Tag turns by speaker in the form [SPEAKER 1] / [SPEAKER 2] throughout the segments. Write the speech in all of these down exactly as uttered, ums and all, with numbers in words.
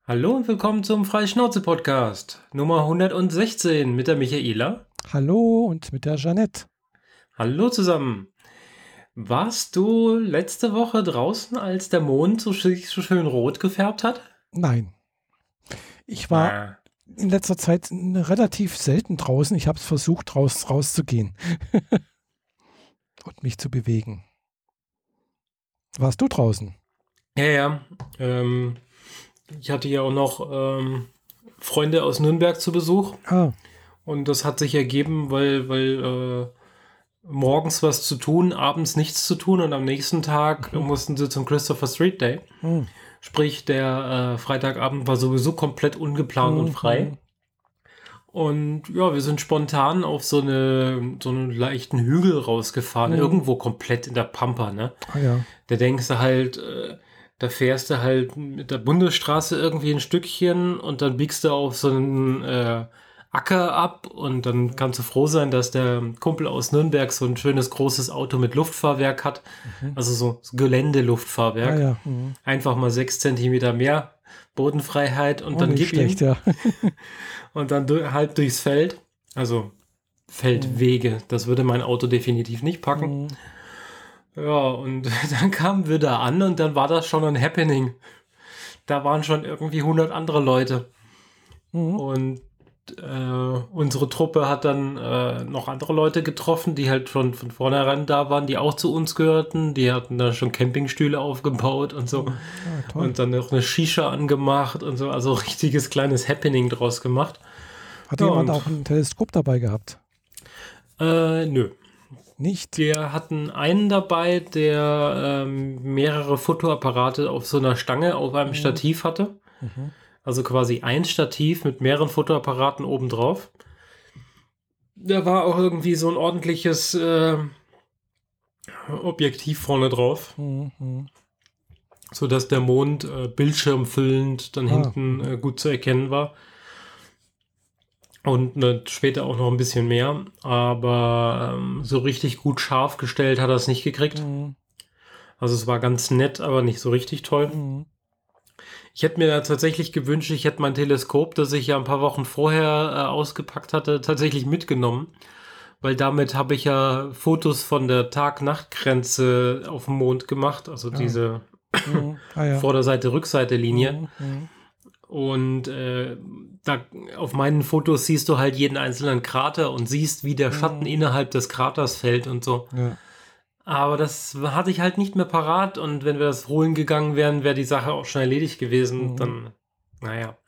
[SPEAKER 1] Hallo und willkommen zum Freischnauze-Podcast Nummer hundertsechzehn mit der Michaela.
[SPEAKER 2] Hallo und mit der Jeanette.
[SPEAKER 1] Hallo zusammen. Warst du letzte Woche draußen, als der Mond so, sch- so schön rot gefärbt hat?
[SPEAKER 2] Nein, ich war
[SPEAKER 1] Ah,
[SPEAKER 2] in letzter Zeit relativ selten draußen. Ich habe es versucht, raus, rauszugehen und mich zu bewegen. Warst du draußen?
[SPEAKER 1] ja, ja. Ähm, ich hatte ja auch noch ähm, Freunde aus Nürnberg zu Besuch
[SPEAKER 2] Ah,
[SPEAKER 1] und das hat sich ergeben, weil, weil äh, morgens was zu tun, abends nichts zu tun und am nächsten Tag
[SPEAKER 2] mhm.
[SPEAKER 1] mussten sie zum Christopher Street Day.
[SPEAKER 2] Mhm.
[SPEAKER 1] Sprich, der äh, Freitagabend war sowieso komplett ungeplant und frei.
[SPEAKER 2] Mhm.
[SPEAKER 1] Und ja, wir sind spontan auf so eine so einen leichten Hügel rausgefahren,
[SPEAKER 2] Mhm.
[SPEAKER 1] irgendwo komplett in der Pampa, ne?
[SPEAKER 2] Ah ja.
[SPEAKER 1] Da denkst du halt, äh, da fährst du halt mit der Bundesstraße irgendwie ein Stückchen und dann biegst du auf so einen äh, Acker ab und dann kannst du froh sein, dass der Kumpel aus Nürnberg so ein schönes großes Auto mit Luftfahrwerk hat,
[SPEAKER 2] Mhm.
[SPEAKER 1] also so
[SPEAKER 2] Ah
[SPEAKER 1] Geländeluftfahrwerk.
[SPEAKER 2] ja. Mhm.
[SPEAKER 1] Einfach mal sechs Zentimeter mehr Bodenfreiheit und
[SPEAKER 2] Oh,
[SPEAKER 1] dann
[SPEAKER 2] nicht
[SPEAKER 1] gib ihm
[SPEAKER 2] schlecht, ja.
[SPEAKER 1] und dann du- halb durchs Feld. Also
[SPEAKER 2] Mhm.
[SPEAKER 1] Feldwege, das würde mein Auto definitiv nicht packen.
[SPEAKER 2] Mhm.
[SPEAKER 1] Ja, und dann kamen wir da an und dann war das schon ein Happening. Da waren schon irgendwie hundert andere Leute.
[SPEAKER 2] Mhm.
[SPEAKER 1] Und äh, unsere Truppe hat dann äh, noch andere Leute getroffen, die halt schon von vornherein da waren, die auch zu uns gehörten. Die hatten da schon Campingstühle aufgebaut und so.
[SPEAKER 2] Mhm. Ah, toll.
[SPEAKER 1] Und dann noch eine Shisha angemacht und so. Also richtiges kleines Happening draus gemacht.
[SPEAKER 2] Hat
[SPEAKER 1] Ja,
[SPEAKER 2] jemand
[SPEAKER 1] und
[SPEAKER 2] auch ein Teleskop dabei gehabt?
[SPEAKER 1] äh, nö.
[SPEAKER 2] Nicht?
[SPEAKER 1] Wir hatten einen dabei, der ähm, mehrere Fotoapparate auf so einer Stange auf einem
[SPEAKER 2] Mhm.
[SPEAKER 1] Stativ hatte.
[SPEAKER 2] Mhm.
[SPEAKER 1] Also quasi ein Stativ mit mehreren Fotoapparaten obendrauf. Da war auch irgendwie so ein ordentliches äh, Objektiv vorne drauf,
[SPEAKER 2] Mhm. Mhm.
[SPEAKER 1] sodass der Mond äh, bildschirmfüllend dann
[SPEAKER 2] Ah.
[SPEAKER 1] hinten
[SPEAKER 2] Mhm.
[SPEAKER 1] äh, gut zu erkennen war. Und ne, später auch noch ein bisschen mehr. Aber ähm, so richtig gut scharf gestellt hat er es nicht gekriegt.
[SPEAKER 2] Mhm.
[SPEAKER 1] Also es war ganz nett, aber nicht so richtig toll.
[SPEAKER 2] Mhm.
[SPEAKER 1] Ich hätte mir da tatsächlich gewünscht, ich hätte mein Teleskop, das ich ja ein paar Wochen vorher äh, ausgepackt hatte, tatsächlich mitgenommen. Weil damit habe ich ja Fotos von der Tag-Nacht-Grenze auf dem Mond gemacht. Also
[SPEAKER 2] Ah.
[SPEAKER 1] diese
[SPEAKER 2] Mhm. Ah ja.
[SPEAKER 1] Vorderseite-Rückseite-Linie.
[SPEAKER 2] Mhm. Mhm.
[SPEAKER 1] Und äh, da auf meinen Fotos siehst du halt jeden einzelnen Krater und siehst, wie der Schatten
[SPEAKER 2] Mhm.
[SPEAKER 1] innerhalb des Kraters fällt und so.
[SPEAKER 2] Ja.
[SPEAKER 1] Aber das hatte ich halt nicht mehr parat und wenn wir das holen gegangen wären, wäre die Sache auch schon erledigt gewesen.
[SPEAKER 2] Mhm.
[SPEAKER 1] Dann, naja.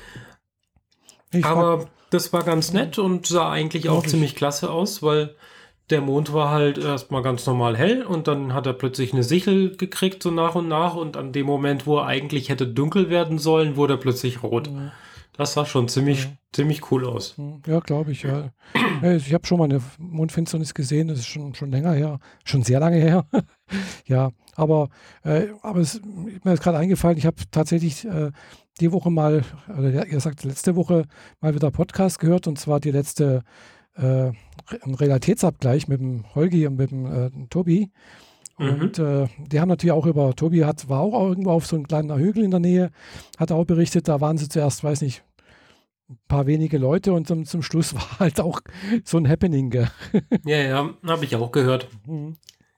[SPEAKER 2] Ich war,
[SPEAKER 1] Aber das war ganz
[SPEAKER 2] mhm,
[SPEAKER 1] nett und sah eigentlich auch
[SPEAKER 2] glaube ich.
[SPEAKER 1] ziemlich klasse aus, weil der Mond war halt erstmal ganz normal hell und dann hat er plötzlich eine Sichel gekriegt, so nach und nach. Und an dem Moment, wo er eigentlich hätte dunkel werden sollen, wurde er plötzlich rot.
[SPEAKER 2] Mhm.
[SPEAKER 1] Das sah schon ziemlich,
[SPEAKER 2] Ja,
[SPEAKER 1] ziemlich cool aus.
[SPEAKER 2] mhm, ja glaube ich, ja. Ja, ich habe schon mal eine Mondfinsternis gesehen, das ist schon, schon länger her, schon sehr lange her. Ja, aber, äh, aber es, mir ist gerade eingefallen, ich habe tatsächlich äh, die Woche mal, oder ja, ihr sagt letzte Woche mal wieder Podcast gehört, und zwar die letzte äh, Re- ein Realitätsabgleich mit dem Holgi und mit dem äh, Tobi. Und
[SPEAKER 1] Mhm.
[SPEAKER 2] äh, die haben natürlich auch über, Tobi hat, war auch irgendwo auf so einem kleinen Hügel in der Nähe, hat auch berichtet, da waren sie zuerst, weiß nicht, ein paar wenige Leute, und zum, zum Schluss war halt auch so ein Happening. Gell?
[SPEAKER 1] Ja, ja, habe ich auch gehört.
[SPEAKER 2] Mhm.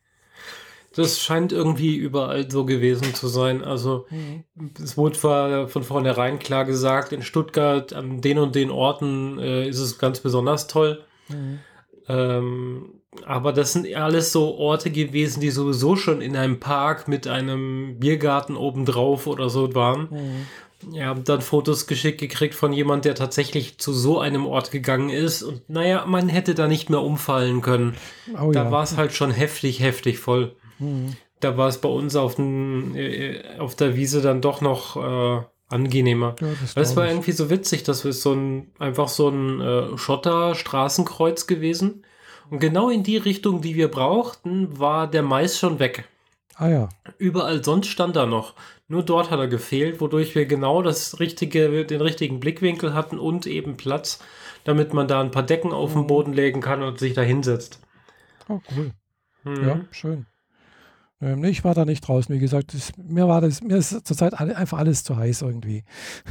[SPEAKER 1] Das scheint irgendwie überall so gewesen zu sein. Also
[SPEAKER 2] Mhm.
[SPEAKER 1] es wurde zwar von vornherein klar gesagt, in Stuttgart an den und den Orten äh, ist es ganz besonders toll.
[SPEAKER 2] Mhm.
[SPEAKER 1] Ähm, aber das sind alles so Orte gewesen, die sowieso schon in einem Park mit einem Biergarten obendrauf oder so waren.
[SPEAKER 2] Mhm.
[SPEAKER 1] Ja, hab dann Fotos geschickt gekriegt von jemand, der tatsächlich zu so einem Ort gegangen ist. Und naja, man hätte da nicht mehr umfallen können.
[SPEAKER 2] Oh
[SPEAKER 1] Da
[SPEAKER 2] ja.
[SPEAKER 1] war es halt schon heftig, heftig voll.
[SPEAKER 2] Mhm.
[SPEAKER 1] Da war es bei uns auf, den, äh, auf der Wiese dann doch noch äh, angenehmer.
[SPEAKER 2] Ja, das
[SPEAKER 1] Weil es
[SPEAKER 2] glaube
[SPEAKER 1] war
[SPEAKER 2] ich.
[SPEAKER 1] irgendwie so witzig, das ist so ein, einfach so ein äh, Schotter-Straßenkreuz gewesen. Und genau in die Richtung, die wir brauchten, war der Mais schon weg.
[SPEAKER 2] Ah ja.
[SPEAKER 1] Überall sonst stand er noch. Nur dort hat er gefehlt, wodurch wir genau das richtige, den richtigen Blickwinkel hatten und eben Platz, damit man da ein paar Decken auf den
[SPEAKER 2] Mhm.
[SPEAKER 1] Boden legen kann und sich da hinsetzt.
[SPEAKER 2] Oh, cool. Ja,
[SPEAKER 1] Mhm.
[SPEAKER 2] schön. Ähm, nee, ich war da nicht draußen, wie gesagt. Das, mir war das, mir ist zurzeit alle, einfach alles zu heiß irgendwie.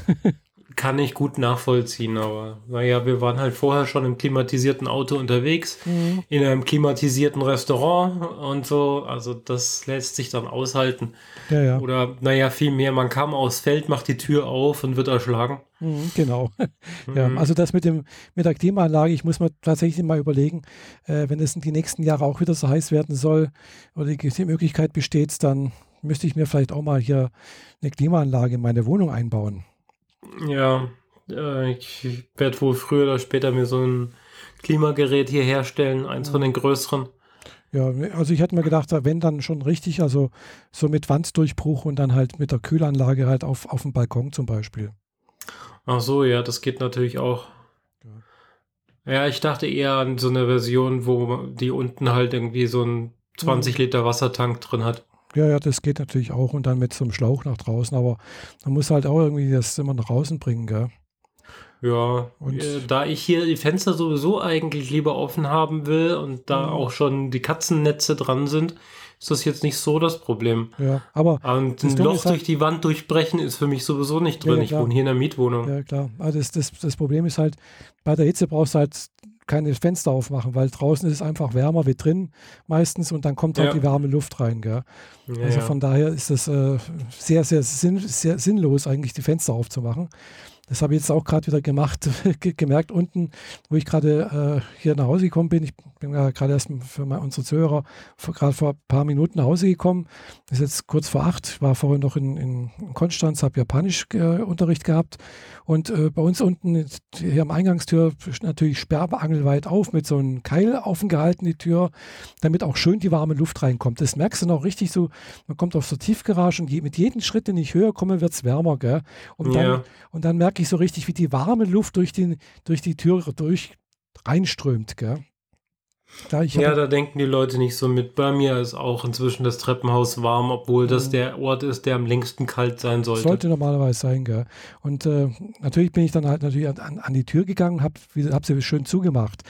[SPEAKER 1] Kann ich gut nachvollziehen, aber naja, wir waren halt vorher schon im klimatisierten Auto unterwegs,
[SPEAKER 2] Mhm.
[SPEAKER 1] in einem klimatisierten Restaurant und so. Also das lässt sich dann aushalten.
[SPEAKER 2] Ja, ja.
[SPEAKER 1] Oder naja, vielmehr, man kam aufs Feld, macht die Tür auf und wird erschlagen.
[SPEAKER 2] Mhm, genau. Ja,
[SPEAKER 1] Mhm.
[SPEAKER 2] also das mit dem mit der Klimaanlage, ich muss mir tatsächlich mal überlegen, äh, wenn es in die nächsten Jahre auch wieder so heiß werden soll oder die, die Möglichkeit besteht, dann müsste ich mir vielleicht auch mal hier eine Klimaanlage in meine Wohnung einbauen.
[SPEAKER 1] Ja, äh, ich werde wohl früher oder später mir so ein Klimagerät hier herstellen, eins von
[SPEAKER 2] Mhm.
[SPEAKER 1] den größeren.
[SPEAKER 2] Ja, also ich hätte mir gedacht, wenn dann schon richtig, also so mit Wanddurchbruch und dann halt mit der Kühlanlage halt auf, auf dem Balkon zum Beispiel.
[SPEAKER 1] Ach so, ja, das geht natürlich auch.
[SPEAKER 2] Ja.
[SPEAKER 1] Ja, ich dachte eher an so eine Version, wo die unten halt irgendwie so einen
[SPEAKER 2] Mhm.
[SPEAKER 1] zwanzig Liter Wassertank drin hat.
[SPEAKER 2] Ja, ja, das geht natürlich auch und dann mit so einem Schlauch nach draußen, aber man muss halt auch irgendwie das immer nach draußen bringen, gell?
[SPEAKER 1] Ja, äh,
[SPEAKER 2] Und
[SPEAKER 1] da ich hier die Fenster sowieso eigentlich lieber offen haben will und da
[SPEAKER 2] mh,
[SPEAKER 1] auch schon die Katzennetze dran sind, ist das jetzt nicht so das Problem.
[SPEAKER 2] ja, aber
[SPEAKER 1] Und
[SPEAKER 2] das
[SPEAKER 1] ein
[SPEAKER 2] Dumme
[SPEAKER 1] Loch
[SPEAKER 2] ist halt,
[SPEAKER 1] durch die Wand durchbrechen ist für mich sowieso nicht
[SPEAKER 2] ja,
[SPEAKER 1] drin.
[SPEAKER 2] ja,
[SPEAKER 1] Ich
[SPEAKER 2] klar,
[SPEAKER 1] wohne hier in einer Mietwohnung.
[SPEAKER 2] ja, klar. Aber das, das, das Problem ist halt, bei der Hitze brauchst du halt keine Fenster aufmachen, weil draußen ist es einfach wärmer wie drin meistens und dann kommt halt
[SPEAKER 1] Ja,
[SPEAKER 2] die warme Luft rein, gell?
[SPEAKER 1] ja,
[SPEAKER 2] Also von
[SPEAKER 1] ja.
[SPEAKER 2] daher ist es äh, sehr, sehr, sinn, sehr sinnlos, eigentlich die Fenster aufzumachen. Das habe ich jetzt auch gerade wieder gemacht, ge- gemerkt unten, wo ich gerade äh, hier nach Hause gekommen bin. Ich bin ja gerade erst für mal unsere Zuhörer vor- gerade vor ein paar Minuten nach Hause gekommen. Ist jetzt kurz vor acht. Ich war vorhin noch in, in, in Konstanz, habe Japanisch-Unterricht gehabt. Und äh, bei uns unten hier am Eingangstür ist natürlich sperrangelweit auf mit so einem Keil offen gehalten, die Tür, damit auch schön die warme Luft reinkommt. Das merkst du noch richtig so. Man kommt auf so Tiefgarage und je, mit jedem Schritt, den ich höher komme, wird es wärmer, gell? Und dann
[SPEAKER 1] Ja,
[SPEAKER 2] und dann merke ich so richtig, wie die warme Luft durch, den, durch die Tür durch reinströmt. Gell? Da ich
[SPEAKER 1] ja,
[SPEAKER 2] habe,
[SPEAKER 1] da denken die Leute nicht so mit. Bei mir ist auch inzwischen das Treppenhaus warm, obwohl das
[SPEAKER 2] mh,
[SPEAKER 1] der Ort ist, der am längsten kalt sein sollte.
[SPEAKER 2] sollte normalerweise sein. Gell? Und äh, natürlich bin ich dann halt natürlich an, an die Tür gegangen, habe hab sie schön zugemacht.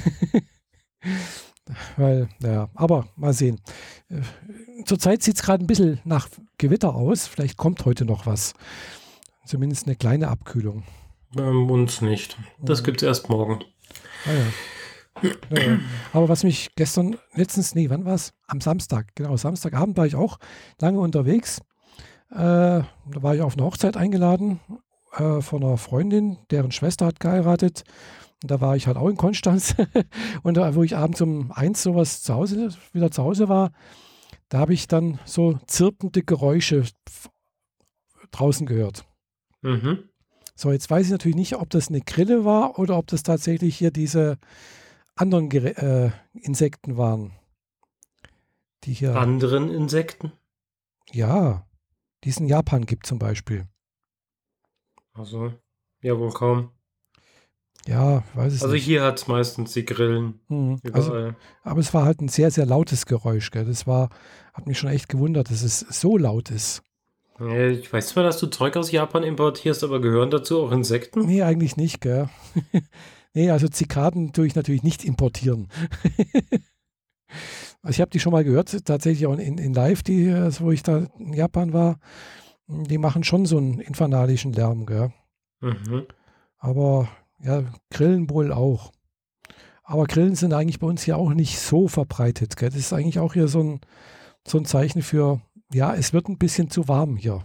[SPEAKER 2] Weil, ja, aber mal sehen. Äh, Zurzeit sieht es gerade ein bisschen nach Gewitter aus. Vielleicht kommt heute noch was. Zumindest eine kleine Abkühlung.
[SPEAKER 1] Bei uns nicht. Das
[SPEAKER 2] Mhm.
[SPEAKER 1] gibt's erst morgen.
[SPEAKER 2] Ah ja. Ja, ja. Aber was mich gestern, letztens, nee, wann war es? Am Samstag, genau, Samstagabend war ich auch lange unterwegs. Äh, da war ich auf eine Hochzeit eingeladen äh, von einer Freundin, deren Schwester hat geheiratet. Und da war ich halt auch in Konstanz. Und da, wo ich abends um eins sowas zu Hause, wieder zu Hause war, da habe ich dann so zirpende Geräusche f- draußen gehört.
[SPEAKER 1] Mhm.
[SPEAKER 2] So, jetzt weiß ich natürlich nicht, ob das eine Grille war oder ob das tatsächlich hier diese anderen Gerä äh, Insekten waren, die hier,
[SPEAKER 1] Anderen Insekten?
[SPEAKER 2] ja, die es in Japan gibt zum Beispiel.
[SPEAKER 1] Also, ja, wohl kaum.
[SPEAKER 2] Ja, weiß es
[SPEAKER 1] Also
[SPEAKER 2] nicht.
[SPEAKER 1] hier hat's meistens die Grillen.
[SPEAKER 2] Mhm. Also,
[SPEAKER 1] Überall.
[SPEAKER 2] aber es war halt ein sehr, sehr lautes Geräusch, gell? Das war, hat mich schon echt gewundert, dass es so laut ist.
[SPEAKER 1] Ja, ich weiß zwar, dass du Zeug aus Japan importierst, aber gehören dazu auch Insekten?
[SPEAKER 2] Nee, eigentlich nicht, gell? Nee, also Zikaden tue ich natürlich nicht importieren. Also ich habe die schon mal gehört, tatsächlich auch in, in Live, die, äh, wo ich da in Japan war. Die machen schon so einen infernalischen Lärm, gell?
[SPEAKER 1] Mhm.
[SPEAKER 2] Aber ja, Grillen wohl auch. Aber Grillen sind eigentlich bei uns hier auch nicht so verbreitet, gell? Das ist eigentlich auch hier so ein, so ein Zeichen für, ja, es wird ein bisschen zu warm hier.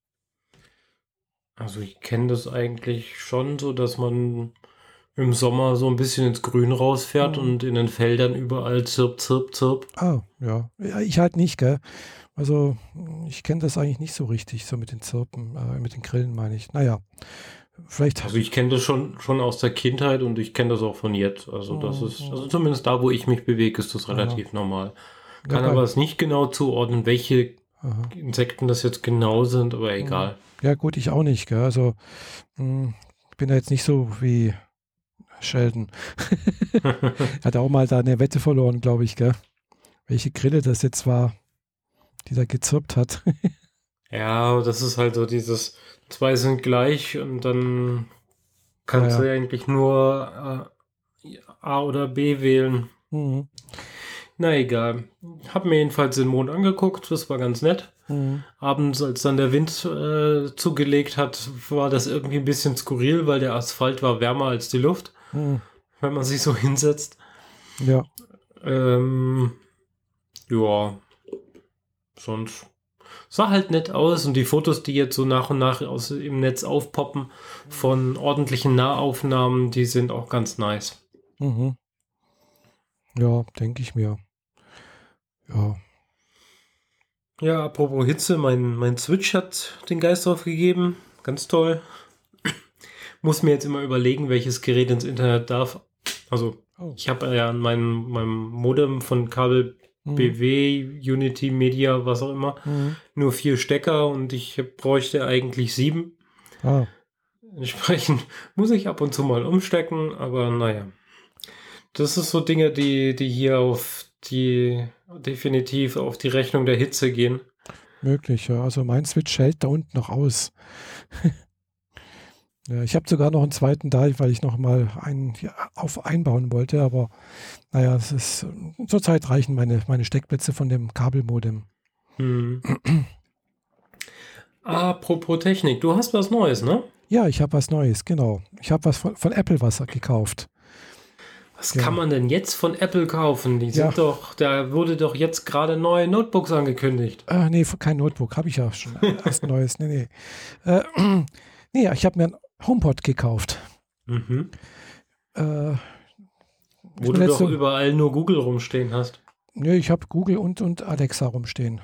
[SPEAKER 1] Also ich kenne das eigentlich schon so, dass man im Sommer so ein bisschen ins Grün rausfährt
[SPEAKER 2] Mhm.
[SPEAKER 1] und in den Feldern überall zirp, zirp, zirp.
[SPEAKER 2] Ah, ja. Ja, ich halt nicht, gell? Also ich kenne das eigentlich nicht so richtig, so mit den Zirpen, äh, mit den Grillen meine ich. Naja, vielleicht.
[SPEAKER 1] Also ich kenne das schon, schon aus der Kindheit und ich kenne das auch von jetzt. Also das ist, also
[SPEAKER 2] Mhm.
[SPEAKER 1] zumindest da, wo ich mich bewege, ist das
[SPEAKER 2] Aha.
[SPEAKER 1] relativ normal.
[SPEAKER 2] Ja,
[SPEAKER 1] Kann aber
[SPEAKER 2] bei.
[SPEAKER 1] es nicht genau zuordnen, welche
[SPEAKER 2] Aha.
[SPEAKER 1] Insekten das jetzt genau sind, aber
[SPEAKER 2] Mhm.
[SPEAKER 1] egal.
[SPEAKER 2] Ja, gut, ich auch nicht, gell? Also mh, ich bin da jetzt nicht so wie Sheldon. Hat auch mal da eine Wette verloren, glaube ich, gell? Welche Grille das jetzt war, die da gezirpt hat.
[SPEAKER 1] Ja, das ist halt so dieses, zwei sind gleich und dann
[SPEAKER 2] Ja,
[SPEAKER 1] kannst du
[SPEAKER 2] ja.
[SPEAKER 1] ja eigentlich nur äh, A oder B wählen.
[SPEAKER 2] Mhm.
[SPEAKER 1] Na egal. Hab mir jedenfalls den Mond angeguckt, das war ganz nett.
[SPEAKER 2] Mhm.
[SPEAKER 1] Abends, als dann der Wind äh, zugelegt hat, war das irgendwie ein bisschen skurril, weil der Asphalt war wärmer als die Luft,
[SPEAKER 2] Mhm.
[SPEAKER 1] wenn man sich so hinsetzt.
[SPEAKER 2] Ja.
[SPEAKER 1] Ähm, ja, sonst sah halt nett aus und die Fotos, die jetzt so nach und nach aus im Netz aufpoppen von ordentlichen Nahaufnahmen, die sind auch ganz nice.
[SPEAKER 2] Mhm. Ja, denke ich mir. Ja.
[SPEAKER 1] Ja, apropos Hitze, mein, mein Switch hat den Geist drauf gegeben. Ganz toll. Muss mir jetzt immer überlegen, welches Gerät ins Internet darf. Also,
[SPEAKER 2] Oh.
[SPEAKER 1] ich habe ja an meinem, meinem Modem von Kabel
[SPEAKER 2] Mhm.
[SPEAKER 1] B W, Unity, Media, was auch immer,
[SPEAKER 2] Mhm.
[SPEAKER 1] nur vier Stecker und ich bräuchte eigentlich sieben.
[SPEAKER 2] Ah.
[SPEAKER 1] Entsprechend muss ich ab und zu mal umstecken, aber naja. Das ist so Dinge, die, die hier auf die, definitiv auf die Rechnung der Hitze gehen.
[SPEAKER 2] Möglich, ja. Also mein Switch hält da unten noch aus. Ja, ich habe sogar noch einen zweiten da, weil ich noch mal einen hier auf einbauen wollte, aber naja, es ist zurzeit reichen meine, meine Steckplätze von dem Kabelmodem.
[SPEAKER 1] Hm. Apropos Technik, du hast was Neues, ne?
[SPEAKER 2] Ja, ich habe was Neues, genau. Ich habe was von, von Apple was gekauft.
[SPEAKER 1] Was
[SPEAKER 2] Ja.
[SPEAKER 1] kann man denn jetzt von Apple kaufen? Die sind
[SPEAKER 2] Ja.
[SPEAKER 1] doch, da wurde doch jetzt gerade neue Notebooks angekündigt.
[SPEAKER 2] Äh, nee, kein Notebook, habe ich ja schon erst ein neues. Nee, nee. Äh, nee, ich habe mir ein HomePod gekauft.
[SPEAKER 1] Mhm.
[SPEAKER 2] Äh,
[SPEAKER 1] Wo du doch überall nur Google rumstehen hast.
[SPEAKER 2] Nee, ich habe Google und, und Alexa rumstehen.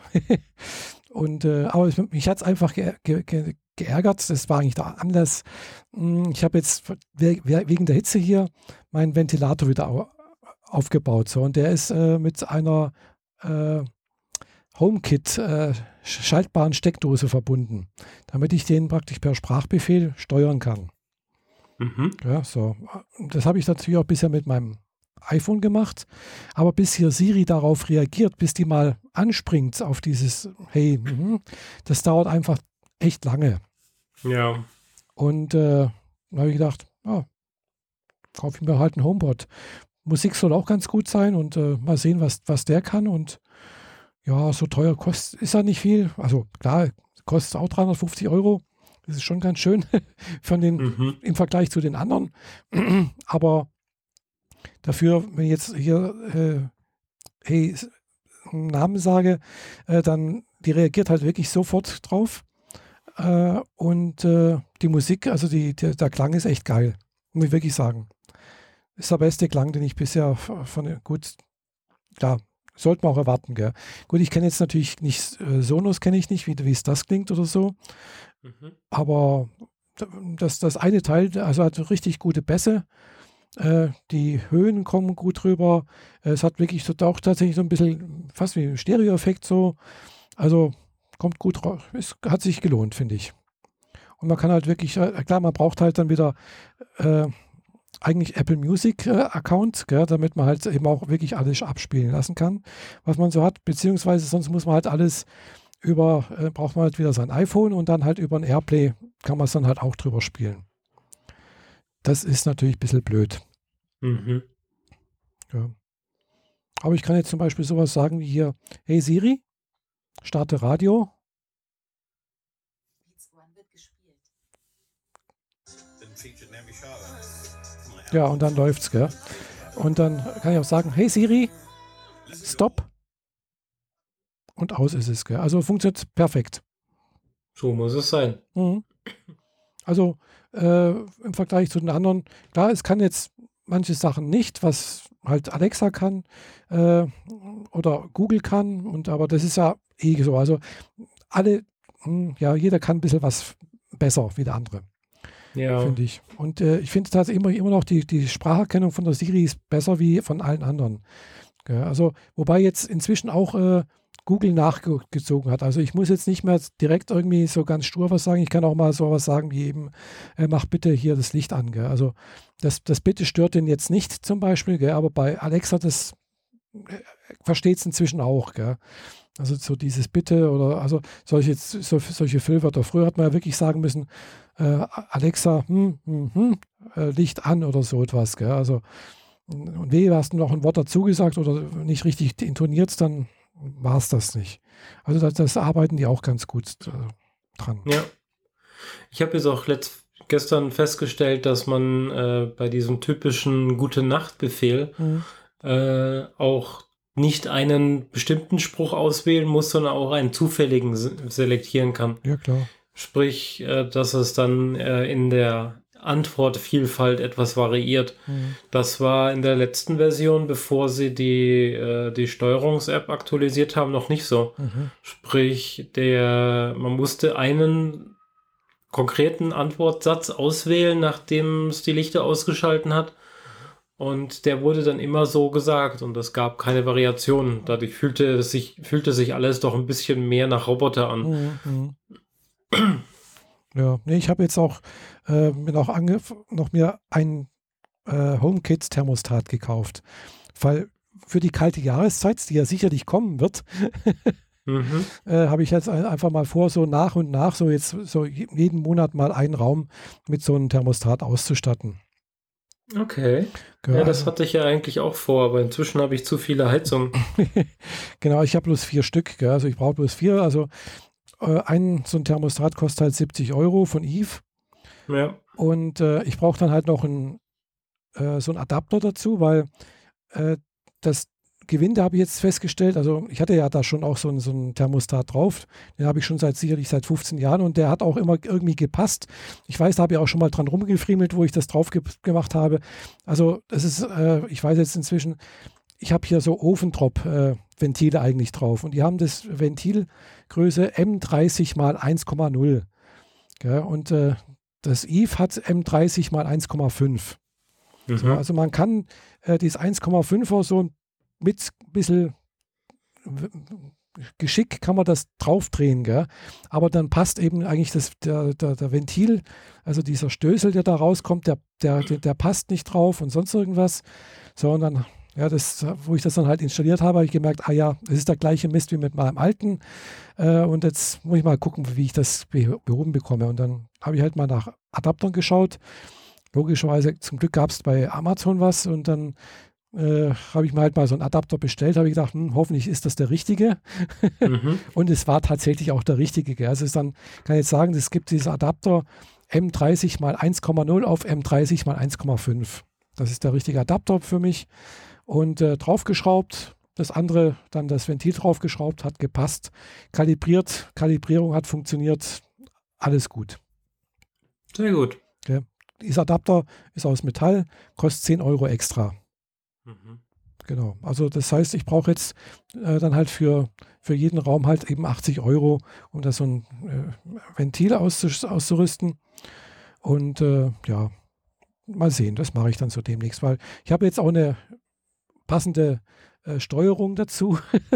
[SPEAKER 2] und, äh, aber es, mich hat es einfach ge, ge, ge, geärgert. Das war eigentlich der Anlass. Ich habe jetzt wegen der Hitze hier meinen Ventilator wieder au, aufgebaut. So, und der ist äh, mit einer äh, HomeKit äh, schaltbaren Steckdose verbunden, damit ich den praktisch per Sprachbefehl steuern kann.
[SPEAKER 1] Mhm.
[SPEAKER 2] Ja, so. Das habe ich natürlich auch bisher mit meinem iPhone gemacht, aber bis hier Siri darauf reagiert, bis die mal anspringt auf dieses Hey, mh, das dauert einfach echt lange.
[SPEAKER 1] Ja.
[SPEAKER 2] Und äh, da habe ich gedacht, ja, kaufe ich mir halt einen HomePod. Musik soll auch ganz gut sein und äh, mal sehen, was, was der kann. Und ja, so teuer kostet, ist ja nicht viel. Also klar, kostet auch dreihundertfünfzig Euro. Das ist schon ganz schön von den,
[SPEAKER 1] Mhm.
[SPEAKER 2] im Vergleich zu den anderen. Aber dafür, wenn ich jetzt hier äh, hey, einen Namen sage, äh, dann die reagiert halt wirklich sofort drauf. Äh, und äh, die Musik, also die, der, der Klang ist echt geil. Muss ich wirklich sagen. Ist der beste Klang, den ich bisher von, gut, klar, sollte man auch erwarten, gell. Gut, ich kenne jetzt natürlich nicht, äh, Sonos kenne ich nicht, wie, wie es das klingt oder so.
[SPEAKER 1] Mhm.
[SPEAKER 2] Aber das, das eine Teil, also hat richtig gute Bässe. Äh, die Höhen kommen gut rüber. Es hat wirklich so auch tatsächlich so ein bisschen fast wie ein Stereo-Effekt so. Also kommt gut raus. Es hat sich gelohnt, finde ich. Und man kann halt wirklich, äh, klar, man braucht halt dann wieder äh, eigentlich Apple Music äh, Account, gell, damit man halt eben auch wirklich alles abspielen lassen kann, was man so hat. Beziehungsweise sonst muss man halt alles über, äh, braucht man halt wieder sein iPhone und dann halt über ein Airplay kann man es dann halt auch drüber spielen. Das ist natürlich ein bisschen blöd.
[SPEAKER 1] Mhm.
[SPEAKER 2] Ja. Aber ich kann jetzt zum Beispiel sowas sagen wie hier, hey Siri, starte Radio. Ja, und dann läuft's, gell? Und dann kann ich auch sagen, hey Siri, stopp. Und aus ist es, gell? Also funktioniert perfekt.
[SPEAKER 1] So muss es sein.
[SPEAKER 2] Mhm. Also äh, im Vergleich zu den anderen, klar, es kann jetzt manche Sachen nicht, was halt Alexa kann äh, oder Google kann, und aber das ist ja eh so. Also alle, mh, ja, jeder kann ein bisschen was besser wie der andere,
[SPEAKER 1] Ja.
[SPEAKER 2] finde ich. Und äh, ich finde tatsächlich immer, immer noch die, die Spracherkennung von der Siri ist besser wie von allen anderen. Gell? Also, wobei jetzt inzwischen auch äh, Google nachgezogen hat. Also ich muss jetzt nicht mehr direkt irgendwie so ganz stur was sagen. Ich kann auch mal so was sagen wie eben, äh, mach bitte hier das Licht an. Gell? Also das, das Bitte stört den jetzt nicht zum Beispiel, gell? Aber bei Alexa, das äh, versteht es inzwischen auch. Gell? Also so dieses Bitte oder also solche, so, solche Füllwörter. Früher hat man ja wirklich sagen müssen, äh, Alexa, hm, hm, hm, äh, Licht an oder so etwas. Gell? Also Und wehe, hast du noch ein Wort dazu gesagt oder nicht richtig intoniert, dann war es das nicht. Also das, das arbeiten die auch ganz gut äh, dran.
[SPEAKER 1] Ja. Ich habe jetzt auch letzt, gestern festgestellt, dass man äh, bei diesem typischen Gute-Nacht-Befehl
[SPEAKER 2] Mhm.
[SPEAKER 1] äh, auch nicht einen bestimmten Spruch auswählen muss, sondern auch einen zufälligen se- selektieren kann.
[SPEAKER 2] Ja, klar.
[SPEAKER 1] Sprich, äh, dass es dann äh, in der Antwortvielfalt etwas variiert.
[SPEAKER 2] Mhm.
[SPEAKER 1] Das war in der letzten Version, bevor sie die, äh, die Steuerungs-App aktualisiert haben, noch nicht so.
[SPEAKER 2] Mhm.
[SPEAKER 1] Sprich, der, man musste einen konkreten Antwortsatz auswählen, nachdem es die Lichter ausgeschalten hat. Und der wurde dann immer so gesagt und es gab keine Variationen. Dadurch fühlte es sich, fühlte sich alles doch ein bisschen mehr nach Roboter an.
[SPEAKER 2] Mhm. Mhm. Ja, nee, ich habe jetzt auch, äh, mir noch, ange noch mir ein äh, HomeKit-Thermostat gekauft, weil für die kalte Jahreszeit, die ja sicherlich kommen wird,
[SPEAKER 1] Mhm.
[SPEAKER 2] äh, habe ich jetzt ein, einfach mal vor, so nach und nach, so jetzt so jeden Monat mal einen Raum mit so einem Thermostat auszustatten.
[SPEAKER 1] Okay.
[SPEAKER 2] Ja,
[SPEAKER 1] Ja, das
[SPEAKER 2] also,
[SPEAKER 1] hatte ich ja eigentlich auch vor, aber inzwischen habe ich zu viele Heizungen.
[SPEAKER 2] genau, ich habe bloß vier Stück, gell, also ich brauche bloß vier, also äh, ein so ein Thermostat kostet halt siebzig Euro von Eve
[SPEAKER 1] Ja.
[SPEAKER 2] und äh, ich brauche dann halt noch ein, äh, so einen Adapter dazu, weil äh, das Gewinde habe ich jetzt festgestellt, also ich hatte ja da schon auch so ein, so ein Thermostat drauf, den habe ich schon seit sicherlich seit fünfzehn Jahren und der hat auch immer irgendwie gepasst. Ich weiß, da habe ich auch schon mal dran rumgefriemelt, wo ich das drauf ge gemacht habe. Also das ist, äh, ich weiß jetzt inzwischen, ich habe hier so Ofentrop-Ventile äh, eigentlich drauf und die haben das Ventilgröße M dreißig mal eins Komma null. Gell? Und äh, das Eve hat M dreißig mal eins Komma fünf.
[SPEAKER 1] Mhm.
[SPEAKER 2] So, also man kann äh, dieses eins Komma fünfer so mit ein bisschen Geschick kann man das draufdrehen, gell? Aber dann passt eben eigentlich das, der, der, der Ventil, also dieser Stößel, der da rauskommt, der, der, der, der passt nicht drauf und sonst irgendwas. So, und dann, ja, das, wo ich das dann halt installiert habe, habe ich gemerkt, ah ja, das ist der gleiche Mist wie mit meinem alten. Äh, und jetzt muss ich mal gucken, wie ich das behoben bekomme. Und dann habe ich halt mal nach Adaptern geschaut. Logischerweise, zum Glück gab es bei Amazon was und dann äh, habe ich mir halt mal so einen Adapter bestellt, habe ich gedacht, hm, hoffentlich ist das der richtige.
[SPEAKER 1] Mhm.
[SPEAKER 2] Und es war tatsächlich auch der richtige. Gell? Also es ist dann, kann ich jetzt sagen, es gibt diesen Adapter M dreißig mal eins Komma null auf M dreißig mal eins Komma fünf. Das ist der richtige Adapter für mich. Und äh, draufgeschraubt, das andere, dann das Ventil draufgeschraubt, hat gepasst. Kalibriert, Kalibrierung hat funktioniert, alles gut.
[SPEAKER 1] Sehr gut.
[SPEAKER 2] Gell? Dieser Adapter ist aus Metall, kostet zehn Euro extra.
[SPEAKER 1] Mhm.
[SPEAKER 2] Genau, also das heißt, ich brauche jetzt äh, dann halt für, für jeden Raum halt eben achtzig Euro, um da so ein äh, Ventil auszus auszurüsten. Und äh, ja, mal sehen, das mache ich dann so demnächst, weil ich habe jetzt auch eine passende äh, Steuerung dazu,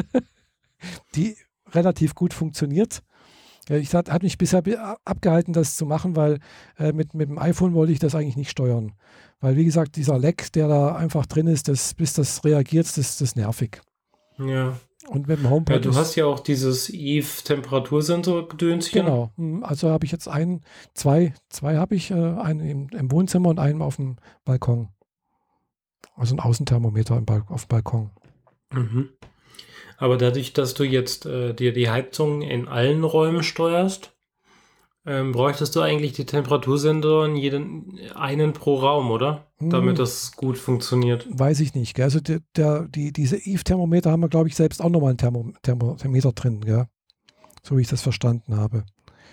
[SPEAKER 2] die relativ gut funktioniert. Ja, ich hat, hat mich bisher abgehalten, das zu machen, weil äh, mit, mit dem iPhone wollte ich das eigentlich nicht steuern. Weil, wie gesagt, dieser Lag, der da einfach drin ist, das, bis das reagiert, das ist nervig.
[SPEAKER 1] Ja.
[SPEAKER 2] Und mit dem HomePod.
[SPEAKER 1] Ja, du hast ja auch dieses Eve-Temperatursensor-Gedönschen.
[SPEAKER 2] Genau. Also habe ich jetzt einen, zwei, zwei habe ich, äh, einen im, im Wohnzimmer und einen auf dem Balkon. Also ein Außenthermometer im Bal auf dem Balkon.
[SPEAKER 1] Mhm. Aber dadurch, dass du jetzt äh, dir die Heizung in allen Räumen steuerst, ähm, bräuchtest du eigentlich die Temperatursensoren jeden einen pro Raum, oder?
[SPEAKER 2] Hm.
[SPEAKER 1] Damit das gut funktioniert.
[SPEAKER 2] Weiß ich nicht. Gell? Also der, der, die, diese Eve-Thermometer haben wir, glaube ich, selbst auch nochmal ein Thermo, Thermo, Thermometer drin, gell? So wie ich das verstanden habe.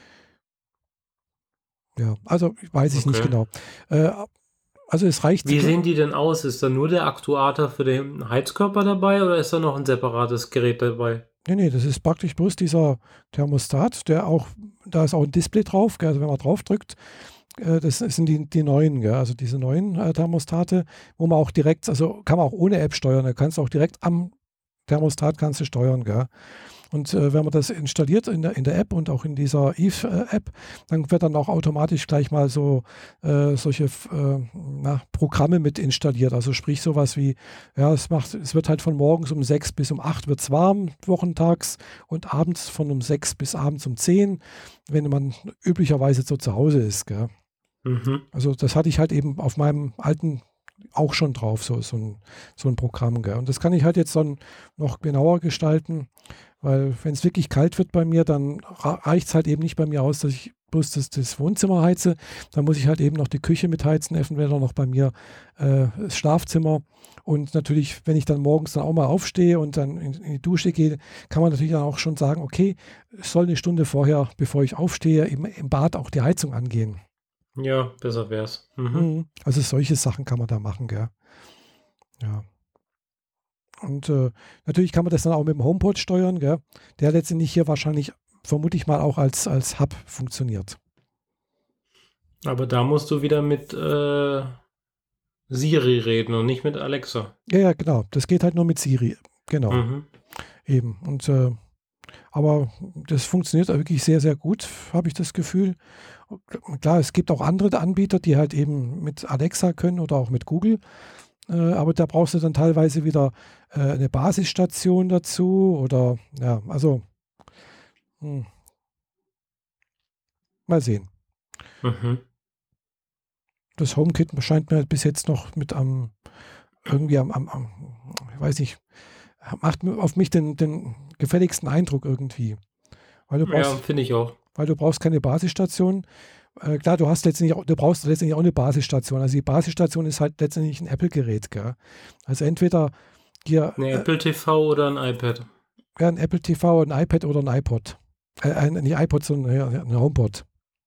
[SPEAKER 2] Ja, also weiß ich
[SPEAKER 1] Okay.
[SPEAKER 2] nicht genau. Äh, also es reicht.
[SPEAKER 1] Wie sehen die denn aus? Ist da nur der Aktuator für den Heizkörper dabei oder ist da noch ein separates Gerät dabei?
[SPEAKER 2] Nee, nee, das ist praktisch bloß dieser Thermostat, der auch, da ist auch ein Display drauf, gell? Also wenn man drauf drückt, äh, das sind die, die neuen, gell? Also diese neuen äh, Thermostate, wo man auch direkt, also kann man auch ohne App steuern, da kannst du auch direkt am Thermostat kannst du steuern, gell? Und äh, wenn man das installiert in der, in der App und auch in dieser Eve-App, dann wird dann auch automatisch gleich mal so äh, solche äh, na, Programme mit installiert. Also sprich sowas wie, ja, es macht, es wird halt von morgens um sechs bis um acht wird's warm, wochentags, und abends von um sechs bis abends um zehn, wenn man üblicherweise so zu Hause ist. Gell?
[SPEAKER 1] Mhm.
[SPEAKER 2] Also das hatte ich halt eben auf meinem alten auch schon drauf, so, so, ein, so ein Programm. Gell? Und das kann ich halt jetzt dann noch genauer gestalten, weil wenn es wirklich kalt wird bei mir, dann reicht es halt eben nicht bei mir aus, dass ich bloß das, das Wohnzimmer heize. Dann muss ich halt eben noch die Küche mitheizen, eventuell noch bei mir äh, das Schlafzimmer. Und natürlich, wenn ich dann morgens dann auch mal aufstehe und dann in, in die Dusche gehe, kann man natürlich dann auch schon sagen, okay, es soll eine Stunde vorher, bevor ich aufstehe, im, im Bad auch die Heizung angehen.
[SPEAKER 1] Ja, besser wär's. Mhm.
[SPEAKER 2] Also solche Sachen kann man da machen, gell? Ja. Und äh, natürlich kann man das dann auch mit dem HomePod steuern, gell? Der letztendlich hier wahrscheinlich, vermute ich mal, auch als, als Hub funktioniert.
[SPEAKER 1] Aber da musst du wieder mit äh, Siri reden und nicht mit Alexa.
[SPEAKER 2] Ja, ja, genau. Das geht halt nur mit Siri. Genau.
[SPEAKER 1] Mhm.
[SPEAKER 2] Eben. Und äh, aber das funktioniert wirklich sehr, sehr gut, habe ich das Gefühl. Klar, es gibt auch andere Anbieter, die halt eben mit Alexa können oder auch mit Google. Äh, aber da brauchst du dann teilweise wieder äh, eine Basisstation dazu oder ja, also hm. Mal sehen.
[SPEAKER 1] Mhm.
[SPEAKER 2] Das HomeKit scheint mir bis jetzt noch mit am irgendwie am, am, am ich weiß nicht, macht auf mich den, den gefälligsten Eindruck irgendwie. Weil du brauchst,
[SPEAKER 1] Ja, finde ich auch.
[SPEAKER 2] Weil du brauchst keine Basisstation. Äh, klar, du hast letztendlich auch, du brauchst letztendlich auch eine Basisstation. Also die Basisstation ist halt letztendlich ein Apple-Gerät, gell? Also entweder hier
[SPEAKER 1] Ein
[SPEAKER 2] äh,
[SPEAKER 1] Apple T V oder ein iPad.
[SPEAKER 2] ja, ein Apple T V, ein iPad oder ein iPod. Äh, ein, nicht iPod, sondern ja, ein HomePod.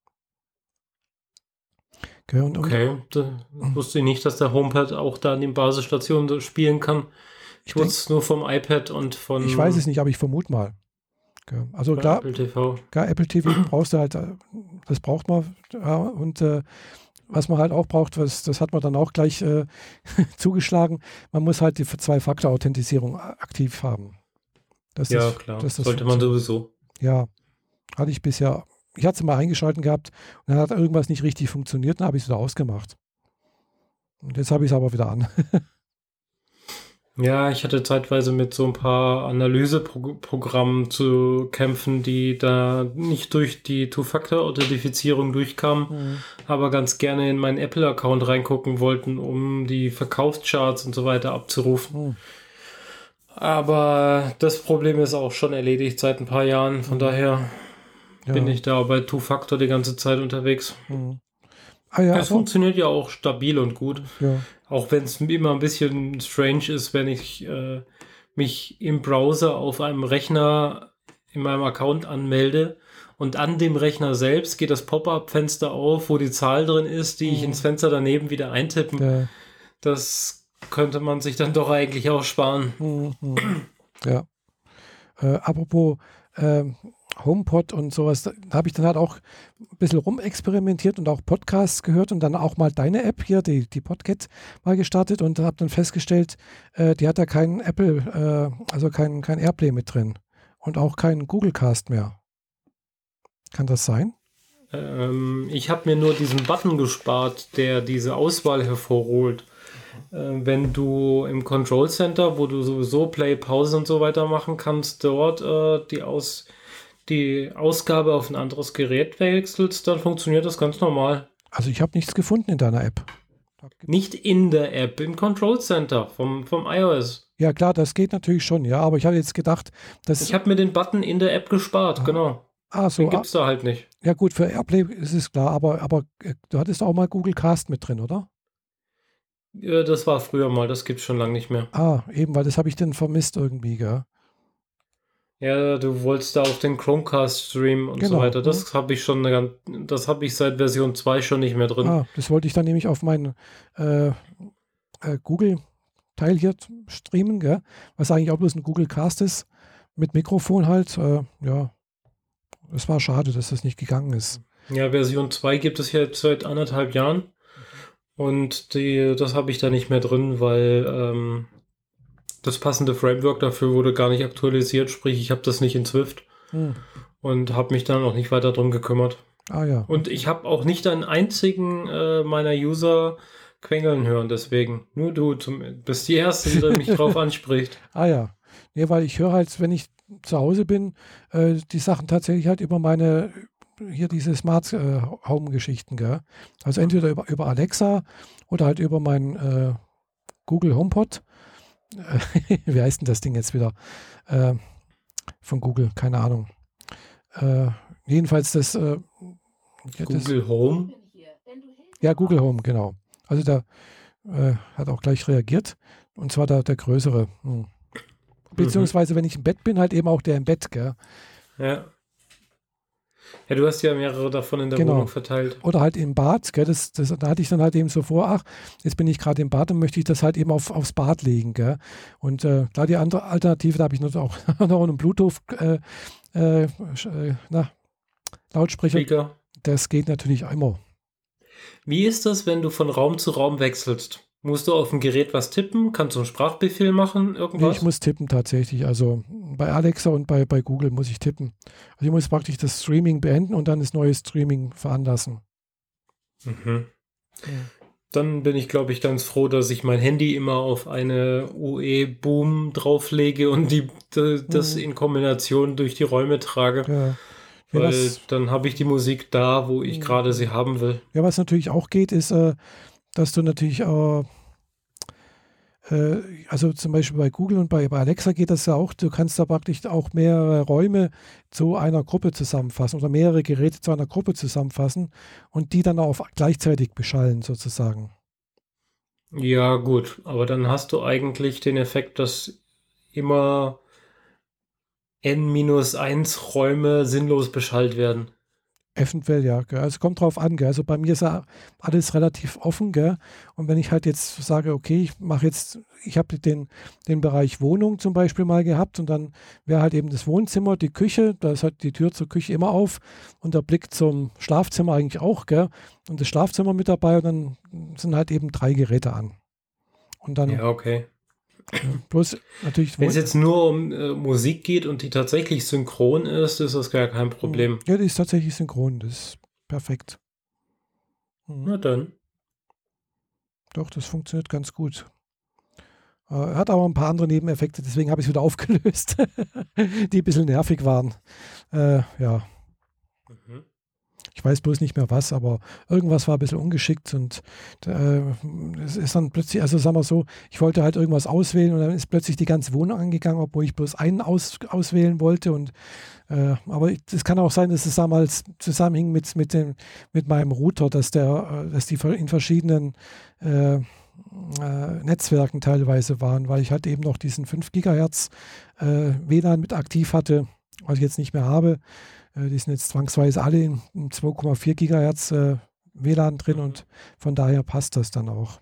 [SPEAKER 2] Okay, und,
[SPEAKER 1] Okay, da wusste ich nicht, dass der HomePod auch da an den Basisstationen spielen kann. Ich,
[SPEAKER 2] ich
[SPEAKER 1] wusste es nur vom iPad und von
[SPEAKER 2] Ich weiß es nicht, aber ich vermute mal. Okay. Also klar,
[SPEAKER 1] Apple T V.
[SPEAKER 2] Klar, Apple T V brauchst du halt, äh, das braucht man. Ja, und äh, was man halt auch braucht, was, das hat man dann auch gleich äh, zugeschlagen, man muss halt die Zwei-Faktor-Authentisierung aktiv haben. Das
[SPEAKER 1] Ja,
[SPEAKER 2] ist,
[SPEAKER 1] klar,
[SPEAKER 2] das, das
[SPEAKER 1] sollte man sowieso.
[SPEAKER 2] Ja, hatte ich bisher, ich hatte es mal eingeschalten gehabt und dann hat irgendwas nicht richtig funktioniert, dann habe ich es wieder ausgemacht. Und jetzt habe ich es aber wieder an.
[SPEAKER 1] Ja, ich hatte zeitweise mit so ein paar Analyseprogrammen zu kämpfen, die da nicht durch die Two-Factor-Authentifizierung durchkamen,
[SPEAKER 2] Mhm.
[SPEAKER 1] aber ganz gerne in meinen Apple-Account reingucken wollten, um die Verkaufscharts und so weiter abzurufen.
[SPEAKER 2] Mhm.
[SPEAKER 1] Aber das Problem ist auch schon erledigt seit ein paar Jahren, von daher
[SPEAKER 2] Ja.
[SPEAKER 1] bin ich da bei Two-Factor die ganze Zeit unterwegs.
[SPEAKER 2] Mhm. Ah ja,
[SPEAKER 1] Es
[SPEAKER 2] aber,
[SPEAKER 1] funktioniert ja auch stabil und gut.
[SPEAKER 2] ja.
[SPEAKER 1] Auch wenn es immer ein bisschen strange ist, wenn ich äh, mich im Browser auf einem Rechner in meinem Account anmelde und an dem Rechner selbst geht das Pop-up-Fenster auf, wo die Zahl drin ist, die ich
[SPEAKER 2] Mhm.
[SPEAKER 1] ins Fenster daneben wieder eintippen.
[SPEAKER 2] Ja.
[SPEAKER 1] Das könnte man sich dann doch eigentlich auch sparen.
[SPEAKER 2] Mhm. Mhm. Ja. Äh, apropos ähm, HomePod und sowas, da habe ich dann halt auch ein bisschen rumexperimentiert und auch Podcasts gehört und dann auch mal deine App hier, die, die Podcat, mal gestartet und habe dann festgestellt, äh, die hat da keinen Apple, äh, also kein, kein Airplay mit drin und auch keinen Google Cast mehr. Kann das sein?
[SPEAKER 1] Ähm, ich habe mir nur diesen Button gespart, der diese Auswahl hervorholt. Äh, wenn du im Control Center, wo du sowieso Play, Pause und so weiter machen kannst, dort äh, die, Aus, die Ausgabe auf ein anderes Gerät wechselst, dann funktioniert das ganz normal.
[SPEAKER 2] Also ich habe nichts gefunden in deiner App.
[SPEAKER 1] Nicht in der App, im Control Center vom, vom iOS.
[SPEAKER 2] Ja klar, das geht natürlich schon, ja, aber ich habe jetzt gedacht, dass...
[SPEAKER 1] Ich habe mir den Button in der App gespart,
[SPEAKER 2] Ah.
[SPEAKER 1] genau.
[SPEAKER 2] Ah, so.
[SPEAKER 1] Den gibt es da halt nicht.
[SPEAKER 2] Ja gut, für Airplay ist es klar, aber, aber äh, du hattest auch mal Google Cast mit drin, oder?
[SPEAKER 1] Ja, das war früher mal, das gibt es schon lange nicht mehr.
[SPEAKER 2] Ah, eben, weil das habe ich dann vermisst irgendwie, gell?
[SPEAKER 1] Ja, du wolltest da auf den Chromecast streamen und
[SPEAKER 2] Genau,
[SPEAKER 1] so weiter.
[SPEAKER 2] mhm.
[SPEAKER 1] Das habe ich schon, eine ganz, das habe ich seit Version zwei schon nicht mehr drin.
[SPEAKER 2] Ah, das wollte ich dann nämlich auf meinen äh, äh, Google-Teil hier streamen, gell? Was eigentlich auch bloß ein Google Cast ist, mit Mikrofon halt. Äh, ja, es war schade, dass das nicht gegangen ist.
[SPEAKER 1] Ja, Version zwei gibt es jetzt seit anderthalb Jahren. Und die, das habe ich da nicht mehr drin, weil ähm, das passende Framework dafür wurde gar nicht aktualisiert. Sprich, ich habe das nicht in Swift
[SPEAKER 2] Hm.
[SPEAKER 1] und habe mich dann auch nicht weiter drum gekümmert.
[SPEAKER 2] Ah ja.
[SPEAKER 1] Und ich habe auch nicht einen einzigen äh, meiner User quengeln hören, deswegen. Nur du zum, bist die Erste, die mich drauf anspricht.
[SPEAKER 2] Ah ja. Nee, weil ich höre halt, wenn ich zu Hause bin, äh, die Sachen tatsächlich halt über meine, hier diese Smart äh, Home Geschichten, gell? Also entweder über, über Alexa oder halt über mein, äh, Google HomePod. Äh, wie heißt denn das Ding jetzt wieder? Äh, von Google, keine Ahnung. Äh, jedenfalls das, äh, ja, das
[SPEAKER 1] Google Home.
[SPEAKER 2] Ja, Google Home, genau. Also der äh, hat auch gleich reagiert. Und zwar der, der größere. Hm. Beziehungsweise, wenn ich im Bett bin, halt eben auch der im Bett, gell?
[SPEAKER 1] Ja. Ja, du hast ja mehrere davon in der
[SPEAKER 2] Genau.
[SPEAKER 1] Wohnung verteilt.
[SPEAKER 2] Oder halt im Bad, gell? Das, das, da hatte ich dann halt eben so vor, ach, jetzt bin ich gerade im Bad und möchte ich das halt eben auf, aufs Bad legen, gell? Und äh, da die andere Alternative, da habe ich noch, auch, noch einen Bluetooth äh, äh, äh, na, Lautsprecher.
[SPEAKER 1] Speaker.
[SPEAKER 2] Das geht natürlich immer.
[SPEAKER 1] Wie ist das, wenn du von Raum zu Raum wechselst? Musst du auf dem Gerät was tippen? Kannst du einen Sprachbefehl machen?
[SPEAKER 2] Nee,
[SPEAKER 1] Irgendwas?
[SPEAKER 2] ich muss tippen tatsächlich. Also bei Alexa und bei, bei Google muss ich tippen. Also ich muss praktisch das Streaming beenden und dann das neue Streaming veranlassen.
[SPEAKER 1] Mhm.
[SPEAKER 2] Ja.
[SPEAKER 1] Dann bin ich, glaube ich, ganz froh, dass ich mein Handy immer auf eine U E-Boom drauflege und die, d- das
[SPEAKER 2] Mhm.
[SPEAKER 1] in Kombination durch die Räume trage.
[SPEAKER 2] Ja. Ja,
[SPEAKER 1] Weil
[SPEAKER 2] was,
[SPEAKER 1] dann habe ich die Musik da, wo ich
[SPEAKER 2] Mhm.
[SPEAKER 1] gerade sie haben will.
[SPEAKER 2] ja, was natürlich auch geht, ist, äh, dass du natürlich, äh, äh, also zum Beispiel bei Google und bei, bei Alexa geht das ja auch, du kannst da praktisch auch mehrere Räume zu einer Gruppe zusammenfassen oder mehrere Geräte zu einer Gruppe zusammenfassen und die dann auch gleichzeitig beschallen sozusagen.
[SPEAKER 1] Ja, gut, aber dann hast du eigentlich den Effekt, dass immer n minus eins Räume sinnlos beschallt werden.
[SPEAKER 2] Eventuell, ja. Gell. Also kommt drauf an, gell. Also bei mir ist ja alles relativ offen, gell. Und wenn ich halt jetzt sage, okay, ich mache jetzt, ich habe den, den Bereich Wohnung zum Beispiel mal gehabt und dann wäre halt eben das Wohnzimmer, die Küche, da ist halt die Tür zur Küche immer auf und der Blick zum Schlafzimmer eigentlich auch, gell. Und das Schlafzimmer mit dabei und dann sind halt eben drei Geräte an. Und dann,
[SPEAKER 1] Ja, okay.
[SPEAKER 2] ja, bloß natürlich,
[SPEAKER 1] Wenn es
[SPEAKER 2] Wohn-
[SPEAKER 1] jetzt nur um äh, Musik geht und die tatsächlich synchron ist, ist das gar kein Problem.
[SPEAKER 2] ja, die ist tatsächlich synchron, das ist perfekt. Mhm.
[SPEAKER 1] Na dann.
[SPEAKER 2] Doch, das funktioniert ganz gut. Äh, hat aber ein paar andere Nebeneffekte, deswegen habe ich es wieder aufgelöst, die ein bisschen nervig waren. Äh, ja,
[SPEAKER 1] Mhm.
[SPEAKER 2] ich weiß bloß nicht mehr was, aber irgendwas war ein bisschen ungeschickt und äh, es ist dann plötzlich, also sagen wir so, ich wollte halt irgendwas auswählen und dann ist plötzlich die ganze Wohnung angegangen, obwohl ich bloß einen aus, auswählen wollte und äh, aber es kann auch sein, dass es damals zusammenhing mit, mit, dem, mit meinem Router, dass der, äh, dass die in verschiedenen äh, äh, Netzwerken teilweise waren, weil ich halt eben noch diesen fünf Gigahertz äh, W L A N mit aktiv hatte, was ich jetzt nicht mehr habe. Äh, die sind jetzt zwangsweise alle in, in zwei Komma vier Gigahertz äh, W L A N drin
[SPEAKER 1] Mhm.
[SPEAKER 2] und von daher passt das dann auch.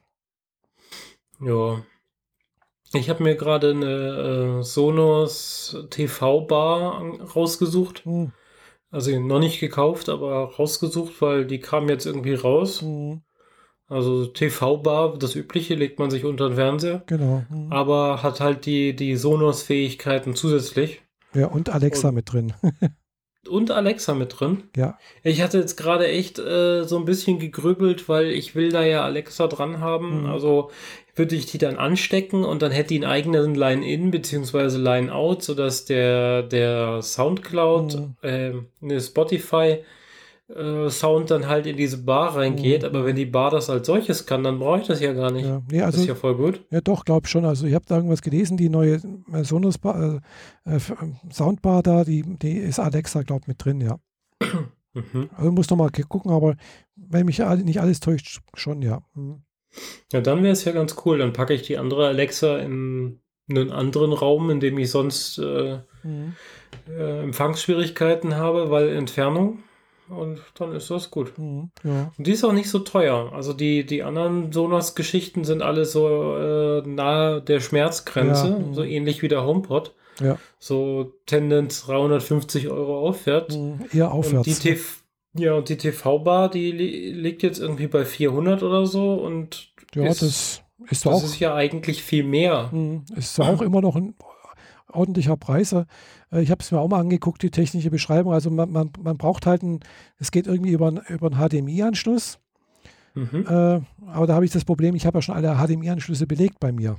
[SPEAKER 1] Ja. Ich habe mir gerade eine äh, Sonos T V-Bar an- rausgesucht.
[SPEAKER 2] Hm,
[SPEAKER 1] Also noch nicht gekauft, aber rausgesucht, weil die kam jetzt irgendwie raus.
[SPEAKER 2] hm,
[SPEAKER 1] Also T V-Bar, das Übliche, legt man sich unter den Fernseher.
[SPEAKER 2] genau. Hm.
[SPEAKER 1] Aber hat halt die, die Sonos-Fähigkeiten zusätzlich.
[SPEAKER 2] Ja, und Alexa
[SPEAKER 1] Und,
[SPEAKER 2] mit drin.
[SPEAKER 1] und Alexa mit drin.
[SPEAKER 2] Ja.
[SPEAKER 1] Ich hatte jetzt gerade echt äh, so ein bisschen gegrübelt, weil ich will da ja Alexa dran haben.
[SPEAKER 2] Hm.
[SPEAKER 1] Also würde ich die dann anstecken und dann hätte die einen eigenen Line-In bzw. Line-Out, sodass der, der Soundcloud,
[SPEAKER 2] Hm.
[SPEAKER 1] äh, ne, Spotify äh, Sound dann halt in diese Bar reingeht.
[SPEAKER 2] Hm.
[SPEAKER 1] Aber wenn die Bar das als solches kann, dann brauche ich das ja gar nicht.
[SPEAKER 2] Ja, nee,
[SPEAKER 1] Das
[SPEAKER 2] also
[SPEAKER 1] ist ja voll gut.
[SPEAKER 2] ja, doch, glaube schon. Also ich habe da irgendwas gelesen, die neue äh, Sonos Bar, äh, äh, Soundbar da, die, die ist Alexa, glaube ich, mit drin, ja.
[SPEAKER 1] Mhm.
[SPEAKER 2] Also muss noch mal gucken, aber wenn mich alle- nicht alles täuscht, schon, ja. Hm.
[SPEAKER 1] Ja, dann wäre es ja ganz cool. Dann packe ich die andere Alexa in einen anderen Raum, in dem ich sonst äh,
[SPEAKER 2] Hm.
[SPEAKER 1] äh, Empfangsschwierigkeiten habe, weil Entfernung. Und dann ist das gut.
[SPEAKER 2] Hm. Ja,
[SPEAKER 1] Und die ist auch nicht so teuer. Also die, die anderen Sonos-Geschichten sind alle so äh, nahe der Schmerzgrenze,
[SPEAKER 2] Ja, hm.
[SPEAKER 1] so ähnlich wie der HomePod.
[SPEAKER 2] ja.
[SPEAKER 1] So Tendenz dreihundertfünfzig Euro aufwärts.
[SPEAKER 2] Hm. Eher
[SPEAKER 1] Und die
[SPEAKER 2] aufwärts.
[SPEAKER 1] T V, ja, und die T V-Bar, die li liegt jetzt irgendwie bei vierhundert oder so und
[SPEAKER 2] Ja,
[SPEAKER 1] ist,
[SPEAKER 2] das ist
[SPEAKER 1] das
[SPEAKER 2] auch,
[SPEAKER 1] ist ja eigentlich viel mehr.
[SPEAKER 2] hm, ist auch immer noch ein ordentlicher Preis. Äh, Ich habe es mir auch mal angeguckt, die technische Beschreibung. Also man, man, man braucht halt ein, es geht irgendwie über, ein- über einen H D M I-Anschluss.
[SPEAKER 1] Mhm.
[SPEAKER 2] Äh, aber da habe ich das Problem, ich habe ja schon alle H D M I-Anschlüsse belegt bei mir.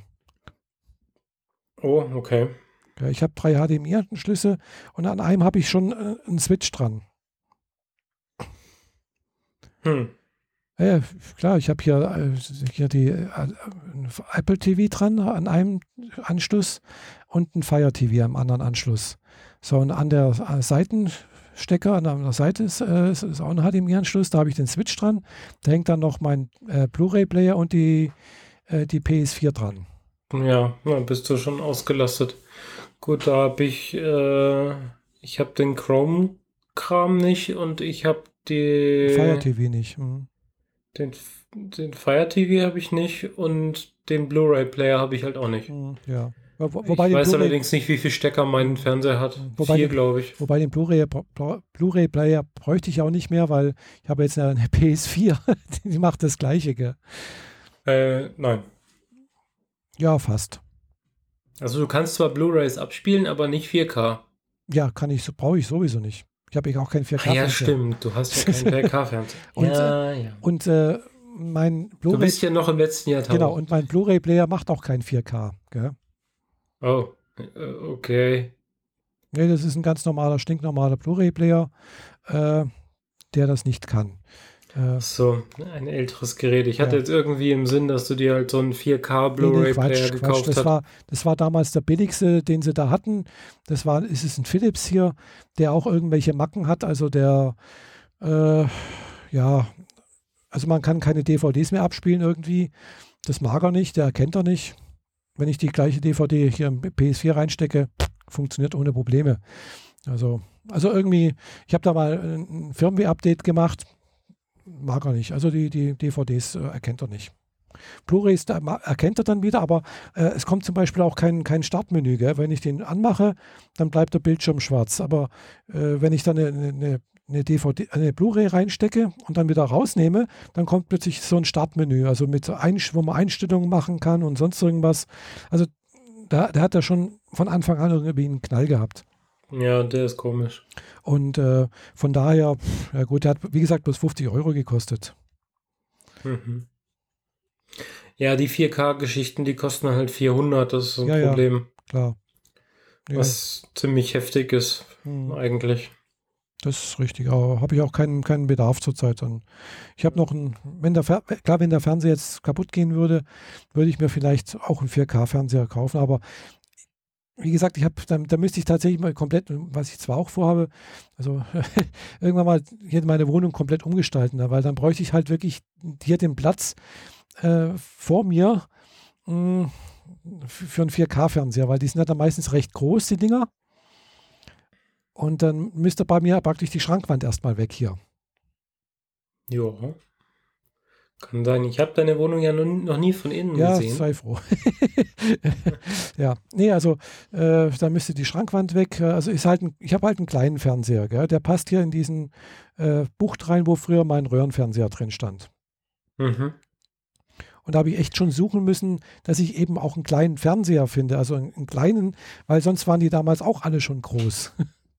[SPEAKER 1] Oh, okay.
[SPEAKER 2] Ja, ich habe drei H D M I-Anschlüsse und an einem habe ich schon äh, einen Switch dran.
[SPEAKER 1] Hm.
[SPEAKER 2] Ja, ja, klar, ich habe hier, äh, hier die äh, ein Apple T V dran an einem Anschluss und ein Fire T V am anderen Anschluss. So, und an der äh, Seitenstecker, an der Seite ist, äh, ist, ist auch ein H D M I-Anschluss, da habe ich den Switch dran. Da hängt dann noch mein äh, Blu-ray-Player und die, äh, die P S vier dran.
[SPEAKER 1] Ja, dann bist du schon ausgelastet. Gut, da habe ich, äh, ich habe den Chrome-Kram nicht und ich habe
[SPEAKER 2] Fire
[SPEAKER 1] die,
[SPEAKER 2] T V nicht. Mhm.
[SPEAKER 1] den, den Fire T V habe ich nicht und den Blu-ray-Player habe ich halt auch nicht.
[SPEAKER 2] Mhm, ja. Wo, wo- wobei
[SPEAKER 1] Ich
[SPEAKER 2] den
[SPEAKER 1] weiß
[SPEAKER 2] Blu-ray,
[SPEAKER 1] allerdings nicht, wie viel Stecker mein Fernseher hat.
[SPEAKER 2] Mhm. wobei
[SPEAKER 1] Vier,
[SPEAKER 2] den,
[SPEAKER 1] glaube ich.
[SPEAKER 2] wobei den Blu-ray, Blu-ray-Player bräuchte ich auch nicht mehr, weil ich habe jetzt eine P S vier, die macht das Gleiche, gell?
[SPEAKER 1] Äh, nein.
[SPEAKER 2] Ja, fast.
[SPEAKER 1] Also du kannst zwar Blu-rays abspielen, aber nicht vier K.
[SPEAKER 2] Ja, kann ich, so brauche ich sowieso nicht. Ich habe auch keinen
[SPEAKER 1] Ah ja,
[SPEAKER 2] vier K-Fernseher.
[SPEAKER 1] stimmt. Du hast ja keinen vier K-Fernseher.
[SPEAKER 2] Und,
[SPEAKER 1] Ja, ja.
[SPEAKER 2] Und äh, mein
[SPEAKER 1] Du
[SPEAKER 2] Blu-ray,
[SPEAKER 1] bist ja noch im letzten Jahrtausend.
[SPEAKER 2] genau, und mein Blu-ray-Player macht auch kein vier K. Gell?
[SPEAKER 1] Oh, äh, okay.
[SPEAKER 2] Nee, das ist ein ganz normaler, stinknormaler Blu-ray-Player, äh, der das nicht kann. Äh,
[SPEAKER 1] So, ein älteres Gerät. Ich hatte
[SPEAKER 2] Ja.
[SPEAKER 1] jetzt irgendwie im Sinn, dass du dir halt so einen vier K
[SPEAKER 2] nee, nee,
[SPEAKER 1] Blu-ray-Player
[SPEAKER 2] Quatsch, Quatsch.
[SPEAKER 1] gekauft
[SPEAKER 2] Das
[SPEAKER 1] hast.
[SPEAKER 2] war, das war damals der billigste, den sie da hatten. Das war, ist es ein Philips hier, der auch irgendwelche Macken hat. Also der, äh, ja, also man kann keine D V Ds mehr abspielen irgendwie. Das mag er nicht, der erkennt er nicht. Wenn ich die gleiche D V D hier im P S vier reinstecke, funktioniert ohne Probleme. Also, also irgendwie, ich habe da mal ein Firmware-Update gemacht, mag er nicht. Also die, die D V Ds äh, erkennt er nicht. Blu-rays da ma- erkennt er dann wieder, aber äh, es kommt zum Beispiel auch kein, kein Startmenü. Gell? Wenn ich den anmache, dann bleibt der Bildschirm schwarz. Aber äh, wenn ich dann eine, eine, eine D V D, eine Blu-ray reinstecke und dann wieder rausnehme, dann kommt plötzlich so ein Startmenü, also mit so ein, wo man Einstellungen machen kann und sonst irgendwas. Also da, da hat er schon von Anfang an irgendwie einen Knall gehabt.
[SPEAKER 1] Ja, der ist komisch.
[SPEAKER 2] Und äh, von daher, pff, ja gut, der hat, wie gesagt, bloß fünfzig Euro gekostet.
[SPEAKER 1] Mhm. Ja, die vier K-Geschichten, die kosten halt vierhundert. Das ist ein
[SPEAKER 2] Ja, ja.
[SPEAKER 1] Problem,
[SPEAKER 2] Klar. Ja,
[SPEAKER 1] was ziemlich heftig ist,
[SPEAKER 2] hm,
[SPEAKER 1] eigentlich.
[SPEAKER 2] das ist richtig. Aber habe ich auch keinen, keinen Bedarf zurzeit an. Ich habe noch einen, wenn der Fer klar, wenn der Fernseher jetzt kaputt gehen würde, würde ich mir vielleicht auch einen vier K-Fernseher kaufen. Aber wie gesagt, ich habe, da, da müsste ich tatsächlich mal komplett, was ich zwar auch vorhabe, also irgendwann mal hier meine Wohnung komplett umgestalten, ne, weil dann bräuchte ich halt wirklich hier den Platz äh, vor mir mh, f- für einen vier K-Fernseher, weil die sind ja dann meistens recht groß, die Dinger. Und dann müsste bei mir praktisch die Schrankwand erstmal weg hier.
[SPEAKER 1] Ja, kann sein. Ich habe deine Wohnung ja noch, noch nie von innen
[SPEAKER 2] Ja,
[SPEAKER 1] gesehen.
[SPEAKER 2] sei froh. Ja, nee, also äh, da müsste die Schrankwand weg. Äh, Also ist halt ein, ich habe halt einen kleinen Fernseher, gell? Der passt hier in diesen äh, Bucht rein, wo früher mein Röhrenfernseher drin stand.
[SPEAKER 1] Mhm.
[SPEAKER 2] Und da habe ich echt schon suchen müssen, dass ich eben auch einen kleinen Fernseher finde, also einen, einen kleinen, weil sonst waren die damals auch alle schon groß.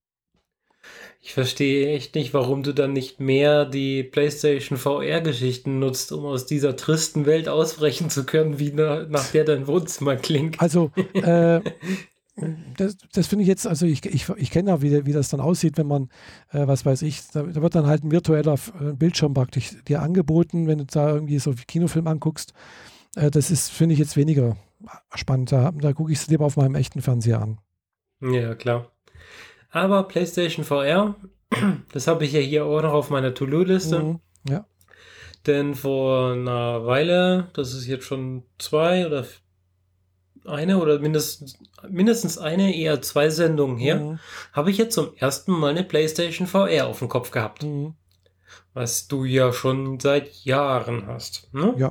[SPEAKER 1] Ich verstehe echt nicht, warum du dann nicht mehr die PlayStation V R-Geschichten nutzt, um aus dieser tristen Welt ausbrechen zu können, wie na, nach der dein Wohnzimmer klingt.
[SPEAKER 2] Also äh, das, das finde ich jetzt, also ich, ich, ich kenne ja, wie, wie das dann aussieht, wenn man, äh, was weiß ich, da, da wird dann halt ein virtueller äh, Bildschirm praktisch dir angeboten, wenn du da irgendwie so Kinofilm anguckst. Äh, das ist, finde ich, jetzt weniger spannend. Da, da gucke ich es lieber auf meinem echten Fernseher an.
[SPEAKER 1] Ja, klar. Aber PlayStation V R, das habe ich ja hier auch noch auf meiner To-Do-Liste.
[SPEAKER 2] Mhm. Ja.
[SPEAKER 1] Denn vor einer Weile, das ist jetzt schon zwei oder f- eine oder mindestens, mindestens eine, eher zwei Sendungen her,
[SPEAKER 2] Mhm.
[SPEAKER 1] habe ich jetzt zum ersten Mal eine PlayStation V R auf dem Kopf gehabt.
[SPEAKER 2] Mhm.
[SPEAKER 1] Was du ja schon seit Jahren hast. Ne?
[SPEAKER 2] Ja.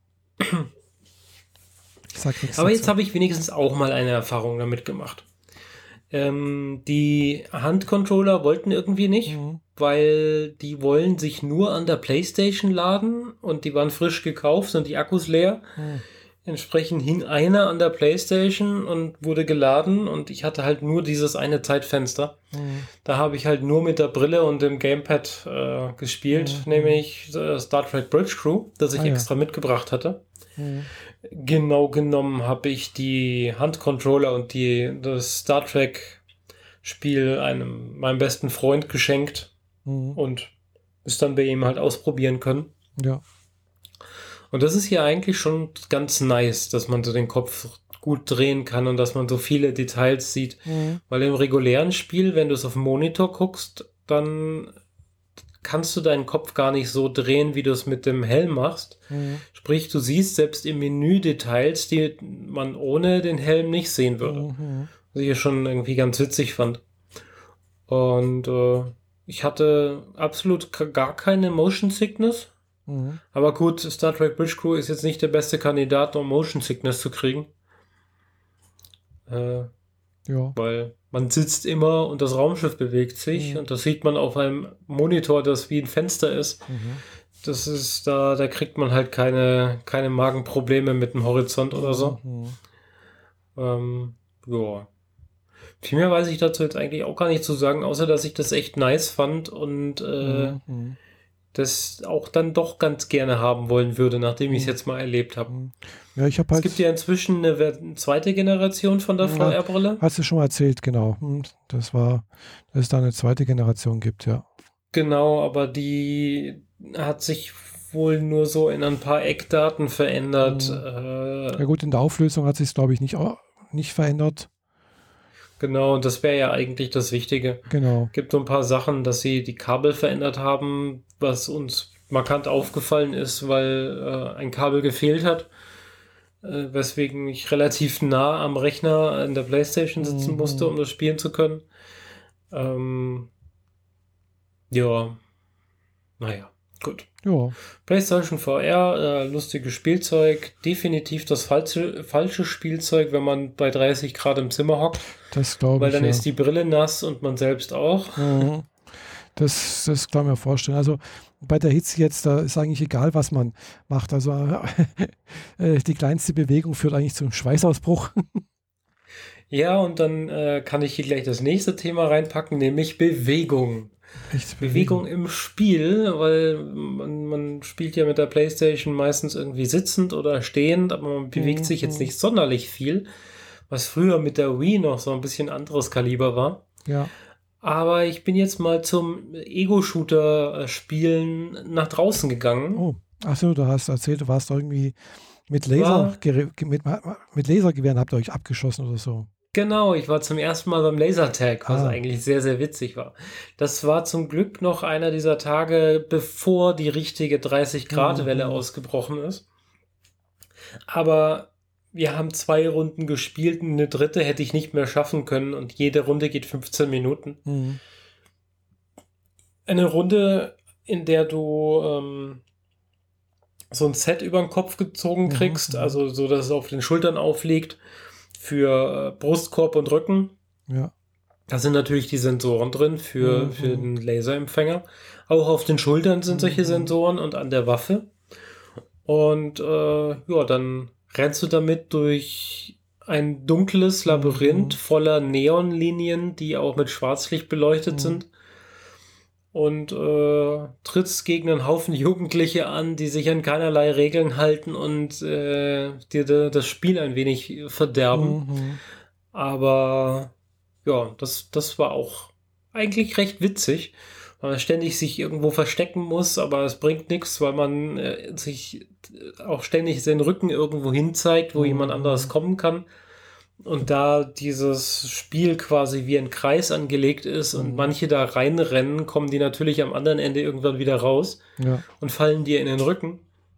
[SPEAKER 2] Ich sag nichts
[SPEAKER 1] Aber jetzt
[SPEAKER 2] dazu.
[SPEAKER 1] habe ich wenigstens auch mal eine Erfahrung damit gemacht. Ähm, die Handcontroller wollten irgendwie nicht,
[SPEAKER 2] Mhm.
[SPEAKER 1] weil die wollen sich nur an der PlayStation laden und die waren frisch gekauft, sind die Akkus leer.
[SPEAKER 2] Mhm.
[SPEAKER 1] Entsprechend hing einer an der PlayStation und wurde geladen und ich hatte halt nur dieses eine Zeitfenster.
[SPEAKER 2] Mhm.
[SPEAKER 1] Da habe ich halt nur mit der Brille und dem Gamepad äh, gespielt,
[SPEAKER 2] Mhm.
[SPEAKER 1] nämlich äh, Star Trek Bridge Crew, das ich
[SPEAKER 2] Ah, ja.
[SPEAKER 1] extra mitgebracht hatte.
[SPEAKER 2] Mhm.
[SPEAKER 1] Genau genommen habe ich die Handcontroller und die, das Star Trek Spiel einem meinem besten Freund geschenkt
[SPEAKER 2] Mhm.
[SPEAKER 1] und es dann bei ihm halt ausprobieren können.
[SPEAKER 2] Ja.
[SPEAKER 1] Und das ist ja eigentlich schon ganz nice, dass man so den Kopf gut drehen kann und dass man so viele Details sieht.
[SPEAKER 2] Mhm.
[SPEAKER 1] Weil im regulären Spiel, wenn du es auf dem Monitor guckst, dann kannst du deinen Kopf gar nicht so drehen, wie du es mit dem Helm machst.
[SPEAKER 2] Mhm.
[SPEAKER 1] Sprich, du siehst selbst im Menü Details, die man ohne den Helm nicht sehen würde.
[SPEAKER 2] Mhm.
[SPEAKER 1] Was ich ja schon irgendwie ganz witzig fand. Und äh, ich hatte absolut k- gar keine Motion Sickness.
[SPEAKER 2] Mhm.
[SPEAKER 1] Aber gut, Star Trek Bridge Crew ist jetzt nicht der beste Kandidat, um Motion Sickness zu kriegen. Äh,
[SPEAKER 2] Ja.
[SPEAKER 1] weil man sitzt immer und das Raumschiff bewegt sich
[SPEAKER 2] Mhm.
[SPEAKER 1] und das sieht man auf einem Monitor, das wie ein Fenster ist.
[SPEAKER 2] Mhm.
[SPEAKER 1] Das ist, da, da kriegt man halt keine, keine Magenprobleme mit dem Horizont oder so.
[SPEAKER 2] Mhm.
[SPEAKER 1] Ähm, ja. Viel mehr weiß ich dazu jetzt eigentlich auch gar nicht zu sagen, außer dass ich das echt nice fand und äh,
[SPEAKER 2] Mhm.
[SPEAKER 1] das auch dann doch ganz gerne haben wollen würde, nachdem ich es
[SPEAKER 2] Mhm.
[SPEAKER 1] jetzt mal erlebt habe.
[SPEAKER 2] Mhm. Ja, ich habe
[SPEAKER 1] Es
[SPEAKER 2] halt.
[SPEAKER 1] gibt ja inzwischen eine Ver- zweite Generation von der
[SPEAKER 2] Ja,
[SPEAKER 1] V R-Brille.
[SPEAKER 2] Hast du schon mal erzählt, genau. Hm, Das war, dass es da eine zweite Generation gibt, ja.
[SPEAKER 1] Genau, aber die hat sich wohl nur so in ein paar Eckdaten verändert.
[SPEAKER 2] Mhm.
[SPEAKER 1] Äh,
[SPEAKER 2] Ja gut, in der Auflösung hat sich es, glaube ich, nicht, au- nicht verändert.
[SPEAKER 1] genau, und das wäre ja eigentlich das Wichtige.
[SPEAKER 2] Genau.
[SPEAKER 1] Gibt so ein paar Sachen, dass sie die Kabel verändert haben, was uns markant aufgefallen ist, weil äh, ein Kabel gefehlt hat, äh, weswegen ich relativ nah am Rechner an der PlayStation sitzen
[SPEAKER 2] Mhm.
[SPEAKER 1] musste, um das spielen zu können. Ähm, ja, naja, gut.
[SPEAKER 2] Ja,
[SPEAKER 1] PlayStation V R, äh, lustiges Spielzeug, definitiv das falsche, falsche Spielzeug, wenn man bei dreißig Grad im Zimmer hockt,
[SPEAKER 2] das glaube
[SPEAKER 1] weil
[SPEAKER 2] ich,
[SPEAKER 1] dann
[SPEAKER 2] ja.
[SPEAKER 1] ist die Brille nass und man selbst auch.
[SPEAKER 2] Mhm. Das, das kann ich mir vorstellen. Also bei der Hitze jetzt, da ist eigentlich egal, was man macht. Also äh, die kleinste Bewegung führt eigentlich zum Schweißausbruch.
[SPEAKER 1] Ja, und dann äh, kann ich hier gleich das nächste Thema reinpacken, nämlich Bewegung.
[SPEAKER 2] Echt
[SPEAKER 1] Bewegung im Spiel, weil man, man spielt ja mit der PlayStation meistens irgendwie sitzend oder stehend, aber man bewegt sich jetzt
[SPEAKER 2] Mhm.
[SPEAKER 1] nicht sonderlich viel, was früher mit der Wii noch so ein bisschen anderes Kaliber war.
[SPEAKER 2] Ja.
[SPEAKER 1] Aber ich bin jetzt mal zum Ego-Shooter-Spielen nach draußen gegangen.
[SPEAKER 2] Oh, achso, du hast erzählt, du warst irgendwie mit Laser, mit, mit Lasergewehren habt ihr euch abgeschossen oder so.
[SPEAKER 1] Genau, ich war zum ersten Mal beim Lasertag, was
[SPEAKER 2] Ah.
[SPEAKER 1] eigentlich sehr, sehr witzig war. Das war zum Glück noch einer dieser Tage, bevor die richtige dreißig-Grad-Welle
[SPEAKER 2] Mhm.
[SPEAKER 1] ausgebrochen ist. Aber wir haben zwei Runden gespielt und eine dritte hätte ich nicht mehr schaffen können und jede Runde geht fünfzehn Minuten.
[SPEAKER 2] Mhm.
[SPEAKER 1] Eine Runde, in der du ähm, so ein Set über den Kopf gezogen kriegst,
[SPEAKER 2] Mhm.
[SPEAKER 1] also so, dass es auf den Schultern aufliegt für äh, Brustkorb und Rücken.
[SPEAKER 2] Ja.
[SPEAKER 1] Da sind natürlich die Sensoren drin für,
[SPEAKER 2] Mhm.
[SPEAKER 1] für den Laserempfänger. Auch auf den Schultern sind solche
[SPEAKER 2] Mhm.
[SPEAKER 1] Sensoren und an der Waffe. Und äh, ja, dann rennst du damit durch ein dunkles Labyrinth
[SPEAKER 2] Mhm.
[SPEAKER 1] voller Neonlinien, die auch mit Schwarzlicht beleuchtet
[SPEAKER 2] Mhm.
[SPEAKER 1] sind. Und äh, trittst gegen einen Haufen Jugendliche an, die sich an keinerlei Regeln halten und äh, dir de, das Spiel ein wenig verderben.
[SPEAKER 2] Mhm.
[SPEAKER 1] Aber ja, das, das war auch eigentlich recht witzig, weil man ständig sich irgendwo verstecken muss, aber es bringt nichts, weil man äh, sich auch ständig seinen Rücken irgendwo hin zeigt, wo
[SPEAKER 2] Mhm.
[SPEAKER 1] jemand anderes kommen kann. Und da dieses Spiel quasi wie ein Kreis angelegt ist und
[SPEAKER 2] Mhm.
[SPEAKER 1] manche da reinrennen, kommen die natürlich am anderen Ende irgendwann wieder raus
[SPEAKER 2] Ja.
[SPEAKER 1] und fallen dir in den Rücken.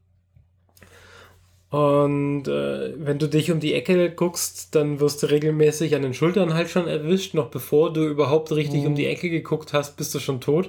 [SPEAKER 1] Und äh, wenn du dich um die Ecke guckst, dann wirst du regelmäßig an den Schultern halt schon erwischt. Noch bevor du überhaupt richtig
[SPEAKER 2] Mhm.
[SPEAKER 1] um die Ecke geguckt hast, bist du schon tot.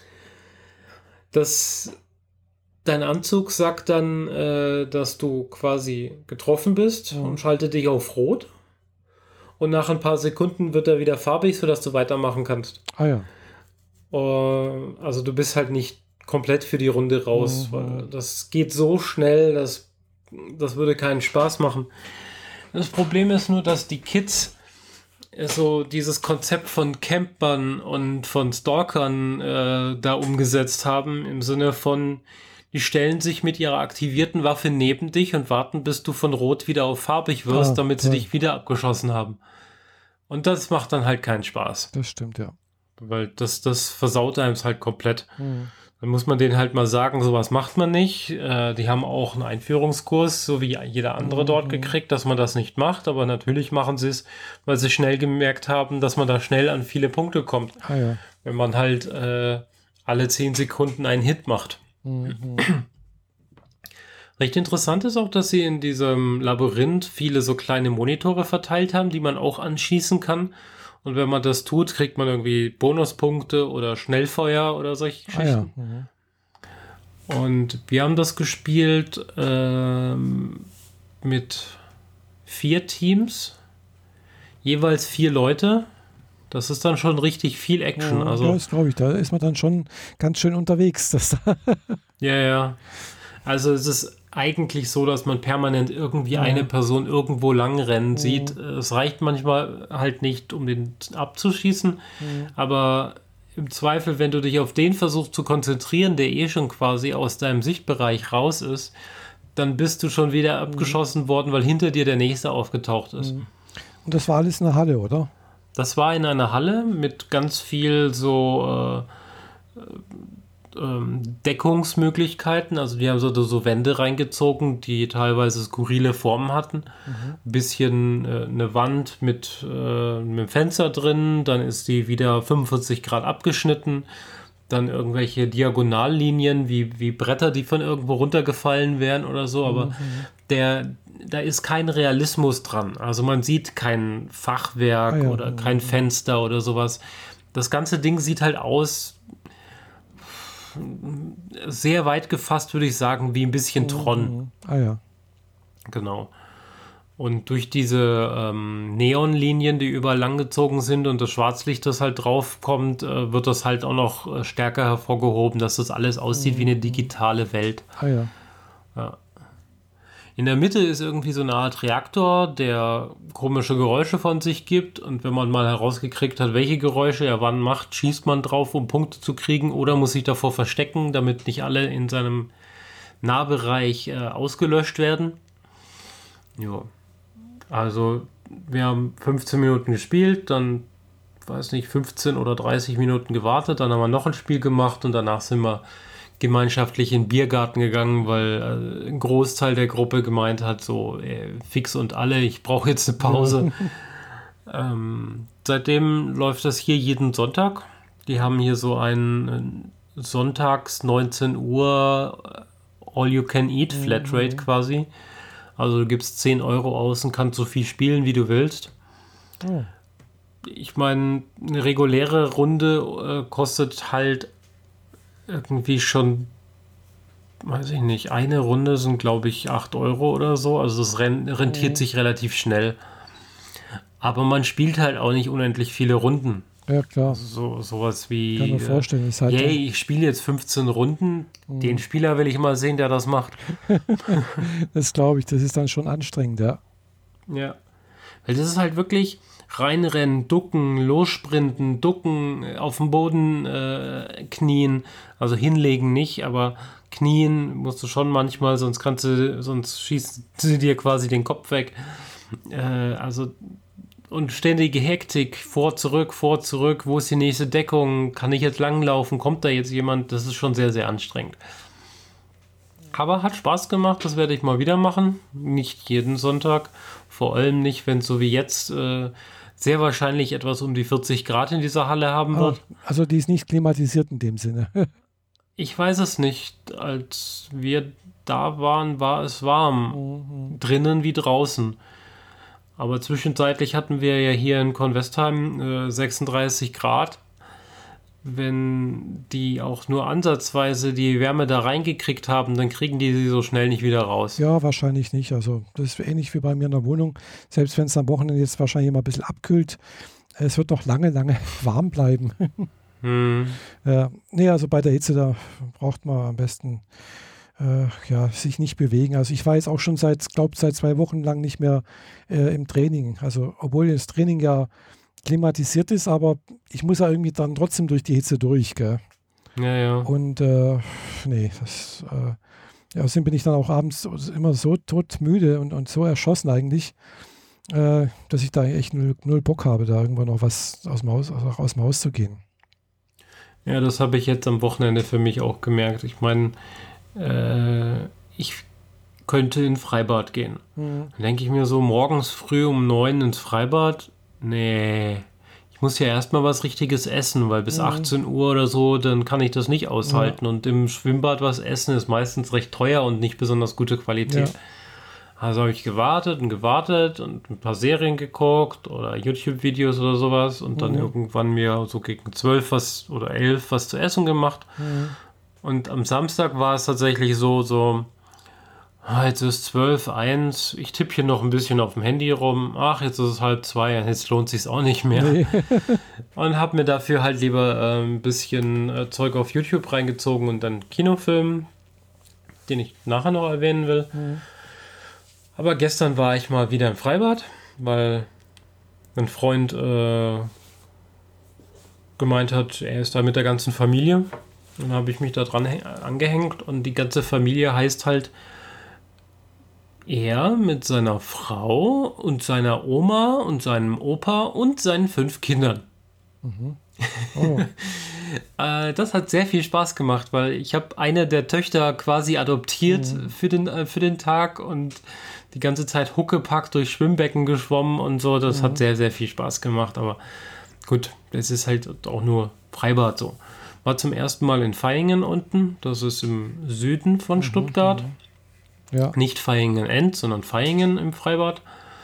[SPEAKER 1] Das, dein Anzug sagt dann, äh, dass du quasi getroffen bist
[SPEAKER 2] Mhm.
[SPEAKER 1] und schaltet dich auf Rot. Und nach ein paar Sekunden wird er wieder farbig, sodass du weitermachen kannst.
[SPEAKER 2] Ah ja.
[SPEAKER 1] Uh, also du bist halt nicht komplett für die Runde raus,
[SPEAKER 2] Mhm.
[SPEAKER 1] weil das geht so schnell, dass das würde keinen Spaß machen. Das Problem ist nur, dass die Kids so dieses Konzept von Campern und von Stalkern äh, da umgesetzt haben, im Sinne von, die stellen sich mit ihrer aktivierten Waffe neben dich und warten, bis du von Rot wieder auf farbig wirst,
[SPEAKER 2] Ah,
[SPEAKER 1] damit sie
[SPEAKER 2] toll.
[SPEAKER 1] dich wieder abgeschossen haben. Und das macht dann halt keinen Spaß,
[SPEAKER 2] Das stimmt, ja.
[SPEAKER 1] weil das, das versaut einem halt komplett.
[SPEAKER 2] Mhm.
[SPEAKER 1] Dann muss man denen halt mal sagen, sowas macht man nicht. Äh, die haben auch einen Einführungskurs, so wie jeder andere
[SPEAKER 2] Mhm.
[SPEAKER 1] dort gekriegt, dass man das nicht macht. Aber natürlich machen sie es, weil sie schnell gemerkt haben, dass man da schnell an viele Punkte kommt.
[SPEAKER 2] Ah ja.
[SPEAKER 1] Wenn man halt äh, alle zehn Sekunden einen Hit macht.
[SPEAKER 2] Mhm.
[SPEAKER 1] Recht interessant ist auch, dass sie in diesem Labyrinth viele so kleine Monitore verteilt haben, die man auch anschießen kann. Und wenn man das tut, kriegt man irgendwie Bonuspunkte oder Schnellfeuer oder solche
[SPEAKER 2] Ah ja.
[SPEAKER 1] Geschichten.
[SPEAKER 2] Mhm.
[SPEAKER 1] Und wir haben das gespielt ähm, mit vier Teams, jeweils vier Leute. Das ist dann schon richtig viel Action.
[SPEAKER 2] Ja,
[SPEAKER 1] Also,
[SPEAKER 2] das glaube ich. Da ist man dann schon ganz schön unterwegs. Das
[SPEAKER 1] ja, ja. Also es ist eigentlich so, dass man permanent irgendwie
[SPEAKER 2] Ja.
[SPEAKER 1] eine Person irgendwo lang rennen
[SPEAKER 2] Mhm.
[SPEAKER 1] sieht. Es reicht manchmal halt nicht, um den abzuschießen,
[SPEAKER 2] Mhm.
[SPEAKER 1] aber im Zweifel, wenn du dich auf den versuchst zu konzentrieren, der eh schon quasi aus deinem Sichtbereich raus ist, dann bist du schon wieder abgeschossen worden, weil hinter dir der nächste aufgetaucht ist.
[SPEAKER 2] Mhm. Und das war alles in der Halle, oder?
[SPEAKER 1] Das war in einer Halle mit ganz viel so äh, ähm, Deckungsmöglichkeiten. Also die haben so, so Wände reingezogen, die teilweise skurrile Formen hatten. Ein bisschen äh, eine Wand mit äh, einem Fenster drin, dann ist die wieder fünfundvierzig Grad abgeschnitten. Dann irgendwelche Diagonallinien wie, wie Bretter, die von irgendwo runtergefallen wären oder so. Aber der, da ist kein Realismus dran. Also man sieht kein Fachwerk
[SPEAKER 2] Ah ja.
[SPEAKER 1] oder
[SPEAKER 2] Mhm.
[SPEAKER 1] kein Fenster oder sowas. Das ganze Ding sieht halt aus, sehr weit gefasst, würde ich sagen, wie ein bisschen Tron.
[SPEAKER 2] Mhm. Ah ja.
[SPEAKER 1] Genau. Und durch diese ähm, Neonlinien, die überall langgezogen sind und das Schwarzlicht, das halt drauf kommt, äh, wird das halt auch noch äh, stärker hervorgehoben, dass das alles aussieht wie eine digitale Welt.
[SPEAKER 2] Ah ja.
[SPEAKER 1] Ja. In der Mitte ist irgendwie so eine Art Reaktor, der komische Geräusche von sich gibt. Und wenn man mal herausgekriegt hat, welche Geräusche er wann macht, schießt man drauf, um Punkte zu kriegen, oder muss sich davor verstecken, damit nicht alle in seinem Nahbereich äh, ausgelöscht werden. Ja. Also wir haben fünfzehn Minuten gespielt, dann, weiß nicht, fünfzehn oder dreißig Minuten gewartet, dann haben wir noch ein Spiel gemacht und danach sind wir gemeinschaftlich in den Biergarten gegangen, weil äh, ein Großteil der Gruppe gemeint hat, so äh, fix und alle, ich brauche jetzt eine Pause. ähm, seitdem läuft das hier jeden Sonntag. Die haben hier so einen äh, sonntags neunzehn Uhr All-You-Can-Eat-Flatrate quasi. Also du gibst zehn Euro aus und kannst so viel spielen, wie du willst.
[SPEAKER 2] Oh.
[SPEAKER 1] Ich meine, eine reguläre Runde äh, kostet halt irgendwie schon, weiß ich nicht, eine Runde sind, glaube ich, acht Euro oder so. Also das ren- rentiert
[SPEAKER 2] Mhm.
[SPEAKER 1] sich relativ schnell. Aber man spielt halt auch nicht unendlich viele Runden.
[SPEAKER 2] Ja, klar.
[SPEAKER 1] So sowas wie,
[SPEAKER 2] Kann man vorstellen. Ist halt
[SPEAKER 1] äh, yay, ich spiele jetzt fünfzehn Runden. Den Spieler will ich mal sehen, der das macht.
[SPEAKER 2] das glaube ich, das ist dann schon anstrengend, ja.
[SPEAKER 1] Ja. Weil das ist halt wirklich reinrennen, ducken, lossprinten, ducken, auf dem Boden äh, knien. Also hinlegen nicht, aber knien musst du schon manchmal, sonst kannst du, sonst schießen sie dir quasi den Kopf weg. Äh, also und ständige Hektik, vor, zurück, vor, zurück, wo ist die nächste Deckung, kann ich jetzt langlaufen, kommt da jetzt jemand, das ist schon sehr, sehr anstrengend. Aber hat Spaß gemacht, das werde ich mal wieder machen. Nicht jeden Sonntag, vor allem nicht, wenn es so wie jetzt äh, sehr wahrscheinlich etwas um die vierzig Grad in dieser Halle haben
[SPEAKER 2] Ah,
[SPEAKER 1] wird.
[SPEAKER 2] also die ist nicht klimatisiert in dem Sinne.
[SPEAKER 1] Ich weiß es nicht. Als wir da waren, war es warm. Drinnen wie draußen. Aber zwischenzeitlich hatten wir ja hier in Kornwestheim äh, sechsunddreißig Grad. Wenn die auch nur ansatzweise die Wärme da reingekriegt haben, dann kriegen die sie so schnell nicht wieder raus.
[SPEAKER 2] Ja, wahrscheinlich nicht. Also das ist ähnlich wie bei mir in der Wohnung. Selbst wenn es am Wochenende jetzt wahrscheinlich immer ein bisschen abkühlt, es wird noch lange, lange warm bleiben.
[SPEAKER 1] Hm.
[SPEAKER 2] äh, nee, also bei der Hitze, da braucht man am besten äh, ja, sich nicht bewegen. Also ich war jetzt auch schon seit, glaube seit zwei Wochen lang nicht mehr äh, im Training. Also obwohl das Training ja klimatisiert ist, aber ich muss ja irgendwie dann trotzdem durch die Hitze durch, gell?
[SPEAKER 1] Ja, ja.
[SPEAKER 2] Und äh, nee, das äh, ja, außerdem bin ich dann auch abends immer so todmüde und, und so erschossen eigentlich, äh, dass ich da echt null, null Bock habe, da irgendwann noch was aus dem Haus, aus, aus dem Haus zu gehen.
[SPEAKER 1] Ja, das habe ich jetzt am Wochenende für mich auch gemerkt. Ich meine, äh, ich könnte in Freibad gehen.
[SPEAKER 2] Mhm.
[SPEAKER 1] Dann denke ich mir so, morgens früh um neun ins Freibad, nee, ich muss ja erstmal was Richtiges essen, weil bis
[SPEAKER 2] Mhm.
[SPEAKER 1] achtzehn Uhr oder so, dann kann ich das nicht aushalten.
[SPEAKER 2] Ja.
[SPEAKER 1] Und im Schwimmbad was essen ist meistens recht teuer und nicht besonders gute Qualität.
[SPEAKER 2] Ja.
[SPEAKER 1] Also habe ich gewartet und gewartet und ein paar Serien geguckt oder YouTube-Videos oder sowas und dann
[SPEAKER 2] Mhm.
[SPEAKER 1] irgendwann mir so gegen zwölf was oder elf was zu essen gemacht.
[SPEAKER 2] Mhm.
[SPEAKER 1] Und am Samstag war es tatsächlich so, so, ah, jetzt ist zwölf, eins, ich tippe hier noch ein bisschen auf dem Handy rum, ach, jetzt ist es halb zwei, jetzt lohnt sich auch nicht mehr.
[SPEAKER 2] Nee.
[SPEAKER 1] Und habe mir dafür halt lieber äh, ein bisschen äh, Zeug auf YouTube reingezogen und dann Kinofilm, den ich nachher noch erwähnen will.
[SPEAKER 2] Mhm.
[SPEAKER 1] Aber gestern war ich mal wieder im Freibad, weil ein Freund äh, gemeint hat, er ist da mit der ganzen Familie. Dann habe ich mich da dran häng- angehängt und die ganze Familie heißt halt er mit seiner Frau und seiner Oma und seinem Opa und seinen fünf Kindern.
[SPEAKER 2] Mhm. Oh.
[SPEAKER 1] Äh, das hat sehr viel Spaß gemacht, weil ich habe eine der Töchter quasi adoptiert
[SPEAKER 2] Mhm.
[SPEAKER 1] für den, äh, für den Tag und die ganze Zeit Huckepack durch Schwimmbecken geschwommen und so. Das
[SPEAKER 2] Mhm.
[SPEAKER 1] hat sehr, sehr viel Spaß gemacht. Aber gut, es ist halt auch nur Freibad so. War zum ersten Mal in Vaihingen unten. Das ist im Süden von
[SPEAKER 2] Mhm.
[SPEAKER 1] Stuttgart.
[SPEAKER 2] Mhm. Ja.
[SPEAKER 1] Nicht Vaihingen-End, sondern Vaihingen im Freibad.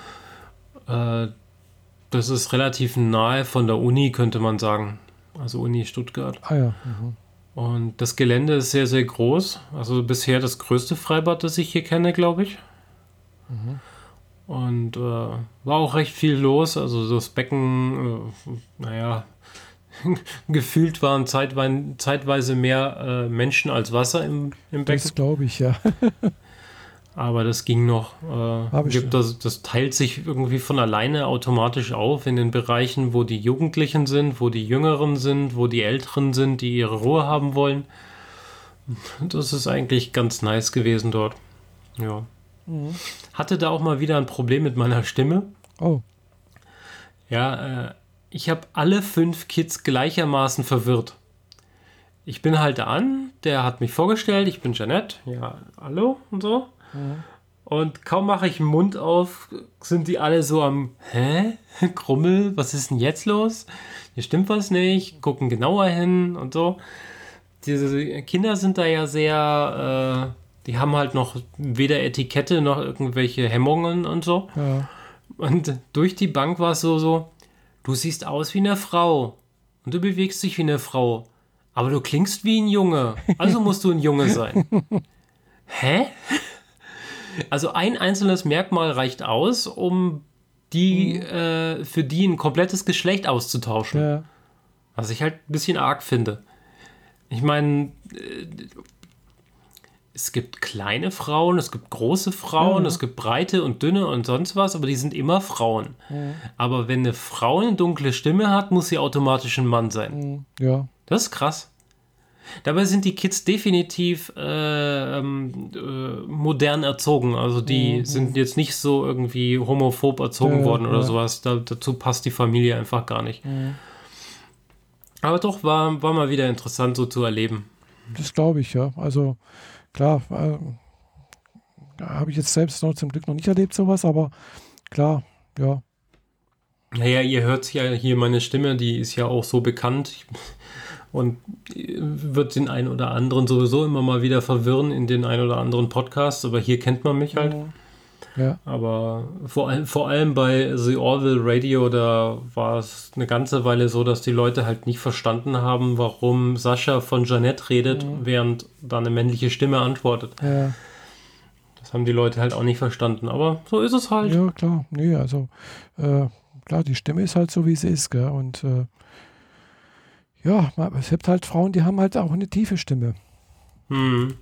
[SPEAKER 1] Äh, das ist relativ nahe von der Uni, könnte man sagen. Also Uni Stuttgart.
[SPEAKER 2] Ah ja. Mhm.
[SPEAKER 1] Und das Gelände ist sehr, sehr groß. Also bisher das größte Freibad, das ich hier kenne, glaube ich.
[SPEAKER 2] Mhm.
[SPEAKER 1] Und äh, war auch recht viel los. Also das Becken, äh, naja, gefühlt waren zeitweise, zeitweise mehr äh, Menschen als Wasser im, im Becken.
[SPEAKER 2] Das glaube ich, ja.
[SPEAKER 1] Aber das ging noch.
[SPEAKER 2] Hab
[SPEAKER 1] Äh,
[SPEAKER 2] ich
[SPEAKER 1] gibt das, das teilt sich irgendwie von alleine automatisch auf in den Bereichen, wo die Jugendlichen sind, wo die Jüngeren sind, wo die Älteren sind, die ihre Ruhe haben wollen. Das ist eigentlich ganz nice gewesen dort. Ja.
[SPEAKER 2] Mhm.
[SPEAKER 1] Hatte da auch mal wieder ein Problem mit meiner Stimme.
[SPEAKER 2] Oh.
[SPEAKER 1] Ja, äh, ich habe alle fünf Kids gleichermaßen verwirrt. Ich bin halt an, der hat mich vorgestellt, ich bin Jeanette, ja, hallo und so.
[SPEAKER 2] Mhm.
[SPEAKER 1] Und kaum mache ich den Mund auf, sind die alle so am, hä? Krummel, was ist denn jetzt los? Hier stimmt was nicht, gucken genauer hin und so. Diese Kinder sind da ja sehr, äh, die haben halt noch weder Etikette noch irgendwelche Hemmungen und so.
[SPEAKER 2] Ja.
[SPEAKER 1] Und durch die Bank war es so, so, du siehst aus wie eine Frau und du bewegst dich wie eine Frau, aber du klingst wie ein Junge, also musst du ein Junge sein. Hä? Also ein einzelnes Merkmal reicht aus, um die,
[SPEAKER 2] Mhm.
[SPEAKER 1] äh, für die ein komplettes Geschlecht auszutauschen.
[SPEAKER 2] Ja.
[SPEAKER 1] Was ich halt ein bisschen arg finde. Ich meine, äh, es gibt kleine Frauen, es gibt große Frauen,
[SPEAKER 2] Ja.
[SPEAKER 1] es gibt breite und dünne und sonst was, aber die sind immer Frauen.
[SPEAKER 2] Mhm.
[SPEAKER 1] Aber wenn eine Frau eine dunkle Stimme hat, muss sie automatisch ein Mann sein.
[SPEAKER 2] Mhm. Ja.
[SPEAKER 1] Das ist krass. Dabei sind die Kids definitiv äh, ähm, äh, modern erzogen. Also die
[SPEAKER 2] Mhm.
[SPEAKER 1] sind jetzt nicht so irgendwie homophob erzogen
[SPEAKER 2] Ja,
[SPEAKER 1] worden oder
[SPEAKER 2] ja.
[SPEAKER 1] sowas. Da, dazu passt die Familie einfach gar nicht.
[SPEAKER 2] Mhm.
[SPEAKER 1] Aber doch, war, war mal wieder interessant so zu erleben.
[SPEAKER 2] Das glaube ich, ja. Also klar, äh, habe ich jetzt selbst noch zum Glück noch nicht erlebt, sowas, aber klar, ja.
[SPEAKER 1] Naja, ihr hört ja hier meine Stimme, die ist ja auch so bekannt und wird den einen oder anderen sowieso immer mal wieder verwirren in den einen oder anderen Podcasts, aber hier kennt man mich halt.
[SPEAKER 2] Ja.
[SPEAKER 1] Aber vor, allem- vor allem bei The Orville Radio, da war es eine ganze Weile so, dass die Leute halt nicht verstanden haben, warum Sascha von Jeanette redet,
[SPEAKER 2] Mhm.
[SPEAKER 1] während da eine männliche Stimme antwortet.
[SPEAKER 2] Ja.
[SPEAKER 1] Das haben die Leute halt auch nicht verstanden, aber so ist es halt.
[SPEAKER 2] Ja, klar. Nee, also äh, klar, die Stimme ist halt so, wie sie ist, gell? Und äh, ja, ma- es gibt halt Frauen, die haben halt auch eine tiefe Stimme.
[SPEAKER 1] Hm.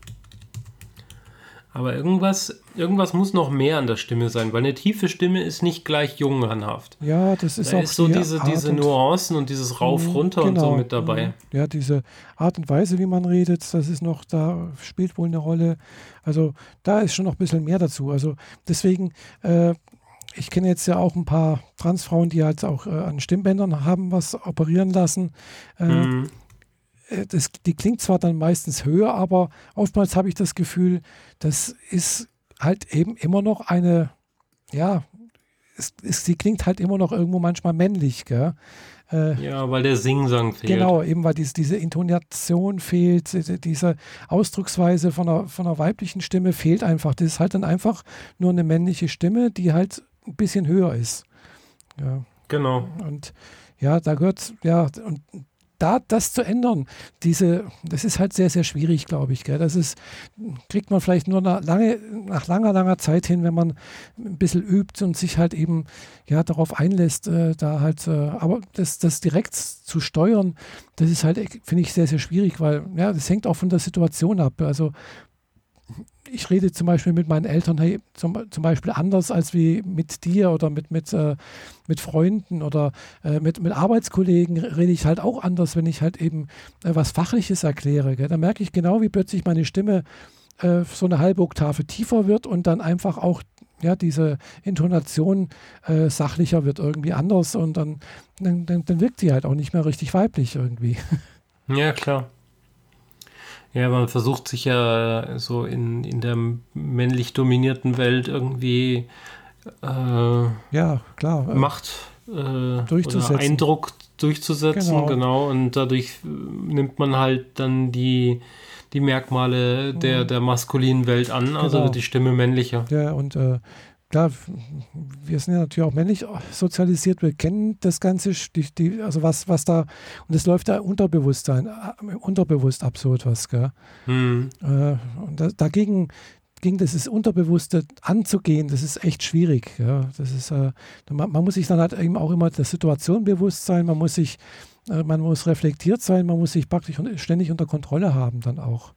[SPEAKER 1] Aber irgendwas, irgendwas muss noch mehr an der Stimme sein, weil eine tiefe Stimme ist nicht gleich jungenhaft.
[SPEAKER 2] Ja, das ist
[SPEAKER 1] Da
[SPEAKER 2] auch
[SPEAKER 1] ist so
[SPEAKER 2] die
[SPEAKER 1] diese,
[SPEAKER 2] Art
[SPEAKER 1] diese
[SPEAKER 2] und-
[SPEAKER 1] Nuancen und dieses Rauf,
[SPEAKER 2] Mhm,
[SPEAKER 1] runter und so
[SPEAKER 2] genau.
[SPEAKER 1] mit dabei.
[SPEAKER 2] Mhm. Ja, diese Art und Weise, wie man redet, das ist noch, da spielt wohl eine Rolle. Also da ist schon noch ein bisschen mehr dazu. Also deswegen, äh, ich kenne jetzt ja auch ein paar Transfrauen, die halt auch äh, an Stimmbändern haben was operieren lassen. Äh,
[SPEAKER 1] Mhm.
[SPEAKER 2] äh, das, die klingt zwar dann meistens höher, aber oftmals habe ich das Gefühl, das ist halt eben immer noch eine, ja, es, es, sie klingt halt immer noch irgendwo manchmal männlich, gell? Äh,
[SPEAKER 1] Ja, weil der Singsang fehlt.
[SPEAKER 2] Genau, eben weil diese, diese Intonation fehlt, diese, diese Ausdrucksweise von einer, von einer weiblichen Stimme fehlt einfach. Das ist halt dann einfach nur eine männliche Stimme, die halt ein bisschen höher ist. Ja.
[SPEAKER 1] Genau.
[SPEAKER 2] Und ja, da gehört, ja, und da das zu ändern, diese, das ist halt sehr, sehr schwierig, glaube ich. Gell? Das ist, kriegt man vielleicht nur nach, lange, nach langer, langer Zeit hin, wenn man ein bisschen übt und sich halt eben ja, darauf einlässt, äh, da halt, äh, aber das, das direkt zu steuern, das ist halt, finde ich, sehr, sehr schwierig, weil ja, das hängt auch von der Situation ab. Also ich rede zum Beispiel mit meinen Eltern hey, zum, zum Beispiel anders als wie mit dir oder mit, mit, äh, mit Freunden oder äh, mit, mit Arbeitskollegen rede ich halt auch anders, wenn ich halt eben äh, was Fachliches erkläre. Gell? Da merke ich genau, wie plötzlich meine Stimme äh, so eine halbe Oktave tiefer wird und dann einfach auch ja, diese Intonation äh, sachlicher wird, irgendwie anders und dann, dann, dann, dann wirkt sie halt auch nicht mehr richtig weiblich irgendwie.
[SPEAKER 1] Ja, klar. Ja, man versucht sich ja so in, in der männlich dominierten Welt irgendwie äh,
[SPEAKER 2] ja, klar.
[SPEAKER 1] Äh, Macht äh,
[SPEAKER 2] durchzusetzen.
[SPEAKER 1] Oder Eindruck durchzusetzen, genau. genau. Und dadurch äh, nimmt man halt dann die, die Merkmale der, der maskulinen Welt an, also
[SPEAKER 2] genau.
[SPEAKER 1] wird die Stimme männlicher.
[SPEAKER 2] Ja, und äh, klar, wir sind ja natürlich auch männlich sozialisiert, wir kennen das Ganze, die, die, also was, was da, und es läuft da Unterbewusstsein, unterbewusst ab so etwas, gell?
[SPEAKER 1] Hm.
[SPEAKER 2] Äh, und da, dagegen, gegen das Unterbewusste anzugehen, das ist echt schwierig, ja? Das ist, äh, man, man muss sich dann halt eben auch immer der Situation bewusst sein, man muss sich, äh, man muss reflektiert sein, man muss sich praktisch ständig unter Kontrolle haben dann auch.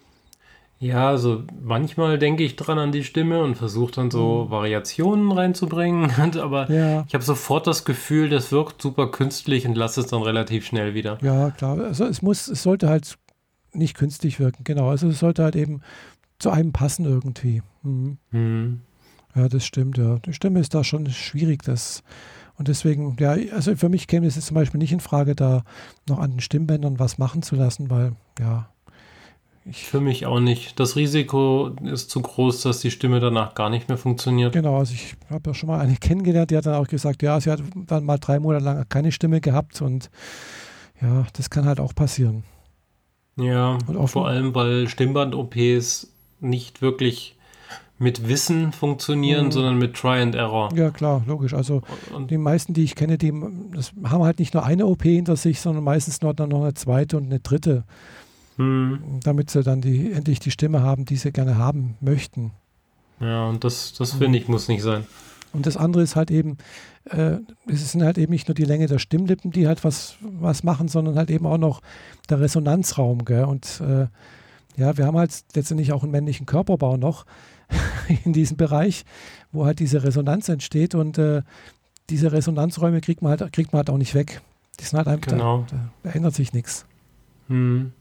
[SPEAKER 1] Ja, also manchmal denke ich dran an die Stimme und versuche dann so mhm. Variationen reinzubringen, aber ja. ich habe sofort das Gefühl, das wirkt super künstlich und lasse es dann relativ schnell wieder.
[SPEAKER 2] Ja, klar. Also es muss, es sollte halt nicht künstlich wirken, genau. Also es sollte halt eben zu einem passen irgendwie. Mhm. Mhm. Ja, das stimmt, ja. Die Stimme ist da schon schwierig, das und deswegen, ja, also für mich käme es jetzt zum Beispiel nicht in Frage, da noch an den Stimmbändern was machen zu lassen, weil, ja,
[SPEAKER 1] Ich Für mich auch nicht. Das Risiko ist zu groß, dass die Stimme danach gar nicht mehr funktioniert.
[SPEAKER 2] Genau, also ich habe ja schon mal eine kennengelernt, die hat dann auch gesagt, ja, sie hat dann mal drei Monate lang keine Stimme gehabt und ja, das kann halt auch passieren.
[SPEAKER 1] Ja, vor allem, weil Stimmband-O Ps nicht wirklich mit Wissen funktionieren, mhm. sondern mit Try and Error.
[SPEAKER 2] Ja, klar, logisch. Also und die meisten, die ich kenne, die das haben halt nicht nur eine O P hinter sich, sondern meistens noch, dann noch eine zweite und eine dritte. Hm. Damit sie dann die, endlich die Stimme haben, die sie gerne haben möchten.
[SPEAKER 1] Ja, und das, das finde ich, muss nicht sein.
[SPEAKER 2] Und das andere ist halt eben, äh, es sind halt eben nicht nur die Länge der Stimmlippen, die halt was, was machen, sondern halt eben auch noch der Resonanzraum. Gell? Und äh, ja, wir haben halt letztendlich auch einen männlichen Körperbau noch in diesem Bereich, wo halt diese Resonanz entsteht und äh, diese Resonanzräume kriegt man halt, kriegt man halt auch nicht weg. Die sind halt einfach,
[SPEAKER 1] genau.
[SPEAKER 2] da, da ändert sich nichts.
[SPEAKER 1] Hm.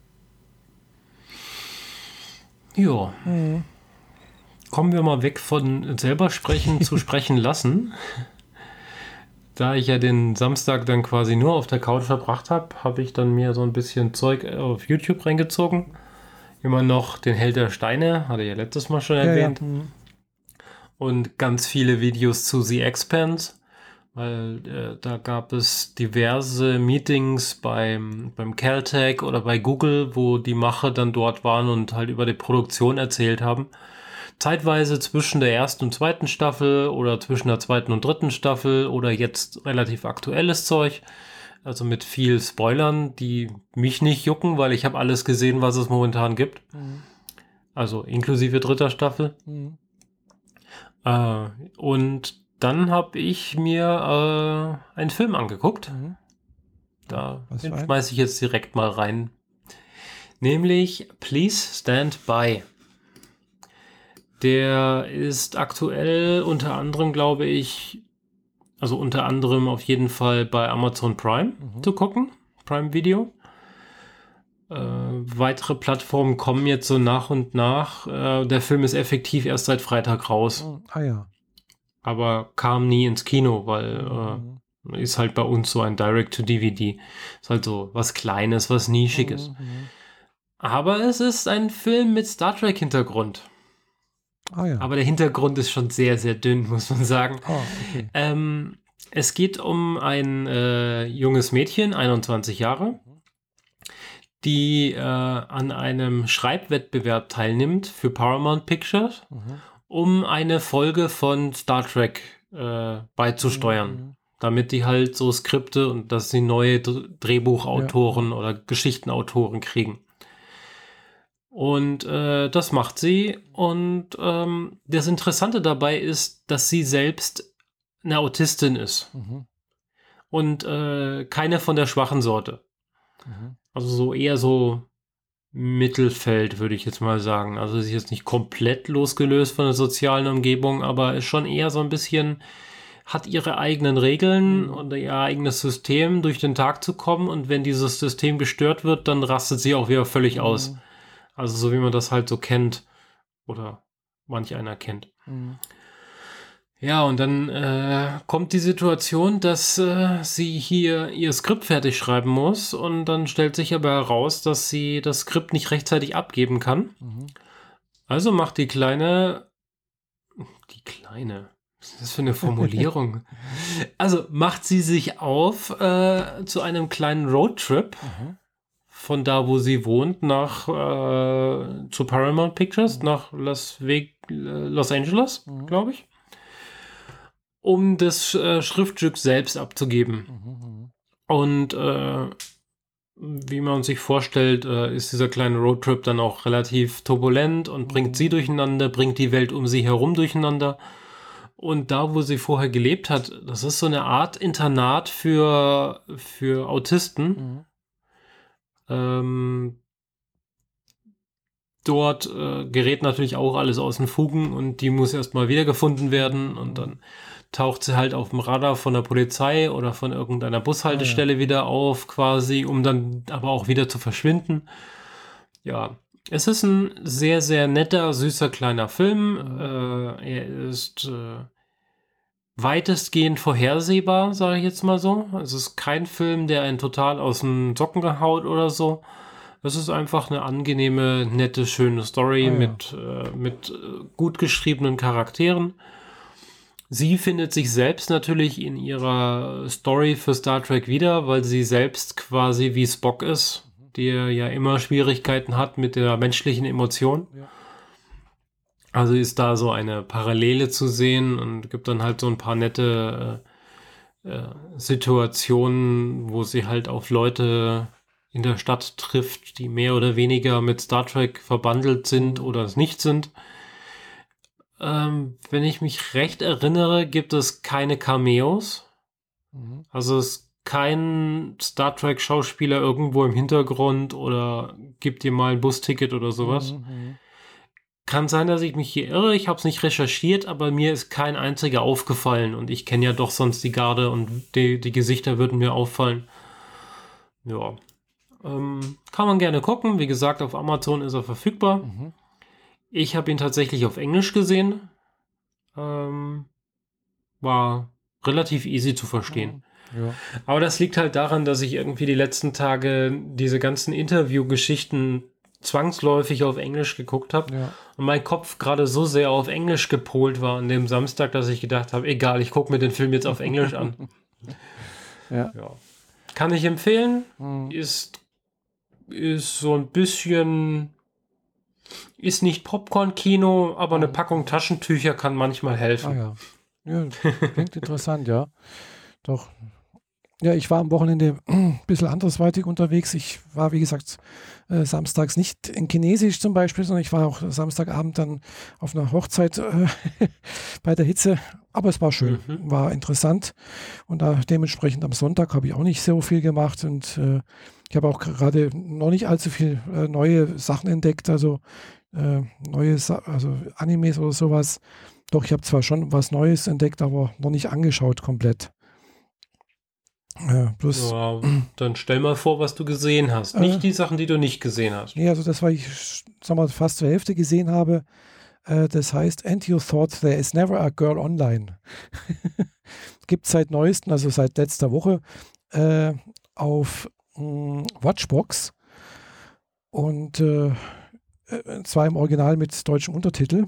[SPEAKER 1] Ja. Mhm. Kommen wir mal weg von selber sprechen zu sprechen lassen. Da ich ja den Samstag dann quasi nur auf der Couch verbracht habe, habe ich dann mir so ein bisschen Zeug auf YouTube reingezogen. Immer noch den Held der Steine, hatte ich ja letztes Mal schon erwähnt. Ja, ja. Mhm. Und ganz viele Videos zu The Expanse, weil äh, da gab es diverse Meetings beim, beim Caltech oder bei Google, wo die Macher dann dort waren und halt über die Produktion erzählt haben. Zeitweise zwischen der ersten und zweiten Staffel oder zwischen der zweiten und dritten Staffel oder jetzt relativ aktuelles Zeug. Also mit viel Spoilern, die mich nicht jucken, weil ich habe alles gesehen, was es momentan gibt. Mhm. Also inklusive dritter Staffel. Mhm. Äh, und dann habe ich mir äh, einen Film angeguckt. Mhm. Da schmeiße ich jetzt direkt mal rein. Nämlich Please Stand By. Der ist aktuell unter anderem, glaube ich, also unter anderem auf jeden Fall bei Amazon Prime mhm. zu gucken. Prime Video. Äh, weitere Plattformen kommen jetzt so nach und nach. Äh, der Film ist effektiv erst seit Freitag raus.
[SPEAKER 2] Ah ja.
[SPEAKER 1] Aber kam nie ins Kino, weil äh, Ist halt bei uns so ein Direct-to-D V D. Ist halt so was Kleines, was Nischiges.
[SPEAKER 2] Mhm.
[SPEAKER 1] Aber es ist ein Film mit Star Trek-Hintergrund.
[SPEAKER 2] Ah ja.
[SPEAKER 1] Aber der Hintergrund ist schon sehr, sehr dünn, muss man sagen.
[SPEAKER 2] Ah, okay.
[SPEAKER 1] Ähm, es geht um ein äh, junges Mädchen, einundzwanzig Jahre, die äh, an einem Schreibwettbewerb teilnimmt für Paramount Pictures,
[SPEAKER 2] Mhm.
[SPEAKER 1] um eine Folge von Star Trek äh, beizusteuern.
[SPEAKER 2] Mhm.
[SPEAKER 1] Damit die halt so Skripte und dass sie neue Dr- Drehbuchautoren oder Geschichtenautoren kriegen. Und äh, das macht sie. Und ähm, das Interessante dabei ist, dass sie selbst eine Autistin ist.
[SPEAKER 2] Mhm.
[SPEAKER 1] Und äh, keine von der schwachen Sorte.
[SPEAKER 2] Mhm.
[SPEAKER 1] Also so eher so Mittelfeld, würde ich jetzt mal sagen. Also sie ist jetzt nicht komplett losgelöst von der sozialen Umgebung, aber ist schon eher so ein bisschen, hat ihre eigenen Regeln
[SPEAKER 2] Mhm.
[SPEAKER 1] und ihr eigenes System, durch den Tag zu kommen. Und wenn dieses System gestört wird, dann rastet sie auch wieder völlig
[SPEAKER 2] Mhm.
[SPEAKER 1] aus. Also so wie man das halt so kennt oder manch einer kennt.
[SPEAKER 2] Mhm.
[SPEAKER 1] Ja, und dann äh, kommt die Situation, dass äh, sie hier ihr Skript fertig schreiben muss und dann stellt sich aber heraus, dass sie das Skript nicht rechtzeitig abgeben kann.
[SPEAKER 2] Mhm.
[SPEAKER 1] Also macht die Kleine, die Kleine, was ist das für eine Formulierung? Also macht sie sich auf äh, zu einem kleinen Roadtrip
[SPEAKER 2] Mhm.
[SPEAKER 1] von da, wo sie wohnt, nach äh, zu Paramount Pictures,
[SPEAKER 2] Mhm.
[SPEAKER 1] nach Las, Ve Los Angeles,
[SPEAKER 2] Mhm.
[SPEAKER 1] glaube ich, um das äh, Schriftstück selbst abzugeben.
[SPEAKER 2] Mhm.
[SPEAKER 1] Und äh, wie man sich vorstellt, äh, ist dieser kleine Roadtrip dann auch relativ turbulent und bringt
[SPEAKER 2] Mhm.
[SPEAKER 1] sie durcheinander, bringt die Welt um sie herum durcheinander. Und da, wo sie vorher gelebt hat, das ist so eine Art Internat für, für Autisten.
[SPEAKER 2] Mhm.
[SPEAKER 1] Ähm, dort äh, gerät natürlich auch alles aus den Fugen und die muss erstmal wiedergefunden werden und dann taucht sie halt auf dem Radar von der Polizei oder von irgendeiner Bushaltestelle
[SPEAKER 2] Ah, ja.
[SPEAKER 1] wieder auf, quasi, um dann aber auch wieder zu verschwinden. Ja, es ist ein sehr, sehr netter, süßer, kleiner Film.
[SPEAKER 2] Mhm.
[SPEAKER 1] Äh, er ist äh, weitestgehend vorhersehbar, sage ich jetzt mal so. Es ist kein Film, der einen total aus den Socken gehaut oder so. Es ist einfach eine angenehme, nette, schöne Story
[SPEAKER 2] Ah, ja.
[SPEAKER 1] mit, äh, mit äh, gut geschriebenen Charakteren. Sie findet sich selbst natürlich in ihrer Story für Star Trek wieder, weil sie selbst quasi wie Spock ist, der ja immer Schwierigkeiten hat mit der menschlichen Emotion.
[SPEAKER 2] Ja.
[SPEAKER 1] Also ist da so eine Parallele zu sehen und gibt dann halt so ein paar nette äh, äh, Situationen, wo sie halt auf Leute in der Stadt trifft, die mehr oder weniger mit Star Trek verbandelt sind
[SPEAKER 2] Mhm.
[SPEAKER 1] oder es nicht sind. Ähm, wenn ich mich recht erinnere, gibt es keine Cameos.
[SPEAKER 2] Mhm.
[SPEAKER 1] Also es ist kein Star Trek Schauspieler irgendwo im Hintergrund oder gibt dir mal ein Busticket oder sowas.
[SPEAKER 2] Mhm.
[SPEAKER 1] Kann sein, dass ich mich hier irre. Ich habe es nicht recherchiert, aber mir ist kein einziger aufgefallen. Und ich kenne ja doch sonst die Garde und die, die Gesichter würden mir auffallen. Ja. Ähm, kann man gerne gucken. Wie gesagt, auf Amazon ist er verfügbar.
[SPEAKER 2] Mhm.
[SPEAKER 1] Ich habe ihn tatsächlich auf Englisch gesehen. Ähm, war relativ easy zu verstehen.
[SPEAKER 2] Ja.
[SPEAKER 1] Aber das liegt halt daran, dass ich irgendwie die letzten Tage diese ganzen Interviewgeschichten zwangsläufig auf Englisch geguckt habe
[SPEAKER 2] Ja.
[SPEAKER 1] und mein Kopf gerade so sehr auf Englisch gepolt war an dem Samstag, dass ich gedacht habe, egal, ich gucke mir den Film jetzt auf Englisch an.
[SPEAKER 2] Ja.
[SPEAKER 1] Ja. Kann ich empfehlen.
[SPEAKER 2] Mhm.
[SPEAKER 1] Ist, ist so ein bisschen, ist nicht Popcorn-Kino, aber eine
[SPEAKER 2] Mhm.
[SPEAKER 1] Packung Taschentücher kann manchmal
[SPEAKER 2] Ah
[SPEAKER 1] helfen.
[SPEAKER 2] ja. Ja, klingt interessant, ja. Doch. Ja, ich war am Wochenende ein bisschen andersweitig unterwegs. Ich war, wie gesagt, äh, samstags nicht in Chinesisch zum Beispiel, sondern ich war auch Samstagabend dann auf einer Hochzeit äh, bei der Hitze. Aber es war schön,
[SPEAKER 1] Mhm.
[SPEAKER 2] war interessant. Und da dementsprechend am Sonntag habe ich auch nicht so viel gemacht. Und äh, ich habe auch gerade noch nicht allzu viel äh, neue Sachen entdeckt, also äh, neue Sa also Animes oder sowas. Doch, ich habe zwar schon was Neues entdeckt, aber noch nicht angeschaut komplett. Äh, bloß,
[SPEAKER 1] Ja, dann stell mal vor, was du gesehen hast. Nicht
[SPEAKER 2] Äh.
[SPEAKER 1] die Sachen, die du nicht gesehen hast.
[SPEAKER 2] nee, also das, was ich sag mal, fast zur Hälfte gesehen habe, Äh, das heißt, And You Thought There Is Never a Girl Online. Gibt es seit neuestem, also seit letzter Woche, äh, auf mh, Watchbox. Und äh, zwar im Original mit deutschem Untertitel.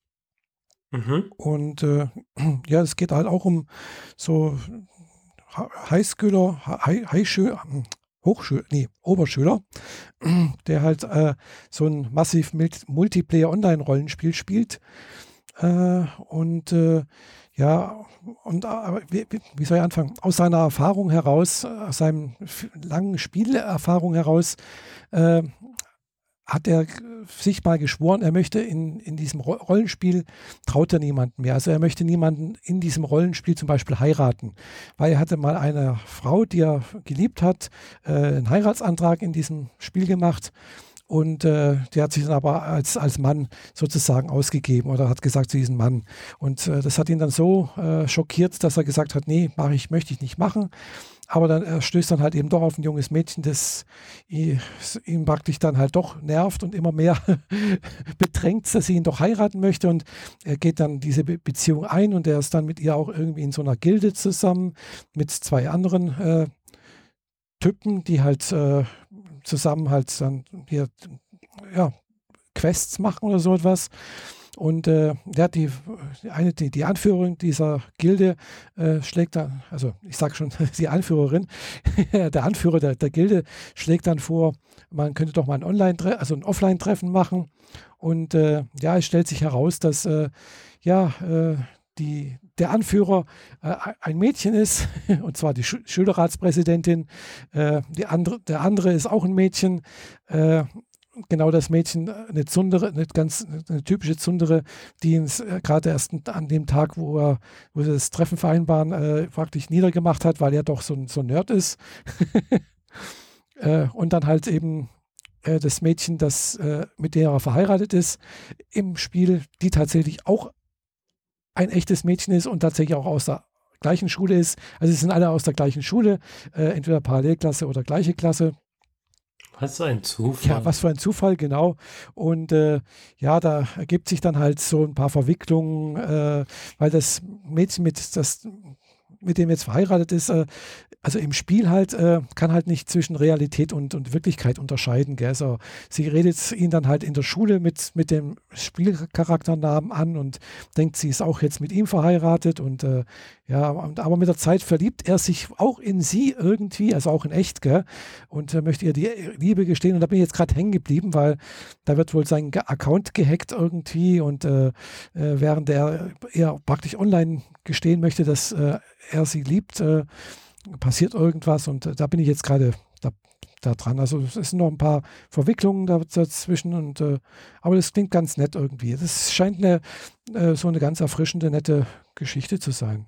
[SPEAKER 1] Mhm.
[SPEAKER 2] Und äh, ja, es geht halt auch um so Highschüler, High, Highschüler, Hochschüler, nee, Oberschüler, der halt äh, so ein massiv Multiplayer-Online-Rollenspiel spielt. Äh, und äh, ja, und äh, wie, wie soll ich anfangen? Aus seiner Erfahrung heraus, aus seinem langen Spielerfahrung heraus, äh, hat er sich mal geschworen, er möchte in, in diesem Rollenspiel, traut er niemanden mehr. Also er möchte niemanden in diesem Rollenspiel zum Beispiel heiraten, weil er hatte mal eine Frau, die er geliebt hat, äh, einen Heiratsantrag in diesem Spiel gemacht und äh, der hat sich dann aber als, als Mann sozusagen ausgegeben oder hat gesagt, sie ist ein Mann. Und äh, das hat ihn dann so äh, schockiert, dass er gesagt hat, nee, mach ich, möchte ich nicht machen. Aber dann er stößt dann halt eben doch auf ein junges Mädchen, das ihn praktisch dann halt doch nervt und immer mehr bedrängt, dass sie ihn doch heiraten möchte. Und er geht dann diese Be Beziehung ein und er ist dann mit ihr auch irgendwie in so einer Gilde zusammen mit zwei anderen äh, Typen, die halt äh, zusammen halt dann hier ja, Quests machen oder so etwas. Und äh, ja, die, eine, die, die Anführerin dieser Gilde äh, schlägt dann, also ich sage schon, die Anführerin, der Anführer der, der Gilde schlägt dann vor, man könnte doch mal ein Online, also ein Offline-Treffen machen. Und äh, ja, es stellt sich heraus, dass äh, ja, äh, die, der Anführer äh, ein Mädchen ist, und zwar die Sch Schülerratspräsidentin. Äh, die andere, der andere ist auch ein Mädchen. Äh, Genau das Mädchen, eine Zundere, eine ganz eine typische Zundere, die ihn äh, gerade erst an dem Tag, wo er, wo sie das Treffen vereinbaren, äh, praktisch niedergemacht hat, weil er doch so ein, so ein Nerd ist. äh, und dann halt eben äh, das Mädchen, das äh, mit der er verheiratet ist, im Spiel, die tatsächlich auch ein echtes Mädchen ist und tatsächlich auch aus der gleichen Schule ist. Also sie sind alle aus der gleichen Schule, äh, entweder Parallelklasse oder gleiche Klasse.
[SPEAKER 1] Was ein Zufall.
[SPEAKER 2] Ja, was für ein Zufall, genau. Und äh, ja, da ergibt sich dann halt so ein paar Verwicklungen, äh, weil das Mädchen, mit, das, mit dem jetzt verheiratet ist, äh, also im Spiel halt, äh, kann halt nicht zwischen Realität und, und Wirklichkeit unterscheiden. Gell? Also, sie redet ihn dann halt in der Schule mit, mit dem Spielcharakternamen an und denkt, sie ist auch jetzt mit ihm verheiratet. Und äh, ja, und, aber mit der Zeit verliebt er sich auch in sie irgendwie, also auch in echt, gell? Und äh, möchte ihr die Liebe gestehen. Und da bin ich jetzt gerade hängen geblieben, weil da wird wohl sein Account gehackt irgendwie und äh, äh, während er eher praktisch online gestehen möchte, dass äh, er sie liebt, äh, passiert irgendwas und äh, da bin ich jetzt gerade da, da dran. Also es sind noch ein paar Verwicklungen da, dazwischen und äh, aber das klingt ganz nett irgendwie. Das scheint eine äh, so eine ganz erfrischende, nette Geschichte zu sein.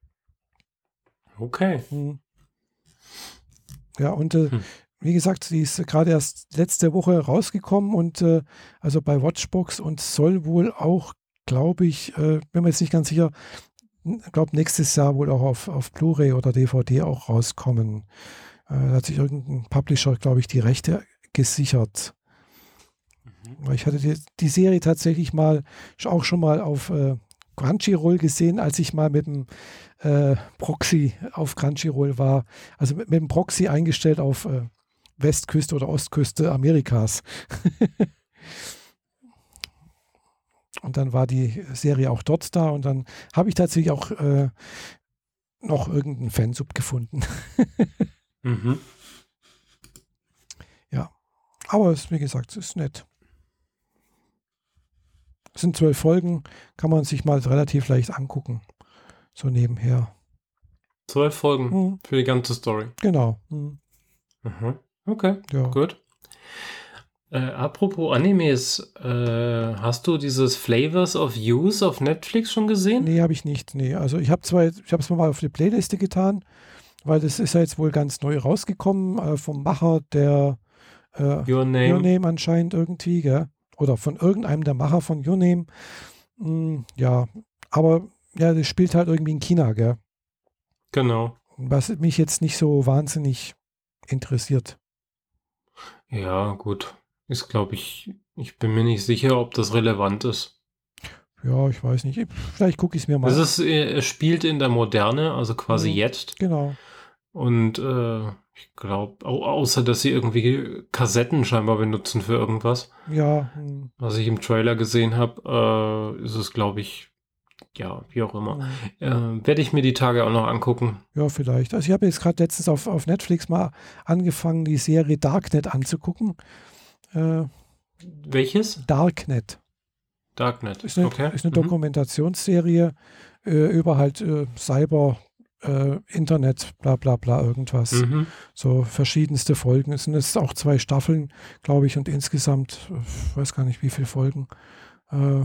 [SPEAKER 1] Okay.
[SPEAKER 2] Hm. Ja, und äh, hm. wie gesagt, die ist gerade erst letzte Woche rausgekommen und äh, also bei Watchbox und soll wohl auch, glaube ich, äh, bin mir jetzt nicht ganz sicher, ich glaube, nächstes Jahr wohl auch auf, auf Blu-ray oder D V D auch rauskommen. Äh, da hat sich irgendein Publisher, glaube ich, die Rechte gesichert. Mhm. Ich hatte die, die Serie tatsächlich mal auch schon mal auf äh, Crunchyroll gesehen, als ich mal mit dem äh, Proxy auf Crunchyroll war. Also mit, mit dem Proxy eingestellt auf äh, Westküste oder Ostküste Amerikas. Und dann war die Serie auch dort da und dann habe ich tatsächlich auch äh, noch irgendeinen Fansub gefunden.
[SPEAKER 1] Mhm.
[SPEAKER 2] Ja, aber es, wie gesagt, es ist nett. Es sind zwölf Folgen, kann man sich mal relativ leicht angucken. So nebenher.
[SPEAKER 1] Zwölf Folgen
[SPEAKER 2] hm.
[SPEAKER 1] für die ganze Story.
[SPEAKER 2] Genau. Hm.
[SPEAKER 1] Mhm. Okay,
[SPEAKER 2] ja.
[SPEAKER 1] Gut. Äh, apropos Animes, äh, hast du dieses Flavors of Youth auf Netflix schon gesehen?
[SPEAKER 2] Nee, habe ich nicht. Nee, also ich habe zwar, ich habe es mal auf die Playliste getan, weil das ist ja jetzt wohl ganz neu rausgekommen äh, vom Macher der äh,
[SPEAKER 1] Your Name.
[SPEAKER 2] Your Name anscheinend irgendwie, gell? Oder von irgendeinem der Macher von Your Name. Hm, ja, aber ja, das spielt halt irgendwie in China, gell?
[SPEAKER 1] Genau.
[SPEAKER 2] Was mich jetzt nicht so wahnsinnig interessiert.
[SPEAKER 1] Ja, gut. Ist, glaube ich, ich bin mir nicht sicher, ob das relevant ist.
[SPEAKER 2] Ja, ich weiß nicht. Vielleicht gucke ich es mir mal
[SPEAKER 1] Es
[SPEAKER 2] an.
[SPEAKER 1] ist, äh, es spielt in der Moderne, also quasi
[SPEAKER 2] Mhm.
[SPEAKER 1] jetzt.
[SPEAKER 2] Genau.
[SPEAKER 1] Und äh, ich glaube, au außer dass sie irgendwie Kassetten scheinbar benutzen für irgendwas,
[SPEAKER 2] Ja, hm,
[SPEAKER 1] was ich im Trailer gesehen habe, äh, ist es, glaube ich, ja, wie auch immer.
[SPEAKER 2] hm.
[SPEAKER 1] Äh, werde ich mir die Tage auch noch angucken.
[SPEAKER 2] Ja, vielleicht. Also ich habe jetzt gerade letztens auf, auf Netflix mal angefangen, die Serie Darknet anzugucken. Äh,
[SPEAKER 1] Welches?
[SPEAKER 2] Darknet.
[SPEAKER 1] Darknet.
[SPEAKER 2] Ist eine,
[SPEAKER 1] Okay.
[SPEAKER 2] ist eine
[SPEAKER 1] Mhm.
[SPEAKER 2] Dokumentationsserie äh, über halt äh, Cyber, äh, Internet, bla bla bla, irgendwas.
[SPEAKER 1] Mhm.
[SPEAKER 2] So verschiedenste Folgen. Es sind jetzt auch zwei Staffeln, glaube ich, und insgesamt, ich weiß gar nicht, wie viele Folgen. Äh,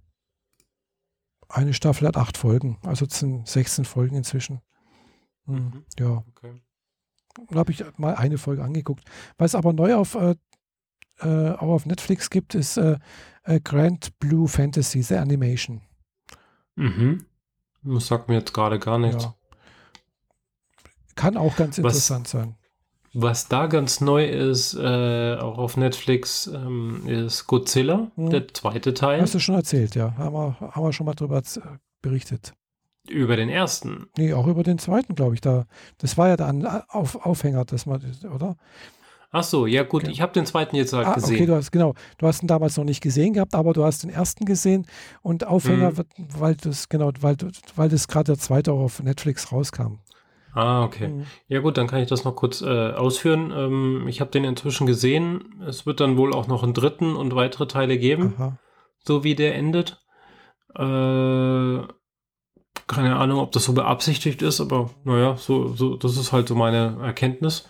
[SPEAKER 2] eine Staffel hat acht Folgen, also es sind sechzehn Folgen inzwischen. Hm,
[SPEAKER 1] Mhm.
[SPEAKER 2] ja,
[SPEAKER 1] Okay.
[SPEAKER 2] da habe ich mal eine Folge angeguckt. Was aber neu auf, äh, äh, auch auf Netflix gibt, ist äh, äh, Grand Blue Fantasy, The Animation.
[SPEAKER 1] Mhm. Das sagt mir jetzt gerade gar nichts.
[SPEAKER 2] Ja, kann auch ganz
[SPEAKER 1] Was,
[SPEAKER 2] interessant sein.
[SPEAKER 1] was da ganz neu ist, äh, auch auf Netflix, ähm, ist Godzilla,
[SPEAKER 2] Hm.
[SPEAKER 1] der zweite Teil.
[SPEAKER 2] Hast du schon erzählt, ja. Haben wir, haben wir schon mal drüber äh, berichtet.
[SPEAKER 1] Über den ersten.
[SPEAKER 2] Nee, auch über den zweiten, glaube ich. Da, das war ja der An auf, Aufhänger, das mal, oder?
[SPEAKER 1] Ach so, ja gut,
[SPEAKER 2] Okay.
[SPEAKER 1] ich habe den zweiten jetzt halt
[SPEAKER 2] Ah, okay, du
[SPEAKER 1] gesehen.
[SPEAKER 2] hast, genau. Du hast ihn damals noch nicht gesehen gehabt, aber du hast den ersten gesehen und Aufhänger,
[SPEAKER 1] Mhm.
[SPEAKER 2] wird- weil das, genau, weil, du- weil das gerade der zweite auch auf Netflix rauskam.
[SPEAKER 1] Ah, okay.
[SPEAKER 2] Mhm.
[SPEAKER 1] Ja gut, dann kann ich das noch kurz äh, ausführen. Ähm, ich habe den inzwischen gesehen. Es wird dann wohl auch noch einen dritten und weitere Teile geben,
[SPEAKER 2] Aha.
[SPEAKER 1] so wie der endet. Äh, keine Ahnung, ob das so beabsichtigt ist, aber naja, so, so, das ist halt so meine Erkenntnis.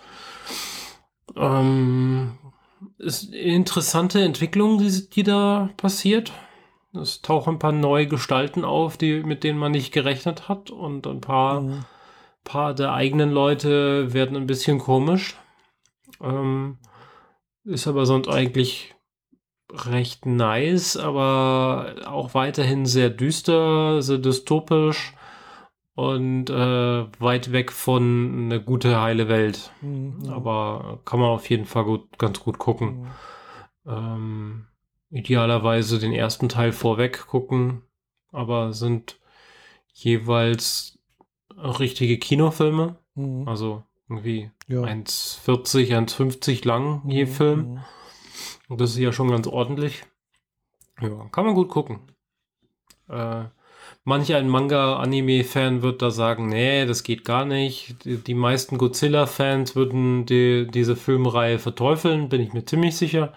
[SPEAKER 1] Ähm, ist eine interessante Entwicklung, die, die da passiert. Es tauchen ein paar neue Gestalten auf, die, mit denen man nicht gerechnet hat, und ein paar,
[SPEAKER 2] Mhm.
[SPEAKER 1] paar der eigenen Leute werden ein bisschen komisch. Ähm, ist aber sonst eigentlich recht nice, aber auch weiterhin sehr düster, sehr dystopisch und äh, weit weg von eine gute, heile Welt.
[SPEAKER 2] Mhm.
[SPEAKER 1] Aber kann man auf jeden Fall gut, ganz gut gucken.
[SPEAKER 2] Mhm.
[SPEAKER 1] Ähm, idealerweise den ersten Teil vorweg gucken, aber sind jeweils richtige Kinofilme.
[SPEAKER 2] Mhm.
[SPEAKER 1] Also irgendwie
[SPEAKER 2] Ja.
[SPEAKER 1] eins vierzig, eins fünfzig lang je
[SPEAKER 2] Mhm.
[SPEAKER 1] Film.
[SPEAKER 2] Mhm.
[SPEAKER 1] Und das ist ja schon ganz ordentlich. Ja, kann man gut gucken. Äh, manch ein Manga-Anime-Fan wird da sagen, nee, das geht gar nicht. Die, die meisten Godzilla-Fans würden die, diese Filmreihe verteufeln, bin ich mir ziemlich sicher.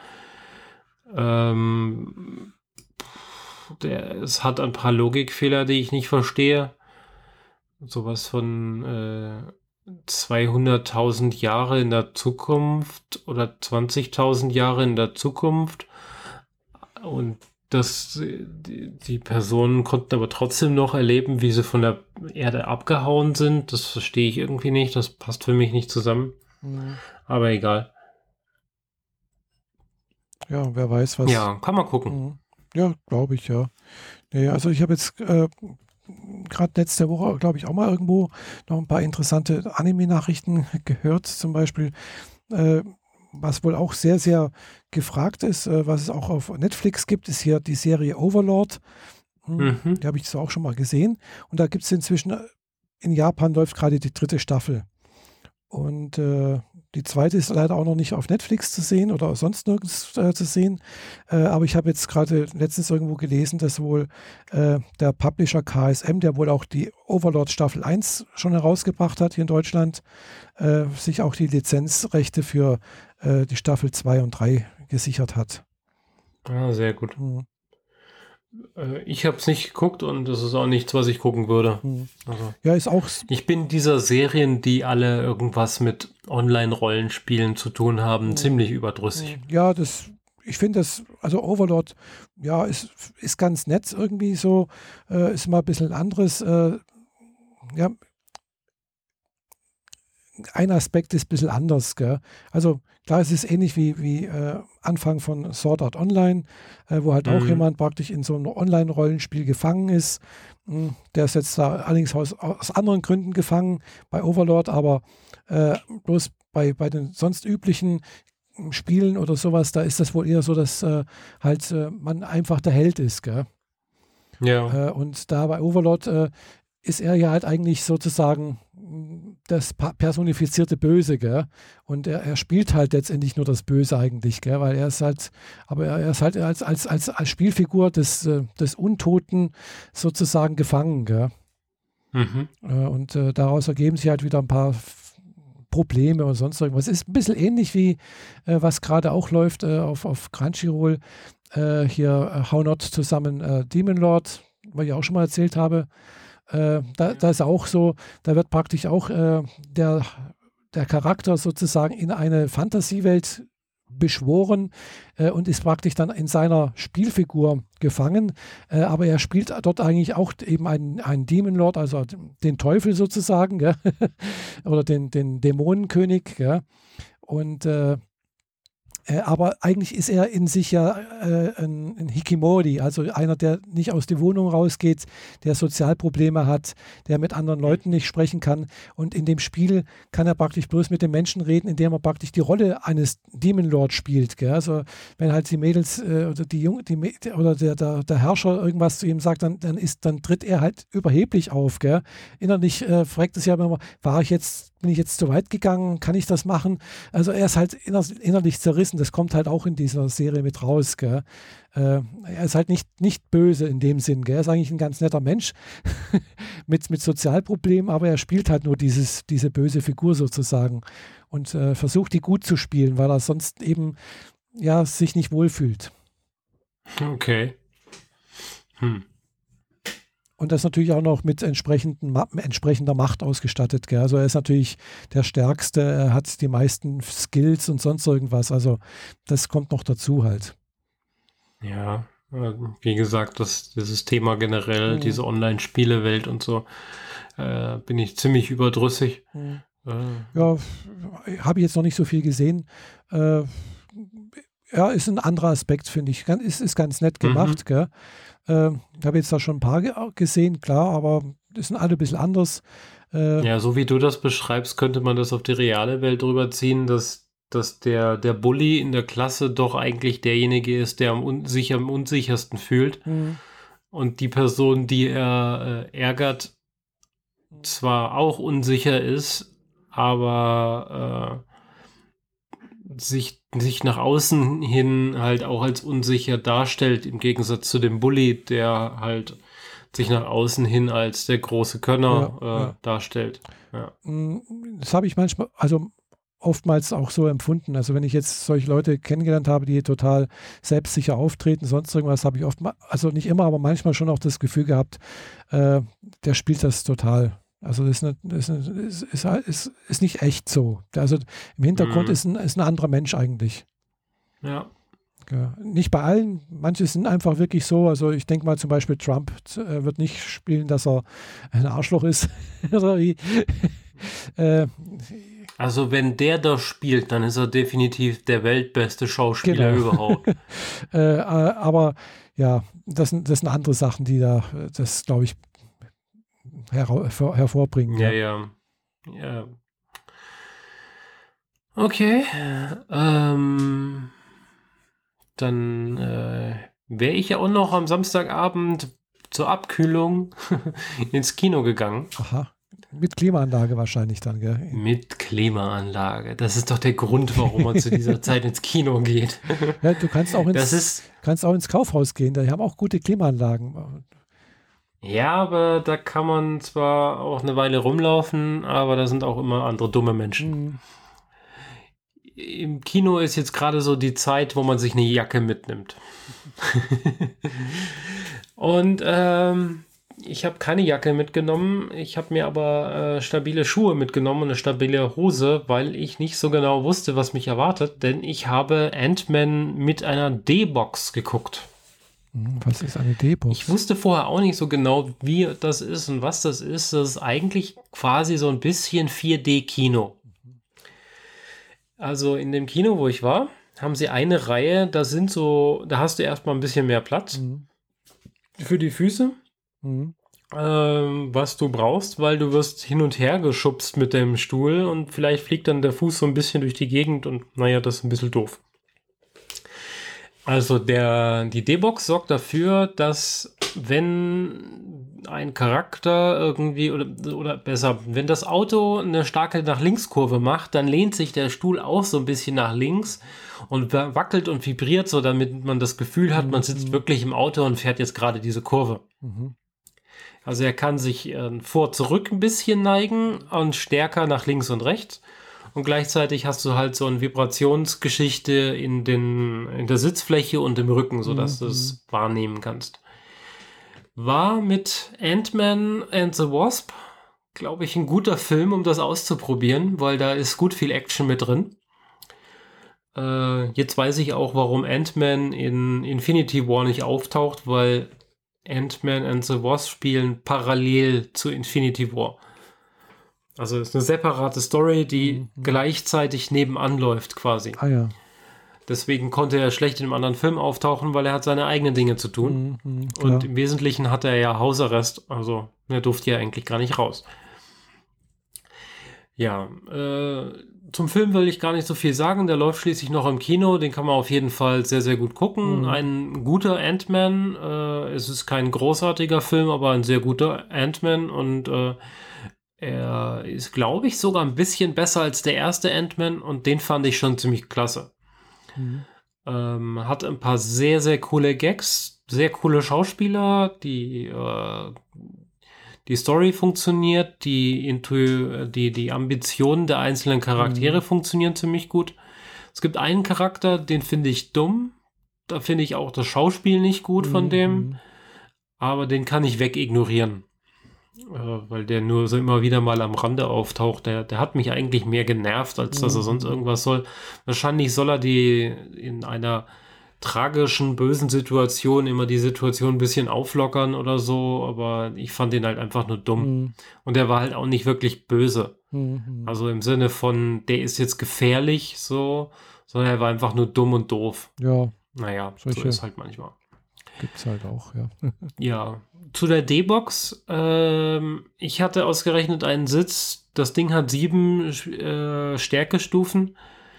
[SPEAKER 1] Ähm, der, es hat ein paar Logikfehler, die ich nicht verstehe. Sowas von äh, zweihunderttausend Jahre in der Zukunft oder zwanzigtausend Jahre in der Zukunft. Und das, die, die Personen konnten aber trotzdem noch erleben, wie sie von der Erde abgehauen sind. Das verstehe ich irgendwie nicht. Das passt für mich nicht zusammen.
[SPEAKER 2] Mhm.
[SPEAKER 1] Aber egal.
[SPEAKER 2] Ja, wer weiß, was.
[SPEAKER 1] Ja, kann man gucken.
[SPEAKER 2] Mhm. Ja, glaube ich, ja. Nee, also ich habe jetzt äh, gerade letzte Woche, glaube ich, auch mal irgendwo noch ein paar interessante Anime-Nachrichten gehört. Zum Beispiel, äh, was wohl auch sehr, sehr gefragt ist, äh, was es auch auf Netflix gibt, ist hier die Serie Overlord. Hm,
[SPEAKER 1] Mhm.
[SPEAKER 2] die habe ich zwar auch schon mal gesehen. Und da gibt es inzwischen, äh, in Japan läuft gerade die dritte Staffel. Und äh, die zweite ist leider auch noch nicht auf Netflix zu sehen oder sonst nirgends äh, zu sehen. Äh, aber ich habe jetzt gerade letztens irgendwo gelesen, dass wohl äh, der Publisher K S M, der wohl auch die Overlord Staffel eins schon herausgebracht hat hier in Deutschland, äh, sich auch die Lizenzrechte für äh, die Staffel zwei und drei gesichert hat.
[SPEAKER 1] Ah, sehr gut.
[SPEAKER 2] Hm,
[SPEAKER 1] Äh, ich habe es nicht geguckt und das ist auch nichts, was ich gucken würde.
[SPEAKER 2] hm.
[SPEAKER 1] Also,
[SPEAKER 2] Ja, ist auch. s-
[SPEAKER 1] ich bin dieser Serien, die alle irgendwas mit Online-Rollenspielen zu tun haben,
[SPEAKER 2] hm,
[SPEAKER 1] ziemlich überdrüssig.
[SPEAKER 2] hm. Ja, das. Ich finde das, also Overlord, ja, ist, ist ganz nett irgendwie so, äh, ist mal ein bisschen anderes. Äh, ja, ein Aspekt ist ein bisschen anders. Gell? Also klar, es ist ähnlich wie, wie äh, Anfang von Sword Art Online, äh, wo halt auch
[SPEAKER 1] Mhm.
[SPEAKER 2] jemand praktisch in so einem Online-Rollenspiel gefangen ist. Hm, der ist jetzt da allerdings aus, aus anderen Gründen gefangen bei Overlord, aber äh, bloß bei, bei den sonst üblichen Spielen oder sowas, da ist das wohl eher so, dass äh, halt äh, man einfach der Held ist. Gell?
[SPEAKER 1] Ja.
[SPEAKER 2] Äh, und da bei Overlord äh, ist er ja halt eigentlich sozusagen das personifizierte Böse, gell? Und er, er spielt halt letztendlich nur das Böse eigentlich, gell? Weil er ist halt, aber er ist halt als, als, als, als Spielfigur des, äh, des Untoten sozusagen gefangen, gell?
[SPEAKER 1] Mhm.
[SPEAKER 2] Äh, und äh, daraus ergeben sich halt wieder ein paar F- Probleme oder sonst irgendwas. Ist ein bisschen ähnlich wie äh, was gerade auch läuft äh, auf, auf Crunchyroll, äh, hier äh, How Not zusammen äh, Demon Lord, was ich auch schon mal erzählt habe. Äh, da, da ist auch so, da wird praktisch auch äh, der, der Charakter sozusagen in eine Fantasiewelt beschworen äh, und ist praktisch dann in seiner Spielfigur gefangen. Äh, aber er spielt dort eigentlich auch eben einen, einen Demon Lord, also den Teufel sozusagen, gell? Oder den, den Dämonenkönig. Gell? Und äh, Äh, aber eigentlich ist er in sich ja äh, ein, ein Hikimori, also einer, der nicht aus der Wohnung rausgeht, der Sozialprobleme hat, der mit anderen Leuten nicht sprechen kann. Und in dem Spiel kann er praktisch bloß mit den Menschen reden, indem er praktisch die Rolle eines Demon Lord spielt. Gell? Also wenn halt die Mädels äh, oder die Jung, die Mä- oder der, der, der Herrscher irgendwas zu ihm sagt, dann, dann ist, dann tritt er halt überheblich auf. Gell? Innerlich äh, fragt es ja immer, war ich jetzt bin ich jetzt zu weit gegangen? Kann ich das machen? Also er ist halt inner, innerlich zerrissen. Das kommt halt auch in dieser Serie mit raus. Gell? Äh, er ist halt nicht, nicht böse in dem Sinn. Gell? Er ist eigentlich ein ganz netter Mensch mit, mit Sozialproblemen, aber er spielt halt nur dieses, diese böse Figur sozusagen und äh, versucht die gut zu spielen, weil er sonst eben ja, sich nicht wohlfühlt.
[SPEAKER 1] Okay. Hm.
[SPEAKER 2] Und das natürlich auch noch mit entsprechenden, entsprechender Macht ausgestattet. Gell? Also er ist natürlich der Stärkste, er hat die meisten Skills und sonst irgendwas. Also das kommt noch dazu halt.
[SPEAKER 1] Ja, äh, wie gesagt, das, dieses Thema generell,
[SPEAKER 2] Mhm.
[SPEAKER 1] diese Online-Spielewelt und so, äh, bin ich ziemlich überdrüssig.
[SPEAKER 2] Mhm.
[SPEAKER 1] Äh,
[SPEAKER 2] Ja, habe ich jetzt noch nicht so viel gesehen. Äh, ja, ist ein anderer Aspekt, finde ich. Ganz- Ist, ist ganz nett gemacht.
[SPEAKER 1] Mhm.
[SPEAKER 2] Gell? Äh, ich habe jetzt da schon ein paar ge gesehen, klar, aber die sind alle ein bisschen anders. Äh,
[SPEAKER 1] Ja, so wie du das beschreibst, könnte man das auf die reale Welt rüberziehen, dass, dass der, der Bully in der Klasse doch eigentlich derjenige ist, der am un sich am unsichersten fühlt.
[SPEAKER 2] mhm.
[SPEAKER 1] Und die Person, die er äh, ärgert, zwar auch unsicher ist, aber äh, sich, sich nach außen hin halt auch als unsicher darstellt, im Gegensatz zu dem Bully, der halt sich nach außen hin als der große Könner
[SPEAKER 2] Ja,
[SPEAKER 1] äh,
[SPEAKER 2] ja.
[SPEAKER 1] darstellt. Ja.
[SPEAKER 2] Mm, Das habe ich manchmal, also oftmals auch so empfunden. Also wenn ich jetzt solche Leute kennengelernt habe, die total selbstsicher auftreten, sonst irgendwas, habe ich oft, ma- also nicht immer, aber manchmal schon auch das Gefühl gehabt, äh, der spielt das total. Also das ist, eine, das ist, eine, ist, ist, ist, ist nicht echt so. Also im Hintergrund
[SPEAKER 1] Mhm.
[SPEAKER 2] ist ein, ist ein anderer Mensch eigentlich.
[SPEAKER 1] Ja.
[SPEAKER 2] Ja, nicht bei allen, manche sind einfach wirklich so. Also ich denke mal zum Beispiel Trump äh, wird nicht spielen, dass er ein Arschloch ist. Oder wie. äh,
[SPEAKER 1] Also wenn der das spielt, dann ist er definitiv der weltbeste Schauspieler
[SPEAKER 2] Genau.
[SPEAKER 1] überhaupt.
[SPEAKER 2] äh, äh, aber ja, das, sind- das sind andere Sachen, die da äh, das, glaube ich, herau- hervor, hervorbringen.
[SPEAKER 1] Ja,
[SPEAKER 2] Ja.
[SPEAKER 1] ja. Ja. Okay.
[SPEAKER 2] Mhm.
[SPEAKER 1] Ähm, dann äh, wäre ich ja auch noch am Samstagabend zur Abkühlung ins Kino gegangen.
[SPEAKER 2] Aha. Mit Klimaanlage wahrscheinlich dann, gell?
[SPEAKER 1] Mit Klimaanlage. Das ist doch der Grund, warum man zu dieser Zeit ins Kino geht.
[SPEAKER 2] Ja, du kannst auch,
[SPEAKER 1] Das
[SPEAKER 2] ins,
[SPEAKER 1] ist,
[SPEAKER 2] kannst auch ins Kaufhaus gehen, die haben auch gute Klimaanlagen.
[SPEAKER 1] ja, aber da kann man zwar auch eine Weile rumlaufen, aber da sind auch immer andere dumme Menschen.
[SPEAKER 2] Mhm.
[SPEAKER 1] Im Kino ist jetzt gerade so die Zeit, wo man sich eine Jacke mitnimmt. Und ähm, ich habe keine Jacke mitgenommen. Ich habe mir aber äh, stabile Schuhe mitgenommen und eine stabile Hose, weil ich nicht so genau wusste, was mich erwartet. Denn ich habe Ant-Man mit einer D-Box geguckt.
[SPEAKER 2] Mhm. Was ist eine D-Box?
[SPEAKER 1] Ich wusste vorher auch nicht so genau, wie das ist und was das ist. Das ist eigentlich quasi so ein bisschen vier D-Kino. Also in dem Kino, wo ich war, haben sie eine Reihe, da sind so, da hast du erstmal ein bisschen mehr Platz
[SPEAKER 2] Mhm.
[SPEAKER 1] für die Füße,
[SPEAKER 2] Mhm.
[SPEAKER 1] ähm, was du brauchst, weil du wirst hin und her geschubst mit dem Stuhl und vielleicht fliegt dann der Fuß so ein bisschen durch die Gegend und naja, das ist ein bisschen doof. Also der, die D-Box sorgt dafür, dass wenn ein Charakter irgendwie, oder, oder besser, wenn das Auto eine starke Nach-Links-Kurve macht, dann lehnt sich der Stuhl auch so ein bisschen nach links und wackelt und vibriert so, damit man das Gefühl hat, man sitzt wirklich im Auto und fährt jetzt gerade diese Kurve.
[SPEAKER 2] Mhm.
[SPEAKER 1] Also er kann sich äh, vor, zurück ein bisschen neigen und stärker nach links und rechts. Und gleichzeitig hast du halt so eine Vibrationsgeschichte in, den, in der Sitzfläche und im Rücken, sodass
[SPEAKER 2] Mhm.
[SPEAKER 1] du es wahrnehmen kannst. War mit Ant-Man and the Wasp, glaube ich, ein guter Film, um das auszuprobieren, weil da ist gut viel Action mit drin. Äh, jetzt weiß ich auch, warum Ant-Man in Infinity War nicht auftaucht, weil Ant-Man and the Wasp spielen parallel zu Infinity War. Also es ist eine separate Story, die
[SPEAKER 2] Mhm.
[SPEAKER 1] gleichzeitig nebenan läuft quasi.
[SPEAKER 2] Ah ja.
[SPEAKER 1] Deswegen konnte er schlecht in einem anderen Film auftauchen, weil er hat seine eigenen Dinge zu tun.
[SPEAKER 2] Mhm. Klar.
[SPEAKER 1] Und im Wesentlichen hat er ja Hausarrest, also er durfte ja eigentlich gar nicht raus. Ja, äh, zum Film will ich gar nicht so viel sagen. Der läuft schließlich noch im Kino. Den kann man auf jeden Fall sehr, sehr gut gucken.
[SPEAKER 2] Mhm.
[SPEAKER 1] Ein guter Ant-Man. Äh, es ist kein großartiger Film, aber ein sehr guter Ant-Man. Und äh, er ist, glaube ich, sogar ein bisschen besser als der erste Ant-Man. Und den fand ich schon ziemlich klasse.
[SPEAKER 2] Mhm.
[SPEAKER 1] Ähm, hat ein paar sehr, sehr coole Gags. Sehr coole Schauspieler, die... Äh, Die Story funktioniert, die, Intu die, die Ambitionen der einzelnen Charaktere
[SPEAKER 2] Mhm.
[SPEAKER 1] funktionieren ziemlich gut. Es gibt einen Charakter, den finde ich dumm. Da finde ich auch das Schauspiel nicht gut von dem.
[SPEAKER 2] Mhm.
[SPEAKER 1] Aber den kann ich wegignorieren. Äh, weil der nur so immer wieder mal am Rande auftaucht. Der, der hat mich eigentlich mehr genervt, als dass er sonst
[SPEAKER 2] Mhm.
[SPEAKER 1] irgendwas soll. Wahrscheinlich soll er die in einer tragischen, bösen Situation immer die Situation ein bisschen auflockern oder so, aber ich fand ihn halt einfach nur dumm.
[SPEAKER 2] Mhm.
[SPEAKER 1] Und er war halt auch nicht wirklich böse.
[SPEAKER 2] Mhm.
[SPEAKER 1] Also im Sinne von, der ist jetzt gefährlich, so, sondern er war einfach nur dumm und doof.
[SPEAKER 2] Ja,
[SPEAKER 1] Naja, so
[SPEAKER 2] Solche-
[SPEAKER 1] ist halt manchmal.
[SPEAKER 2] gibt's halt auch, ja.
[SPEAKER 1] Ja, zu der D-Box. Ähm, ich hatte ausgerechnet einen Sitz. Das Ding hat sieben äh, Stärkestufen.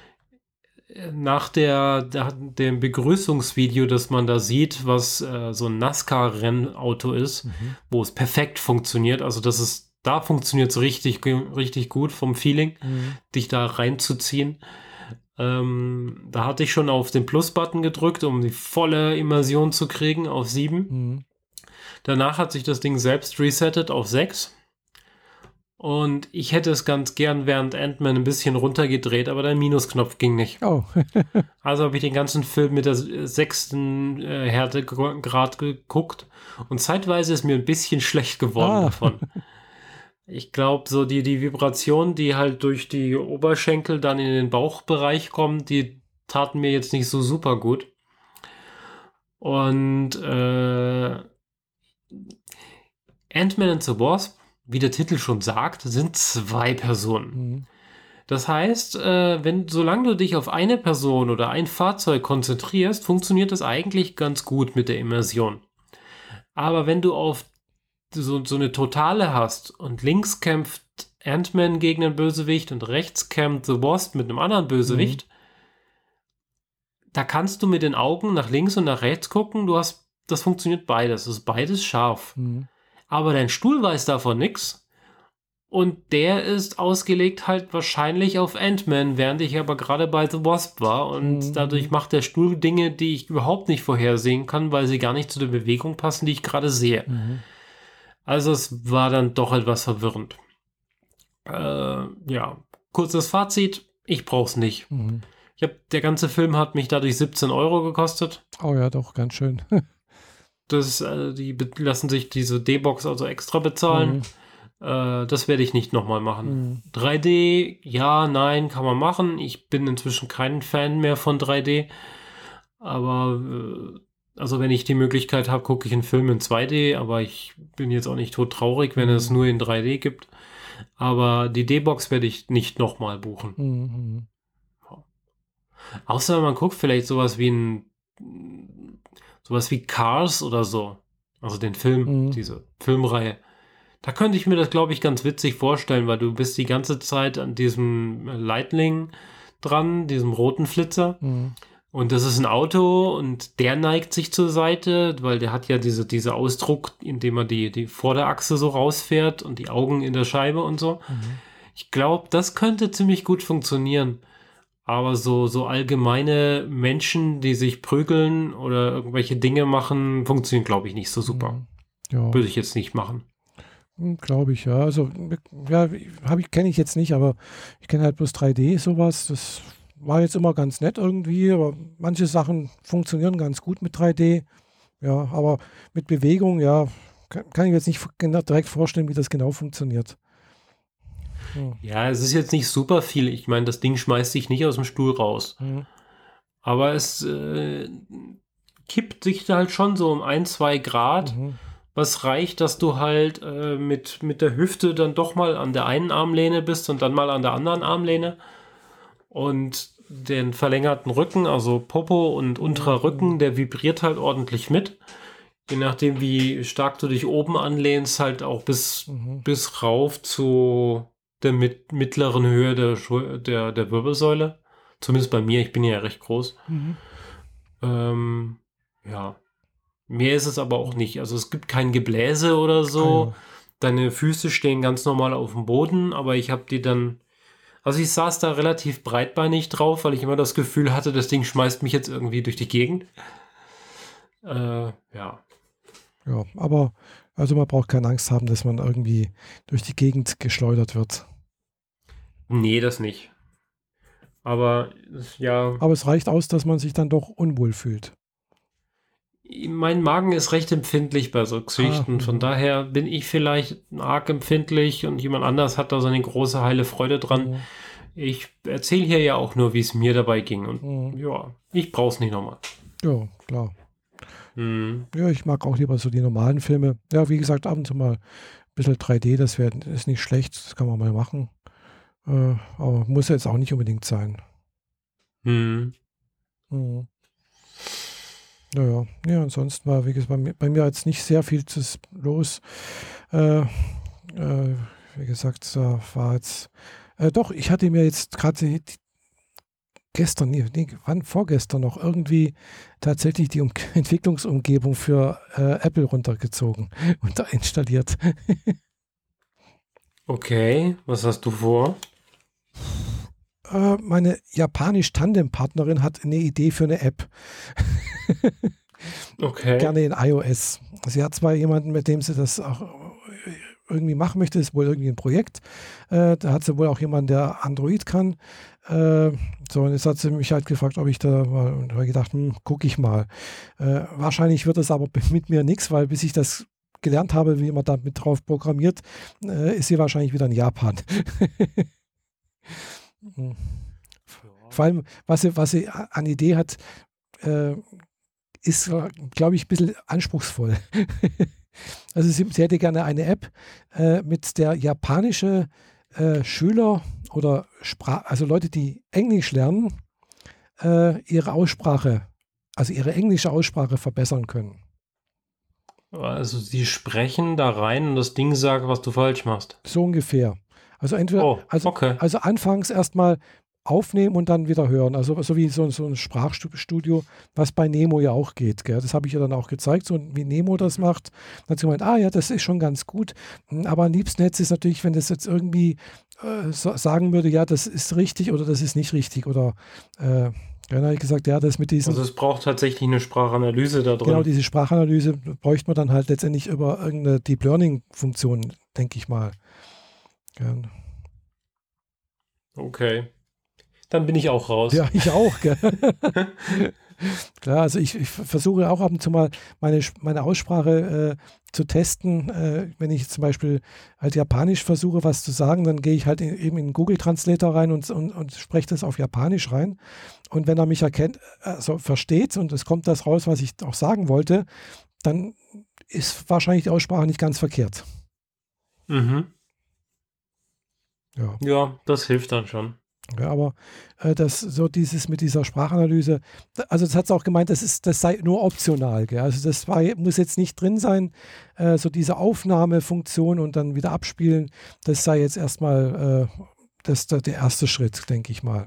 [SPEAKER 1] Nach der, der, dem Begrüßungsvideo, das man da sieht, was äh, so ein NASCAR-Rennauto ist,
[SPEAKER 2] Mhm.
[SPEAKER 1] wo es perfekt funktioniert. Also das ist, da funktioniert es richtig, ge- richtig gut vom Feeling,
[SPEAKER 2] Mhm.
[SPEAKER 1] dich da reinzuziehen. Ähm, da hatte ich schon auf den Plus-Button gedrückt, um die volle Immersion zu kriegen auf sieben.
[SPEAKER 2] Mhm.
[SPEAKER 1] Danach hat sich das Ding selbst resettet auf sechs. Und ich hätte es ganz gern während Ant-Man ein bisschen runtergedreht, aber der Minusknopf ging nicht.
[SPEAKER 2] Oh,
[SPEAKER 1] Also habe ich den ganzen Film mit der sechsten äh, Härtegrad geguckt und zeitweise ist mir ein bisschen schlecht geworden
[SPEAKER 2] Ah.
[SPEAKER 1] davon. Ich glaube, so die, die Vibration, die halt durch die Oberschenkel dann in den Bauchbereich kommen, die taten mir jetzt nicht so super gut. Und äh, Ant-Man and the Wasp, wie der Titel schon sagt, sind zwei Personen.
[SPEAKER 2] mhm.
[SPEAKER 1] Das heißt, äh, wenn, solange du dich auf eine Person oder ein Fahrzeug konzentrierst, funktioniert das eigentlich ganz gut mit der Immersion. Aber wenn du auf so, so eine Totale hast und links kämpft Ant-Man gegen einen Bösewicht und rechts kämpft The Wasp mit einem anderen Bösewicht, da kannst du mit den Augen nach links und nach rechts gucken. Du hast, das funktioniert beides. Es ist beides scharf.
[SPEAKER 2] Mhm.
[SPEAKER 1] Aber dein Stuhl weiß davon nichts. Und der ist ausgelegt halt wahrscheinlich auf Ant-Man, während ich aber gerade bei The Wasp war. Und
[SPEAKER 2] Mhm.
[SPEAKER 1] dadurch macht der Stuhl Dinge, die ich überhaupt nicht vorhersehen kann, weil sie gar nicht zu der Bewegung passen, die ich gerade sehe.
[SPEAKER 2] Mhm.
[SPEAKER 1] Also es war dann doch etwas verwirrend. Äh, ja, kurzes Fazit. Ich brauch's nicht.
[SPEAKER 2] Mhm.
[SPEAKER 1] Ich hab, der ganze Film hat mich dadurch siebzehn Euro gekostet.
[SPEAKER 2] Oh ja, doch, ganz schön.
[SPEAKER 1] Das, äh, die be- lassen sich diese D-Box also extra bezahlen.
[SPEAKER 2] Mhm.
[SPEAKER 1] Äh, das werde ich nicht nochmal machen.
[SPEAKER 2] Mhm.
[SPEAKER 1] drei D, ja, nein, kann man machen. Ich bin inzwischen kein Fan mehr von drei D. Aber, äh, also wenn ich die Möglichkeit habe, gucke ich einen Film in zwei D. Aber ich bin jetzt auch nicht tot traurig, wenn
[SPEAKER 2] Mhm.
[SPEAKER 1] es nur in drei D gibt. Aber die D-Box werde ich nicht nochmal buchen.
[SPEAKER 2] Mhm.
[SPEAKER 1] Außer man guckt vielleicht sowas wie ein, sowas wie Cars oder so. Also den Film,
[SPEAKER 2] Mhm.
[SPEAKER 1] diese Filmreihe. Da könnte ich mir das, glaube ich, ganz witzig vorstellen, weil du bist die ganze Zeit an diesem Lightning dran, diesem roten Flitzer.
[SPEAKER 2] Mhm.
[SPEAKER 1] Und das ist ein Auto und der neigt sich zur Seite, weil der hat ja diese, diese Ausdruck, indem er die, die Vorderachse so rausfährt und die Augen in der Scheibe und so.
[SPEAKER 2] Mhm.
[SPEAKER 1] Ich glaube, das könnte ziemlich gut funktionieren. Aber so, so allgemeine Menschen, die sich prügeln oder irgendwelche Dinge machen, funktionieren, glaube ich, nicht so super.
[SPEAKER 2] Mhm. Ja.
[SPEAKER 1] Würde ich jetzt nicht machen.
[SPEAKER 2] Glaube ich, ja. Also, ja, habe ich, kenne ich jetzt nicht, aber ich kenne halt bloß drei D, sowas. Das war jetzt immer ganz nett irgendwie, aber manche Sachen funktionieren ganz gut mit drei D. Ja, aber mit Bewegung, ja, kann, kann ich mir jetzt nicht genau direkt vorstellen, wie das genau funktioniert. Hm.
[SPEAKER 1] Ja, es ist jetzt nicht super viel. Ich meine, das Ding schmeißt dich nicht aus dem Stuhl raus.
[SPEAKER 2] Hm.
[SPEAKER 1] Aber es äh, kippt sich da halt schon so um ein, zwei Grad.
[SPEAKER 2] Mhm.
[SPEAKER 1] Was reicht, dass du halt äh, mit, mit der Hüfte dann doch mal an der einen Armlehne bist und dann mal an der anderen Armlehne. Und den verlängerten Rücken, also Popo und unterer Rücken, der vibriert halt ordentlich mit. Je nachdem, wie stark du dich oben anlehnst, halt auch bis,
[SPEAKER 2] Mhm.
[SPEAKER 1] bis rauf zu der mit, mittleren Höhe der, Schul- der, der Wirbelsäule. Zumindest bei mir, ich bin ja recht groß.
[SPEAKER 2] Mhm.
[SPEAKER 1] Ähm, ja. Mehr ist es aber auch nicht. Also es gibt kein Gebläse oder so.
[SPEAKER 2] Ah, ja.
[SPEAKER 1] Deine Füße stehen ganz normal auf dem Boden, aber ich habe die dann. Also ich saß da relativ breitbeinig drauf, weil ich immer das Gefühl hatte, das Ding schmeißt mich jetzt irgendwie durch die Gegend. Äh, ja.
[SPEAKER 2] Ja, aber also man braucht keine Angst haben, dass man irgendwie durch die Gegend geschleudert wird.
[SPEAKER 1] Nee, das nicht. Aber ja,
[SPEAKER 2] Aber es reicht aus, dass man sich dann doch unwohl fühlt.
[SPEAKER 1] mein Magen ist recht empfindlich bei so Geschichten.
[SPEAKER 2] Ah,
[SPEAKER 1] Von
[SPEAKER 2] mhm.
[SPEAKER 1] daher bin ich vielleicht arg empfindlich und jemand anders hat da so eine große heile Freude dran.
[SPEAKER 2] Mhm.
[SPEAKER 1] Ich erzähle hier ja auch nur, wie es mir dabei ging. Und
[SPEAKER 2] Mhm.
[SPEAKER 1] ja, ich brauche es nicht nochmal.
[SPEAKER 2] Ja, klar.
[SPEAKER 1] Hm.
[SPEAKER 2] Ja, ich mag auch lieber so die normalen Filme. Ja, wie gesagt, ab und zu mal ein bisschen drei D, das wär, ist nicht schlecht, das kann man mal machen. Äh, aber muss jetzt auch nicht unbedingt sein.
[SPEAKER 1] Hm.
[SPEAKER 2] Mhm. Naja, ja, ansonsten war, wie gesagt, bei mir, bei mir jetzt nicht sehr viel zu, los. Äh, äh, wie gesagt, da war jetzt, äh, doch, ich hatte mir jetzt gerade gestern, nee, nee, wann, vorgestern noch irgendwie tatsächlich die um Entwicklungsumgebung für äh, Apple runtergezogen und da installiert.
[SPEAKER 1] Okay, was hast du vor?
[SPEAKER 2] Äh, meine japanisch-Tandem-Partnerin hat eine Idee für eine App.
[SPEAKER 1] Okay.
[SPEAKER 2] Gerne in iOS. Sie hat zwar jemanden, mit dem sie das auch irgendwie machen möchte, ist wohl irgendwie ein Projekt. Äh, da hat sie wohl auch jemanden, der Android kann. Äh, so, und jetzt hat sie mich halt gefragt, ob ich da mal, und habe gedacht, hm, gucke ich mal. Äh, wahrscheinlich wird es aber mit mir nichts, weil bis ich das gelernt habe, wie man damit drauf programmiert, äh, ist sie wahrscheinlich wieder in Japan. hm. Vor allem, was sie, was sie an Idee hat, äh, ist, glaube ich, ein bisschen anspruchsvoll. Also sie, sie hätte gerne eine App, äh, mit der japanische äh, Schüler oder Spra- also Leute, die Englisch lernen, äh, ihre Aussprache, also ihre englische Aussprache verbessern können.
[SPEAKER 1] Also sie sprechen da rein und das Ding sagt, was du falsch machst.
[SPEAKER 2] So ungefähr. Also entweder,
[SPEAKER 1] Oh,
[SPEAKER 2] also,
[SPEAKER 1] okay.
[SPEAKER 2] also anfangs erstmal aufnehmen und dann wieder hören. Also so wie so, so ein Sprachstudio, was bei Nemo ja auch geht. Gell? Das habe ich ja dann auch gezeigt, so wie Nemo das macht. Dann hat sie gemeint, ah ja, das ist schon ganz gut. Aber am liebsten hätte es natürlich, wenn das jetzt irgendwie äh, so, sagen würde, ja, das ist richtig oder das ist nicht richtig. Oder äh, dann habe ich gesagt, ja, das mit diesen...
[SPEAKER 1] Also es braucht tatsächlich eine Sprachanalyse da drin.
[SPEAKER 2] Genau, diese Sprachanalyse bräuchte man dann halt letztendlich über irgendeine Deep Learning-Funktion, denke ich mal. Ja.
[SPEAKER 1] Okay. Dann bin ich auch raus.
[SPEAKER 2] Ja, ich auch. Gell? Klar, also ich, ich versuche auch ab und zu mal meine, meine Aussprache äh, zu testen. Äh, wenn ich zum Beispiel halt Japanisch versuche, was zu sagen, dann gehe ich halt in, eben in den Google Translator rein und, und, und spreche das auf Japanisch rein. Und wenn er mich erkennt, also versteht und es kommt das raus, was ich auch sagen wollte, dann ist wahrscheinlich die Aussprache nicht ganz verkehrt.
[SPEAKER 1] Mhm.
[SPEAKER 2] Ja.
[SPEAKER 1] Ja, das hilft dann schon.
[SPEAKER 2] Ja, aber äh, das so dieses mit dieser Sprachanalyse, da- also das hat es auch gemeint, das ist, das sei nur optional, gell? Also das war, muss jetzt nicht drin sein, äh, so diese Aufnahmefunktion und dann wieder abspielen, das sei jetzt erstmal äh, das, der, der erste Schritt, denke ich mal.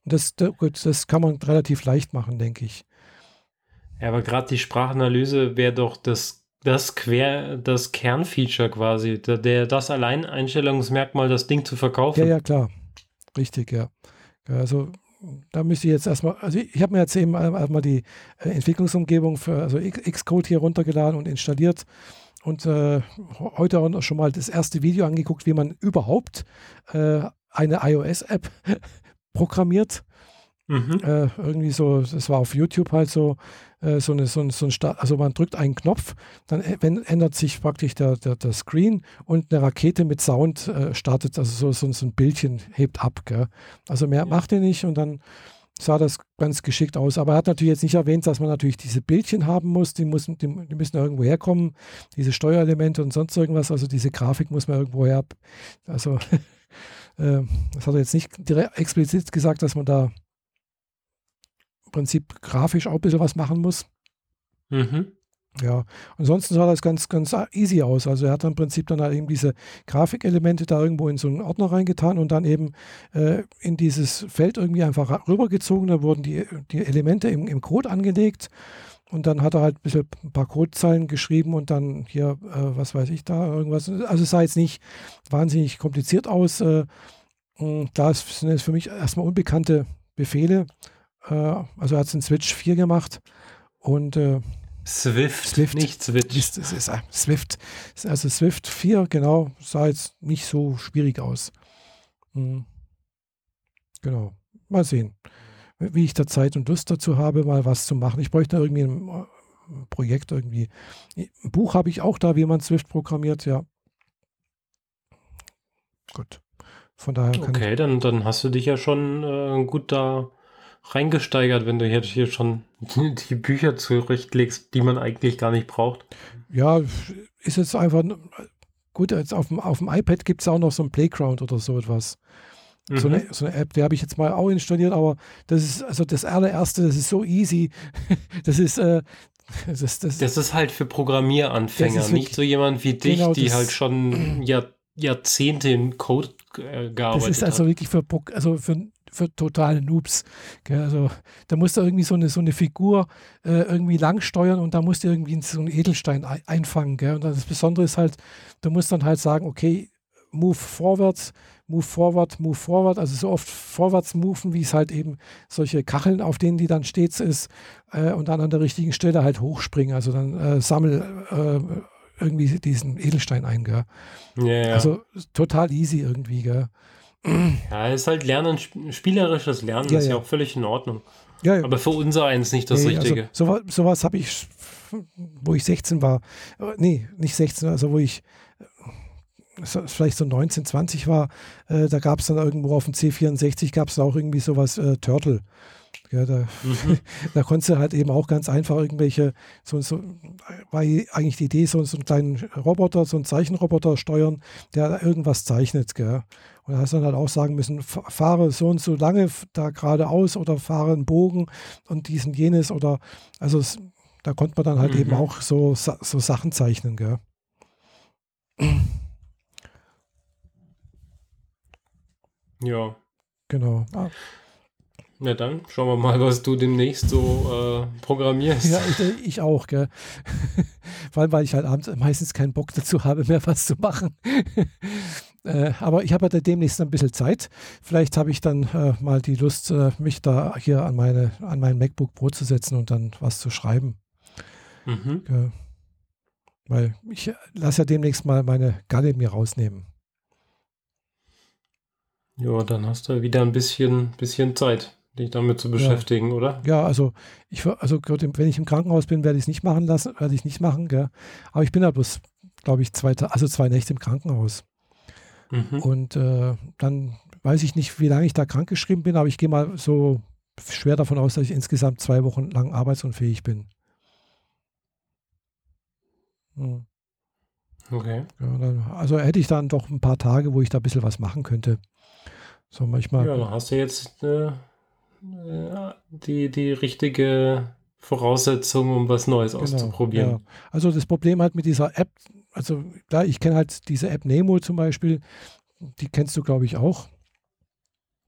[SPEAKER 2] Und das, da, gut, das kann man relativ leicht machen, denke ich.
[SPEAKER 1] Ja, aber gerade die Sprachanalyse wäre doch das, das Quer, das Kernfeature quasi, der, der das Alleineinstellungsmerkmal, das Ding zu verkaufen.
[SPEAKER 2] Ja, ja, klar. Richtig, ja. Also da müsste ich jetzt erstmal, also ich, ich habe mir jetzt eben einmal die äh, Entwicklungsumgebung für also Xcode hier runtergeladen und installiert und äh, heute auch noch schon mal das erste Video angeguckt, wie man überhaupt äh, eine iOS-App programmiert.
[SPEAKER 1] Mhm.
[SPEAKER 2] Äh, irgendwie so, das war auf YouTube halt so, äh, so eine, so ein, so ein Start, also man drückt einen Knopf, dann ä- wenn, ändert sich praktisch der, der, der Screen und eine Rakete mit Sound äh, startet, also so, so, so ein Bildchen hebt ab, gell? Also mehr macht er nicht und dann sah das ganz geschickt aus. Aber er hat natürlich jetzt nicht erwähnt, dass man natürlich diese Bildchen haben muss, die, muss, die, die müssen irgendwo herkommen, diese Steuerelemente und sonst irgendwas, also diese Grafik muss man irgendwo her, also äh, das hat er jetzt nicht direkt explizit gesagt, dass man da im Prinzip grafisch auch ein bisschen was machen muss.
[SPEAKER 1] Mhm.
[SPEAKER 2] Ja, ansonsten sah das ganz, ganz easy aus. Also er hat dann im Prinzip dann halt eben diese Grafikelemente da irgendwo in so einen Ordner reingetan und dann eben äh, in dieses Feld irgendwie einfach rübergezogen. Da wurden die, die Elemente im, im Code angelegt und dann hat er halt ein bisschen ein paar Codezeilen geschrieben und dann hier, äh, was weiß ich da, irgendwas. Also es sah jetzt nicht wahnsinnig kompliziert aus. Äh, da sind jetzt für mich erstmal unbekannte Befehle. Äh, also er hat es in Switch vier gemacht und äh,
[SPEAKER 1] Swift,
[SPEAKER 2] Swift,
[SPEAKER 1] nicht Switch.
[SPEAKER 2] Ist, ist, ist, äh, Swift, also Swift vier, genau, sah jetzt nicht so schwierig aus. Hm. Genau, mal sehen, wie ich da Zeit und Lust dazu habe, mal was zu machen. Ich bräuchte irgendwie ein, ein Projekt irgendwie. Ein Buch habe ich auch da, wie man Swift programmiert, ja. Gut, von daher kann
[SPEAKER 1] Okay,
[SPEAKER 2] ich,
[SPEAKER 1] dann, dann hast du dich ja schon äh, gut da reingesteigert, wenn du jetzt hier schon die Bücher zurechtlegst, die man eigentlich gar nicht braucht.
[SPEAKER 2] ja, ist jetzt einfach, gut, jetzt auf dem, auf dem iPad gibt es auch noch so ein Playground oder so etwas. So,
[SPEAKER 1] Mhm.
[SPEAKER 2] eine, so eine App, die habe ich jetzt mal auch installiert, aber das ist, also das allererste, das ist so easy. Das ist, äh, das, das,
[SPEAKER 1] Das ist halt für Programmieranfänger,
[SPEAKER 2] Das ist
[SPEAKER 1] nicht
[SPEAKER 2] wirklich-
[SPEAKER 1] so jemand wie dich,
[SPEAKER 2] genau,
[SPEAKER 1] die
[SPEAKER 2] das-
[SPEAKER 1] halt schon Jahr, Jahrzehnte in Code äh,
[SPEAKER 2] das
[SPEAKER 1] gearbeitet
[SPEAKER 2] ist also
[SPEAKER 1] hat.
[SPEAKER 2] wirklich für, Pro- also für, für totale Noobs. Gell? Also da musst du irgendwie so eine, so eine Figur äh, irgendwie lang steuern und da musst du irgendwie so einen Edelstein ein, einfangen. Gell? Und das Besondere ist halt, du musst dann halt sagen, okay, move forward, move forward, move forward, also so oft vorwärts moven, wie es halt eben solche Kacheln, auf denen die dann stets ist, äh, und dann an der richtigen Stelle halt hochspringen, also dann äh, sammel äh, irgendwie diesen Edelstein ein, gell?
[SPEAKER 1] Ja, ja.
[SPEAKER 2] Also total easy irgendwie, gell?
[SPEAKER 1] Ja, ist halt Lernen, sp- spielerisches Lernen,
[SPEAKER 2] Ja,
[SPEAKER 1] ist ja
[SPEAKER 2] ja.
[SPEAKER 1] auch völlig in Ordnung.
[SPEAKER 2] Ja, ja.
[SPEAKER 1] Aber für unser eins nicht das
[SPEAKER 2] Nee,
[SPEAKER 1] Richtige.
[SPEAKER 2] also sowas, sowas habe ich, wo ich sechzehn war, äh, nee, nicht sechzehn, also wo ich äh, so- vielleicht so neunzehn, zwanzig war, äh, da gab es dann irgendwo auf dem C vierundsechzig gab es auch irgendwie sowas, äh, Turtle. Ja, da,
[SPEAKER 1] Mhm.
[SPEAKER 2] da konntest du halt eben auch ganz einfach irgendwelche, so, so war eigentlich die Idee, so, so einen kleinen Roboter, so einen Zeichenroboter steuern, der da irgendwas zeichnet. Gell? Und da hast du dann halt auch sagen müssen, f- fahre so und so lange f- da geradeaus oder fahre einen Bogen und dies und jenes oder, also es, da konnte man dann halt
[SPEAKER 1] Mhm.
[SPEAKER 2] eben auch so, Sa- so Sachen zeichnen. Gell?
[SPEAKER 1] Ja.
[SPEAKER 2] Genau. Ah,
[SPEAKER 1] Na dann, schauen wir mal, was du demnächst so äh, programmierst.
[SPEAKER 2] ja, ich, ich auch, gell. Vor allem, weil ich halt abends meistens keinen Bock dazu habe, mehr was zu machen. äh, aber ich habe ja da demnächst ein bisschen Zeit. Vielleicht habe ich dann äh, mal die Lust, äh, mich da hier an, meine, an mein MacBook Pro zu setzen und dann was zu schreiben.
[SPEAKER 1] Mhm.
[SPEAKER 2] Gell. Weil ich lasse ja demnächst mal meine Galle mir rausnehmen.
[SPEAKER 1] Ja, dann hast du wieder ein bisschen, bisschen Zeit, dich damit zu beschäftigen, oder?
[SPEAKER 2] Ja, also ich wür- also gerade im- wenn ich im Krankenhaus bin, werde ich es nicht machen lassen, werde ich nicht machen, gell? Aber ich bin ja bloß, glaube ich, zwei, Ta- also zwei Nächte im Krankenhaus.
[SPEAKER 1] Mhm.
[SPEAKER 2] Und äh, dann weiß ich nicht, wie lange ich da krankgeschrieben bin, aber ich gehe mal so schwer davon aus, dass ich insgesamt zwei Wochen lang arbeitsunfähig bin. Hm.
[SPEAKER 1] Okay.
[SPEAKER 2] Ja, dann, also hätte ich dann doch ein paar Tage, wo ich da ein bisschen was machen könnte. So manchmal.
[SPEAKER 1] Ja, dann hast du jetzt äh, äh, die, die richtige Voraussetzung, um was Neues
[SPEAKER 2] Genau,
[SPEAKER 1] auszuprobieren.
[SPEAKER 2] ja. Also das Problem halt mit dieser App, also klar, ich kenne halt diese App Nemo zum Beispiel, die kennst du, glaube ich, auch.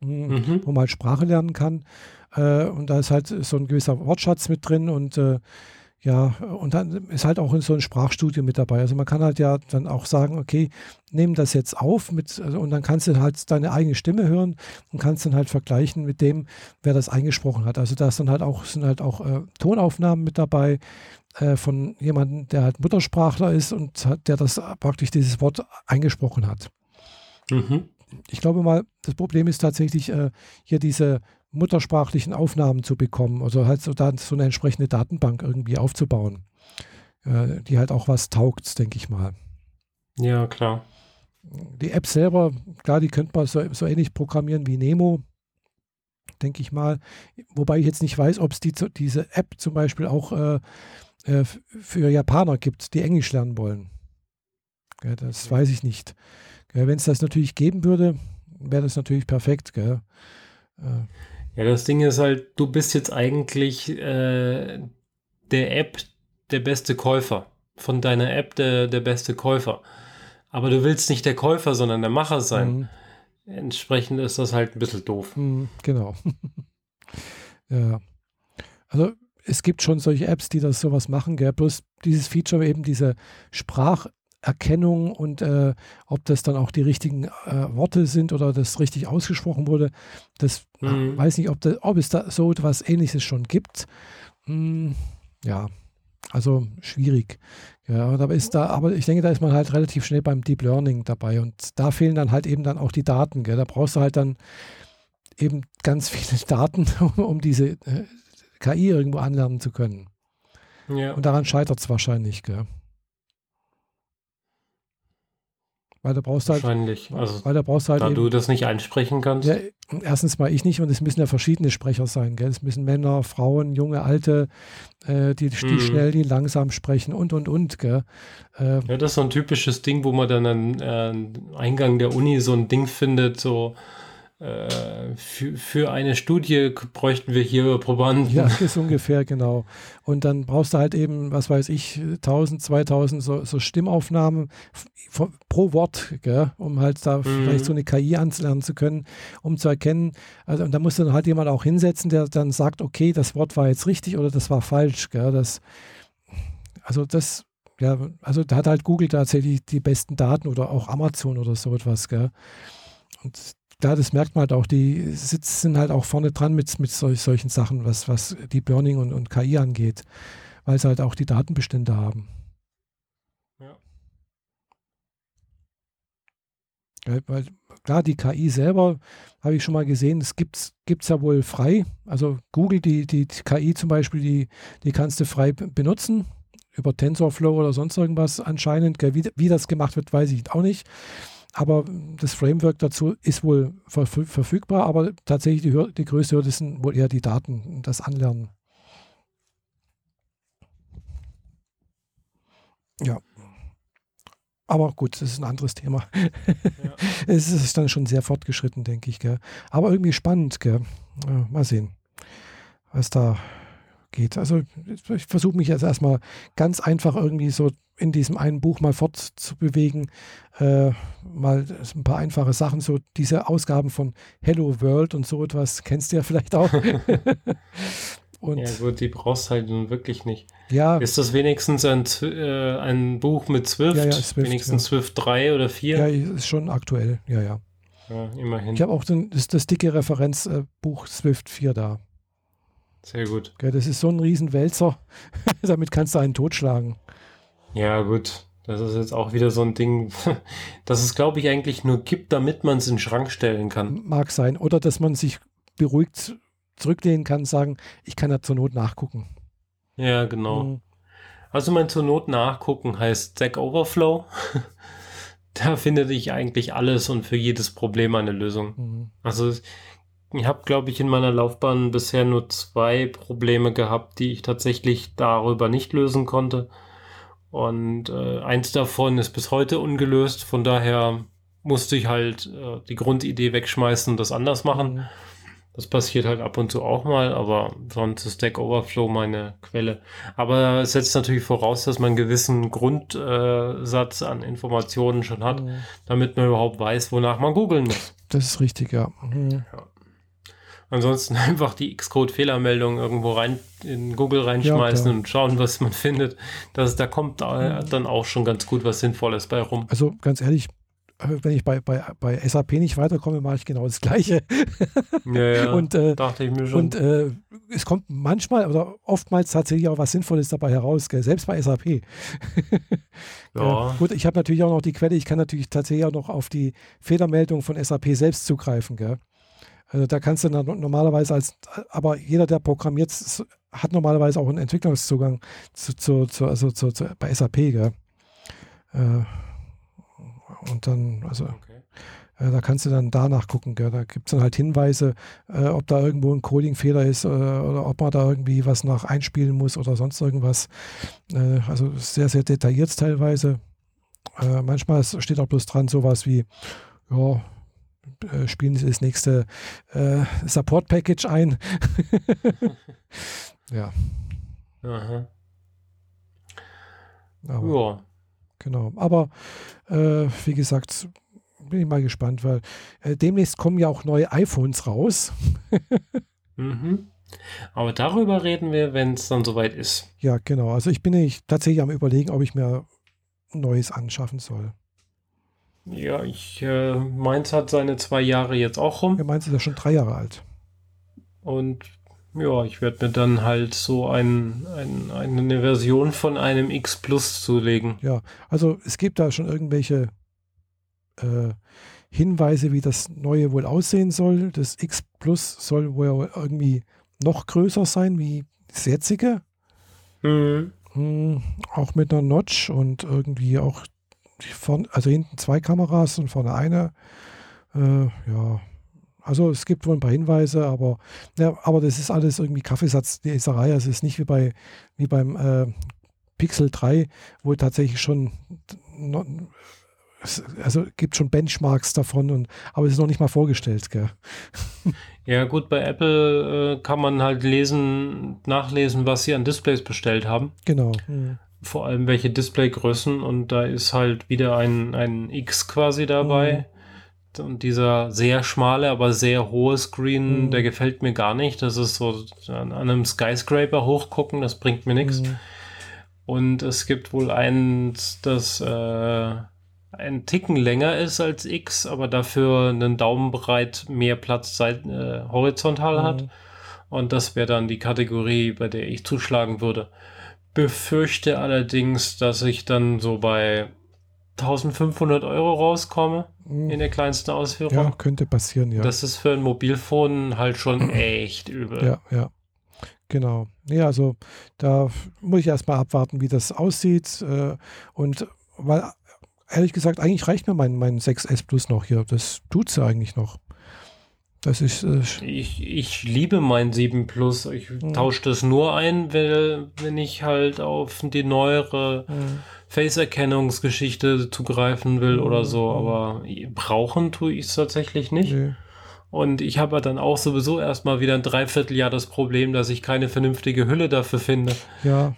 [SPEAKER 1] Mhm.
[SPEAKER 2] wo man halt Sprache lernen kann. Äh, und da ist halt so ein gewisser Wortschatz mit drin und äh, ja, und dann ist halt auch so ein Sprachstudio mit dabei. Also man kann halt ja dann auch sagen, okay, nehmen das jetzt auf mit, also, und dann kannst du halt deine eigene Stimme hören und kannst dann halt vergleichen mit dem, wer das eingesprochen hat. Also da ist dann halt auch, sind halt auch äh, Tonaufnahmen mit dabei äh, von jemandem, der halt Muttersprachler ist und hat, der das praktisch dieses Wort eingesprochen hat.
[SPEAKER 1] Mhm.
[SPEAKER 2] Ich glaube mal, das Problem ist tatsächlich äh, hier diese muttersprachlichen Aufnahmen zu bekommen, also halt so, da, so eine entsprechende Datenbank irgendwie aufzubauen, äh, die halt auch was taugt, denke ich mal.
[SPEAKER 1] Ja, klar.
[SPEAKER 2] Die App selber, klar, die könnte man so, so ähnlich programmieren wie Nemo, denke ich mal. Wobei ich jetzt nicht weiß, ob es die, diese App zum Beispiel auch äh, äh, für Japaner gibt, die Englisch lernen wollen. Ja, das weiß ich nicht. Ja, wenn es das natürlich geben würde, wäre das natürlich perfekt. Gell? Äh,
[SPEAKER 1] Ja, das Ding ist halt, du bist jetzt eigentlich äh, der App der beste Käufer. Von deiner App der, der beste Käufer. Aber du willst nicht der Käufer, sondern der Macher sein.
[SPEAKER 2] Mhm.
[SPEAKER 1] Entsprechend ist das halt ein bisschen doof.
[SPEAKER 2] Mhm, genau. Ja. Also es gibt schon solche Apps, die das sowas machen, gell? Bloß dieses Feature eben diese Spracherkennung und äh, ob das dann auch die richtigen äh, Worte sind oder das richtig ausgesprochen wurde, das
[SPEAKER 1] Mhm.
[SPEAKER 2] weiß nicht, ob, das, ob es da so etwas Ähnliches schon gibt. Hm, ja, also schwierig. Ja, aber ist da, aber ich denke, da ist man halt relativ schnell beim Deep Learning dabei und da fehlen dann halt eben dann auch die Daten, gell? Da brauchst du halt dann eben ganz viele Daten, um, um diese äh, K I irgendwo anlernen zu können.
[SPEAKER 1] Ja,
[SPEAKER 2] Und daran scheitert es wahrscheinlich, gell? Weil da brauchst du halt,
[SPEAKER 1] wahrscheinlich. Also,
[SPEAKER 2] weil da brauchst du halt
[SPEAKER 1] da du
[SPEAKER 2] eben,
[SPEAKER 1] das nicht einsprechen kannst.
[SPEAKER 2] ja, erstens mal ich nicht und es müssen ja verschiedene Sprecher sein, gell? Es müssen Männer, Frauen, junge, alte, äh, die, die
[SPEAKER 1] Mhm.
[SPEAKER 2] schnell, die langsam sprechen und, und, und, gell? Äh,
[SPEAKER 1] Ja, das ist so ein typisches Ding, wo man dann an äh, Eingang der Uni so ein Ding findet, so äh, für, für eine Studie k- bräuchten wir hier Probanden.
[SPEAKER 2] Ja, ist ungefähr, genau. Und dann brauchst du halt eben, was weiß ich, tausend, zweitausend so, so Stimmaufnahmen f- von- pro Wort, gell, um halt da vielleicht so eine K I anlernen zu können, um zu erkennen. Also, und da muss dann halt jemand auch hinsetzen, der dann sagt, okay, das Wort war jetzt richtig oder das war falsch, gell. Das, also das, ja, also da hat halt Google tatsächlich die besten Daten oder auch Amazon oder so etwas, gell. Und klar, das merkt man halt auch, die sitzen halt auch vorne dran mit, mit solch, solchen Sachen, was, was Deep Learning und, und K I angeht, weil sie halt auch die Datenbestände haben.
[SPEAKER 1] Ja.
[SPEAKER 2] Ja, weil klar, die K I selber habe ich schon mal gesehen, es gibt es ja wohl frei. Also Google, die, die, die K I zum Beispiel, die, die kannst du frei b- benutzen, über TensorFlow oder sonst irgendwas anscheinend. Gell, Wie, wie das gemacht wird, weiß ich auch nicht. Aber das Framework dazu ist wohl verfü- verfügbar, aber tatsächlich die, Hür- die größte Hürde sind wohl eher die Daten, das Anlernen. Ja, aber gut, das ist ein anderes Thema.
[SPEAKER 1] Ja.
[SPEAKER 2] Es ist dann schon sehr fortgeschritten, denke ich. Gell? Aber irgendwie spannend. Gell? Ja, mal sehen, was da geht. Also ich versuche mich jetzt erstmal ganz einfach irgendwie so in diesem einen Buch mal fortzubewegen. Äh, mal ein paar einfache Sachen, so diese Ausgaben von Hello World und so etwas, kennst du ja vielleicht auch. Und
[SPEAKER 1] Ja gut, die brauchst halt nun wirklich nicht.
[SPEAKER 2] ja,
[SPEAKER 1] Ist das wenigstens ein, Zw- äh, ein Buch mit Swift?
[SPEAKER 2] ja, ja, Swift,
[SPEAKER 1] Wenigstens Swift drei oder
[SPEAKER 2] ja,
[SPEAKER 1] vier?
[SPEAKER 2] ist schon aktuell, ja, ja.
[SPEAKER 1] Ja, immerhin.
[SPEAKER 2] Ich habe auch den, das, das dicke Referenzbuch Swift vier da.
[SPEAKER 1] Sehr gut.
[SPEAKER 2] Gell, das ist so ein Riesenwälzer, damit kannst du einen totschlagen.
[SPEAKER 1] Ja gut, das ist jetzt auch wieder so ein Ding, das es, glaube ich, eigentlich nur gibt, damit man es in den Schrank stellen kann.
[SPEAKER 2] Mag sein. Oder dass man sich beruhigt zurücklehnen kann und sagen, ich kann ja zur Not nachgucken.
[SPEAKER 1] Ja, genau.
[SPEAKER 2] Mhm.
[SPEAKER 1] Also mein zur Not nachgucken heißt Stack Overflow. Da findet ich eigentlich alles und für jedes Problem eine Lösung.
[SPEAKER 2] Mhm.
[SPEAKER 1] Also ich habe, glaube ich, in meiner Laufbahn bisher nur zwei Probleme gehabt, die ich tatsächlich darüber nicht lösen konnte. Und äh, eins davon ist bis heute ungelöst. Von daher musste ich halt äh, die Grundidee wegschmeißen und das anders machen.
[SPEAKER 2] Mhm.
[SPEAKER 1] Das passiert halt ab und zu auch mal, aber sonst ist Stack Overflow meine Quelle. Aber es setzt natürlich voraus, dass man einen gewissen Grundsatz äh, an Informationen schon hat,
[SPEAKER 2] Mhm.
[SPEAKER 1] damit man überhaupt weiß, wonach man googeln muss.
[SPEAKER 2] Das ist richtig, ja. Mhm.
[SPEAKER 1] Ja. Ansonsten einfach die Xcode-Fehlermeldung irgendwo rein in Google reinschmeißen
[SPEAKER 2] Ja,
[SPEAKER 1] und schauen, was man findet. Das, da kommt äh, dann auch schon ganz gut was Sinnvolles bei rum.
[SPEAKER 2] Also ganz ehrlich, wenn ich bei, bei, bei S A P nicht weiterkomme, mache ich genau das Gleiche.
[SPEAKER 1] Ja, ja,
[SPEAKER 2] und äh,
[SPEAKER 1] dachte ich mir schon.
[SPEAKER 2] und äh, es kommt manchmal oder oftmals tatsächlich auch was Sinnvolles dabei heraus, gell? Selbst bei S A P.
[SPEAKER 1] Ja.
[SPEAKER 2] Ja. Gut, ich habe natürlich auch noch die Quelle, ich kann natürlich tatsächlich auch noch auf die Fehlermeldung von S A P selbst zugreifen. Gell? Also da kannst du dann normalerweise als, aber jeder, der programmiert, hat normalerweise auch einen Entwicklungszugang zu, zu, zu, also zu, zu, bei S A P. Gell? Äh, und dann, also
[SPEAKER 1] Okay.
[SPEAKER 2] äh, da kannst du dann danach gucken. Gell? Da gibt es dann halt Hinweise, äh, ob da irgendwo ein Coding-Fehler ist äh, oder ob man da irgendwie was nach einspielen muss oder sonst irgendwas. Äh, also sehr, sehr detailliert teilweise. Äh, manchmal steht auch bloß dran sowas wie, ja, äh, spielen Sie das nächste äh, Support-Package ein. Ja.
[SPEAKER 1] Aha.
[SPEAKER 2] Aber,
[SPEAKER 1] Ja.
[SPEAKER 2] genau. Aber äh, wie gesagt, bin ich mal gespannt, weil äh, demnächst kommen ja auch neue iPhones raus.
[SPEAKER 1] Mhm. Aber darüber reden wir, wenn es dann soweit ist.
[SPEAKER 2] Ja, genau. Also ich bin nicht tatsächlich am Überlegen, ob ich mir ein neues anschaffen soll.
[SPEAKER 1] Ja, ich, äh, meins hat seine zwei Jahre jetzt auch rum.
[SPEAKER 2] Ja, meins ist ja schon drei Jahre alt.
[SPEAKER 1] Und ja, ich werde mir dann halt so ein, ein, eine Version von einem X Plus zulegen.
[SPEAKER 2] Ja, also es gibt da schon irgendwelche äh, Hinweise, wie das neue wohl aussehen soll. Das X Plus soll wohl irgendwie noch größer sein wie das jetzige.
[SPEAKER 1] Mhm.
[SPEAKER 2] Hm, auch mit einer Notch und irgendwie auch vorn, also hinten zwei Kameras und vorne eine. Äh, ja, also es gibt wohl ein paar Hinweise, aber, ja, aber das ist alles irgendwie Kaffeesatzleserei. Also es ist nicht wie bei wie beim äh, Pixel drei, wo tatsächlich schon no, also gibt schon Benchmarks davon, und, aber es ist noch nicht mal vorgestellt. Gell?
[SPEAKER 1] Ja, gut, bei Apple äh, kann man halt lesen, nachlesen, was sie an Displays bestellt haben.
[SPEAKER 2] Genau. Hm.
[SPEAKER 1] Vor allem welche Displaygrößen, und da ist halt wieder ein, ein X quasi dabei. Hm. Und dieser sehr schmale, aber sehr hohe Screen,
[SPEAKER 2] Hm.
[SPEAKER 1] der gefällt mir gar nicht. Das ist so an einem Skyscraper hochgucken, das bringt mir nichts.
[SPEAKER 2] Hm.
[SPEAKER 1] Und es gibt wohl eins, das äh, ein Ticken länger ist als X, aber dafür einen Daumenbreit mehr Platz seit, äh, horizontal
[SPEAKER 2] Hm.
[SPEAKER 1] hat. Und das wäre dann die Kategorie, bei der ich zuschlagen würde. Befürchte allerdings, dass ich dann so bei eintausendfünfhundert Euro rauskomme
[SPEAKER 2] Hm.
[SPEAKER 1] in der kleinsten Ausführung.
[SPEAKER 2] Ja, könnte passieren, ja.
[SPEAKER 1] Das ist für ein Mobilphone halt schon echt übel.
[SPEAKER 2] Ja, ja. Genau. Ja, also da muss ich erstmal abwarten, wie das aussieht. Äh, und weil, ehrlich gesagt, eigentlich reicht mir mein, mein sechs S Plus noch hier. Das tut es ja eigentlich noch. Das ist. Äh,
[SPEAKER 1] Ich, ich liebe mein sieben Plus. Ich
[SPEAKER 2] Hm.
[SPEAKER 1] tausche das nur ein, wenn, wenn ich halt auf die neuere
[SPEAKER 2] hm.
[SPEAKER 1] Face-Erkennungsgeschichte zugreifen will
[SPEAKER 2] Hm.
[SPEAKER 1] oder so.
[SPEAKER 2] Hm.
[SPEAKER 1] Aber brauchen tue ich es tatsächlich nicht.
[SPEAKER 2] Nee.
[SPEAKER 1] Und ich habe dann auch sowieso erstmal wieder ein Dreivierteljahr das Problem, dass ich keine vernünftige Hülle dafür finde.
[SPEAKER 2] Ja.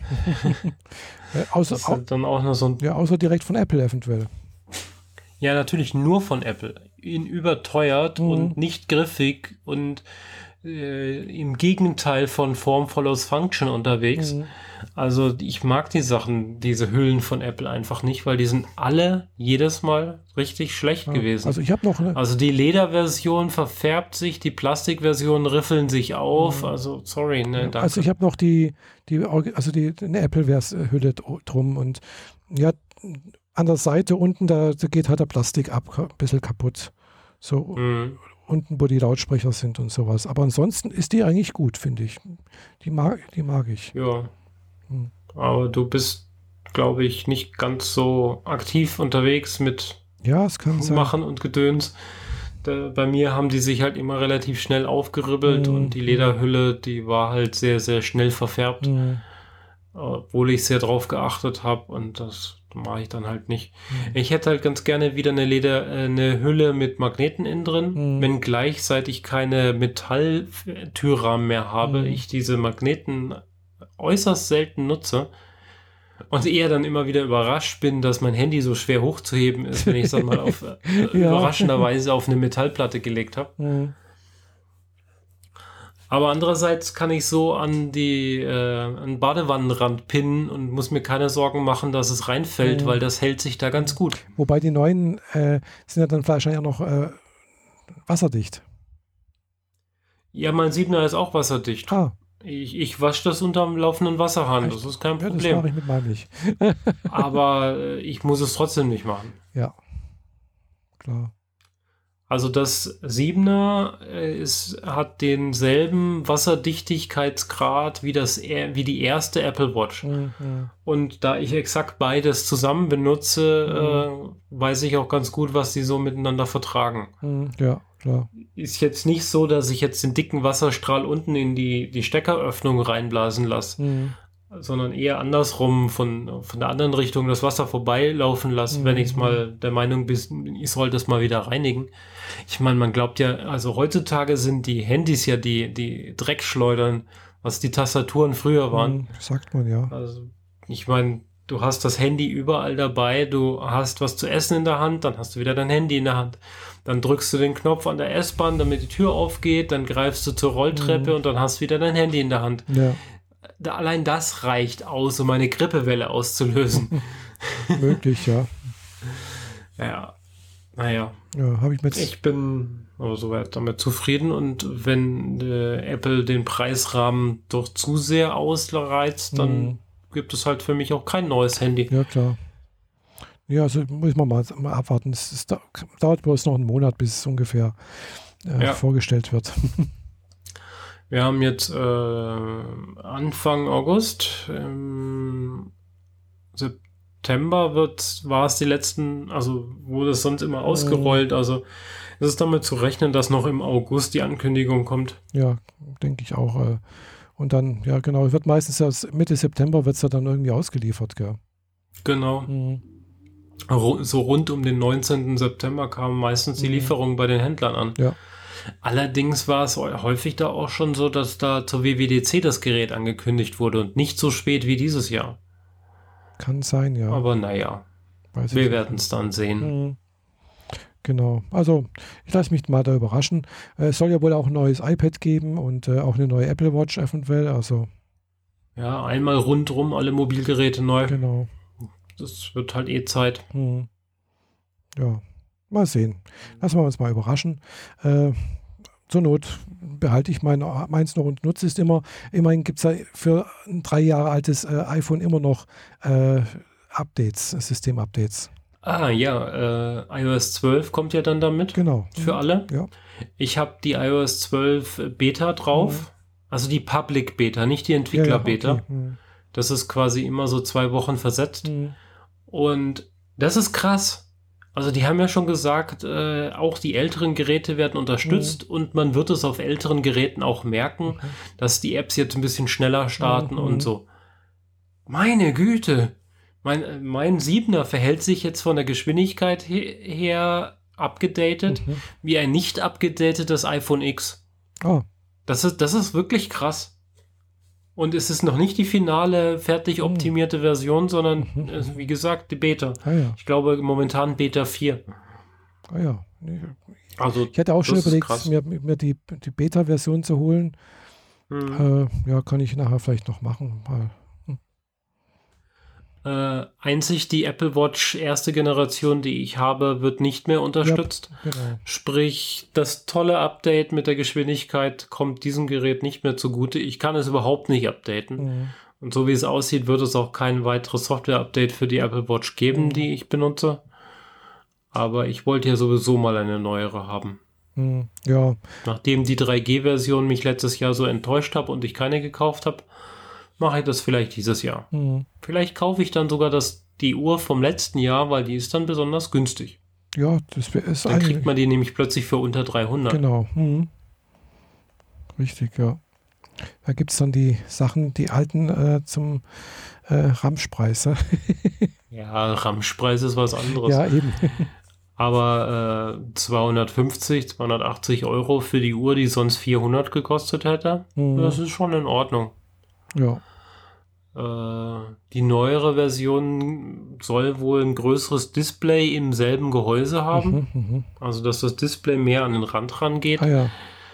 [SPEAKER 2] äh, außer,
[SPEAKER 1] Das ist halt dann auch noch so ein.
[SPEAKER 2] ja, außer direkt von Apple eventuell.
[SPEAKER 1] Ja, natürlich nur von Apple. Ihn überteuert
[SPEAKER 2] Mhm.
[SPEAKER 1] und nicht griffig und äh, im Gegenteil von Form follows Function unterwegs.
[SPEAKER 2] Mhm.
[SPEAKER 1] Also ich mag die Sachen, diese Hüllen von Apple einfach nicht, weil die sind alle jedes Mal richtig schlecht
[SPEAKER 2] Ja.
[SPEAKER 1] gewesen.
[SPEAKER 2] Also ich habe noch eine.
[SPEAKER 1] Also die Lederversion verfärbt sich, die Plastikversion riffeln sich auf.
[SPEAKER 2] Mhm.
[SPEAKER 1] Also sorry, ne, danke.
[SPEAKER 2] Also ich habe noch die, die, Orgi- also die eine Apple-Hülle drum, und ja, an der Seite unten, da, da geht halt der Plastik ab, ein bisschen kaputt. So
[SPEAKER 1] Mhm.
[SPEAKER 2] unten, wo die Lautsprecher sind und sowas. Aber ansonsten ist die eigentlich gut, finde ich. Die mag, die mag ich.
[SPEAKER 1] Ja.
[SPEAKER 2] Hm.
[SPEAKER 1] Aber du bist, glaube ich, nicht ganz so aktiv unterwegs mit
[SPEAKER 2] Ja, es kann sein.
[SPEAKER 1] Machen und Gedöns. Da, bei mir haben die sich halt immer relativ schnell aufgeribbelt
[SPEAKER 2] Mhm.
[SPEAKER 1] und die Lederhülle, die war halt sehr, sehr schnell verfärbt,
[SPEAKER 2] Hm.
[SPEAKER 1] obwohl ich sehr drauf geachtet habe, und das mache ich dann halt nicht.
[SPEAKER 2] Hm.
[SPEAKER 1] Ich hätte halt ganz gerne wieder eine Leder, äh, eine Hülle mit Magneten innen drin,
[SPEAKER 2] Mhm.
[SPEAKER 1] wenn gleichzeitig keine Metalltürrahmen mehr habe,
[SPEAKER 2] Mhm.
[SPEAKER 1] ich diese Magneten äußerst selten nutze. Und eher dann immer wieder überrascht bin, dass mein Handy so schwer hochzuheben ist, wenn ich es dann mal auf, äh,
[SPEAKER 2] Ja.
[SPEAKER 1] überraschenderweise auf eine Metallplatte gelegt habe.
[SPEAKER 2] Hm.
[SPEAKER 1] Aber andererseits kann ich so an die äh, an den Badewannenrand pinnen und muss mir keine Sorgen machen, dass es reinfällt,
[SPEAKER 2] Mhm.
[SPEAKER 1] weil das hält sich da ganz gut.
[SPEAKER 2] Wobei die neuen äh, sind ja dann wahrscheinlich auch noch äh, wasserdicht.
[SPEAKER 1] Ja, mein Siebener ist auch wasserdicht.
[SPEAKER 2] Ah,
[SPEAKER 1] Ich, ich wasche das unterm laufenden Wasserhahn,
[SPEAKER 2] echt?
[SPEAKER 1] das ist kein
[SPEAKER 2] Ja, das
[SPEAKER 1] Problem.
[SPEAKER 2] mache ich mit meinem nicht.
[SPEAKER 1] Aber äh, ich muss es trotzdem nicht machen.
[SPEAKER 2] Ja, klar.
[SPEAKER 1] Also das Siebener äh, ist, hat denselben Wasserdichtigkeitsgrad wie, das, er- wie die erste Apple Watch.
[SPEAKER 2] Mhm. Mhm.
[SPEAKER 1] Und da ich exakt beides zusammen benutze, äh, weiß ich auch ganz gut, was die so miteinander vertragen.
[SPEAKER 2] Mhm. Ja, klar.
[SPEAKER 1] Ist jetzt nicht so, dass ich jetzt den dicken Wasserstrahl unten in die, die Steckeröffnung reinblasen lasse,
[SPEAKER 2] Mhm.
[SPEAKER 1] sondern eher andersrum von, von der anderen Richtung das Wasser vorbeilaufen lasse, wenn ich mal der Meinung bin, ich sollte es mal wieder reinigen. Ich meine, man glaubt ja, also heutzutage sind die Handys ja die, die Dreckschleudern, was die Tastaturen früher waren.
[SPEAKER 2] Mhm. Sagt man, ja.
[SPEAKER 1] Also, ich meine, du hast das Handy überall dabei, du hast was zu essen in der Hand, dann hast du wieder dein Handy in der Hand. Dann drückst du den Knopf an der S-Bahn, damit die Tür aufgeht, dann greifst du zur Rolltreppe
[SPEAKER 2] Mhm.
[SPEAKER 1] und dann hast du wieder dein Handy in der Hand.
[SPEAKER 2] Ja,
[SPEAKER 1] Da, allein das reicht aus, um eine Grippewelle auszulösen.
[SPEAKER 2] möglich, ja.
[SPEAKER 1] Ja, naja,
[SPEAKER 2] Ja, habe ich mir jetzt.
[SPEAKER 1] ich bin aber soweit damit zufrieden und wenn äh, Apple den Preisrahmen doch zu sehr ausreizt, dann
[SPEAKER 2] Mhm.
[SPEAKER 1] gibt es halt für mich auch kein neues Handy.
[SPEAKER 2] Ja, klar. Ja, also muss man mal, mal abwarten. Es, es dau- dauert bloß noch einen Monat, bis es ungefähr äh,
[SPEAKER 1] Ja.
[SPEAKER 2] vorgestellt wird.
[SPEAKER 1] Wir haben jetzt äh, Anfang August, im September wird, war es die letzten, also wurde es sonst immer ausgerollt, also es ist damit zu rechnen, dass noch im August die Ankündigung kommt.
[SPEAKER 2] Ja, denke ich auch. Äh. Und dann, ja genau, wird meistens erst Mitte September wird es ja dann irgendwie ausgeliefert, gell?
[SPEAKER 1] Genau.
[SPEAKER 2] Mhm.
[SPEAKER 1] Ru- So rund um den neunzehnten September kamen meistens die
[SPEAKER 2] Mhm.
[SPEAKER 1] Lieferungen bei den Händlern an.
[SPEAKER 2] Ja.
[SPEAKER 1] Allerdings war es häufig da auch schon so, dass da zur W W D C das Gerät angekündigt wurde und nicht so spät wie dieses Jahr.
[SPEAKER 2] Kann sein, ja.
[SPEAKER 1] Aber naja,
[SPEAKER 2] Weiß ich
[SPEAKER 1] wir
[SPEAKER 2] nicht.
[SPEAKER 1] werden es dann sehen.
[SPEAKER 2] Mhm. Genau. Also, ich lasse mich mal da überraschen. Äh, Es soll ja wohl auch ein neues iPad geben und äh, auch eine neue Apple Watch eventuell. Also,
[SPEAKER 1] Ja, einmal rundrum alle Mobilgeräte neu.
[SPEAKER 2] genau.
[SPEAKER 1] Das wird halt eh Zeit.
[SPEAKER 2] Mhm. Ja, mal sehen. Lassen wir uns mal überraschen. Äh, zur Not behalte ich mein, meins noch und nutze es immer. Immerhin gibt es ja für ein drei Jahre altes äh, iPhone immer noch äh, Updates, System-Updates.
[SPEAKER 1] Ah ja, äh, iOS zwölf kommt ja dann damit
[SPEAKER 2] Genau.
[SPEAKER 1] für alle.
[SPEAKER 2] Ja.
[SPEAKER 1] Ich habe die iOS zwölf Beta drauf.
[SPEAKER 2] Mhm.
[SPEAKER 1] Also die Public Beta, nicht die
[SPEAKER 2] Ja, ja,
[SPEAKER 1] Entwickler-Beta.
[SPEAKER 2] okay. Mhm.
[SPEAKER 1] Das ist quasi immer so zwei Wochen versetzt.
[SPEAKER 2] Mhm.
[SPEAKER 1] Und das ist krass. Also die haben ja schon gesagt, äh, auch die älteren Geräte werden unterstützt und man wird es auf älteren Geräten auch merken, dass die Apps jetzt ein bisschen schneller starten
[SPEAKER 2] Mhm.
[SPEAKER 1] und so. Meine Güte! Mein, mein Siebener verhält sich jetzt von der Geschwindigkeit he her abgedatet
[SPEAKER 2] Mhm.
[SPEAKER 1] wie ein nicht abgedatetes iPhone X.
[SPEAKER 2] Ah,
[SPEAKER 1] Das ist, das ist wirklich krass. Und es ist noch nicht die finale, fertig optimierte Version, sondern,
[SPEAKER 2] Mhm.
[SPEAKER 1] äh, wie gesagt, die Beta.
[SPEAKER 2] ah ja.
[SPEAKER 1] Ich glaube momentan Beta vier.
[SPEAKER 2] Ah ja. Nee,
[SPEAKER 1] Also,
[SPEAKER 2] ich hatte auch schon
[SPEAKER 1] das ist
[SPEAKER 2] überlegt,
[SPEAKER 1] krass.
[SPEAKER 2] mir, mir die, die Beta-Version zu holen.
[SPEAKER 1] Hm.
[SPEAKER 2] Äh, ja, kann ich nachher vielleicht noch machen. Mal.
[SPEAKER 1] Äh, einzig die Apple Watch erste Generation, die ich habe, wird nicht mehr unterstützt.
[SPEAKER 2] Genau.
[SPEAKER 1] Sprich, das tolle Update mit der Geschwindigkeit kommt diesem Gerät nicht mehr zugute. Ich kann es überhaupt nicht updaten.
[SPEAKER 2] Mhm.
[SPEAKER 1] Und so wie es aussieht, wird es auch kein weiteres Software-Update für die Apple Watch geben,
[SPEAKER 2] Mhm.
[SPEAKER 1] die ich benutze. Aber ich wollte ja sowieso mal eine neuere haben.
[SPEAKER 2] Mhm. Ja,
[SPEAKER 1] Nachdem die drei G Version mich letztes Jahr so enttäuscht habe und ich keine gekauft habe, mache ich das vielleicht dieses Jahr.
[SPEAKER 2] mhm.
[SPEAKER 1] Vielleicht kaufe ich dann sogar das, die Uhr vom letzten Jahr, weil die ist dann besonders günstig.
[SPEAKER 2] ja, das wär- ist
[SPEAKER 1] Dann
[SPEAKER 2] eigentlich.
[SPEAKER 1] kriegt man die nämlich plötzlich für unter dreihundert.
[SPEAKER 2] Genau. Mhm. Richtig, ja. Da gibt es dann die Sachen, die alten äh, zum äh, Ramschpreis. Ne?
[SPEAKER 1] Ja, Ramschpreis ist was anderes.
[SPEAKER 2] Ja, eben.
[SPEAKER 1] Aber äh, zweihundertfünfzig, zweihundertachtzig Euro für die Uhr, die sonst vierhundert gekostet hätte,
[SPEAKER 2] Mhm.
[SPEAKER 1] das ist schon in Ordnung.
[SPEAKER 2] Ja.
[SPEAKER 1] Äh, die neuere Version soll wohl ein größeres Display im selben Gehäuse haben.
[SPEAKER 2] Mhm, mhm.
[SPEAKER 1] Also, dass das Display mehr an den Rand rangeht.
[SPEAKER 2] Ah ja.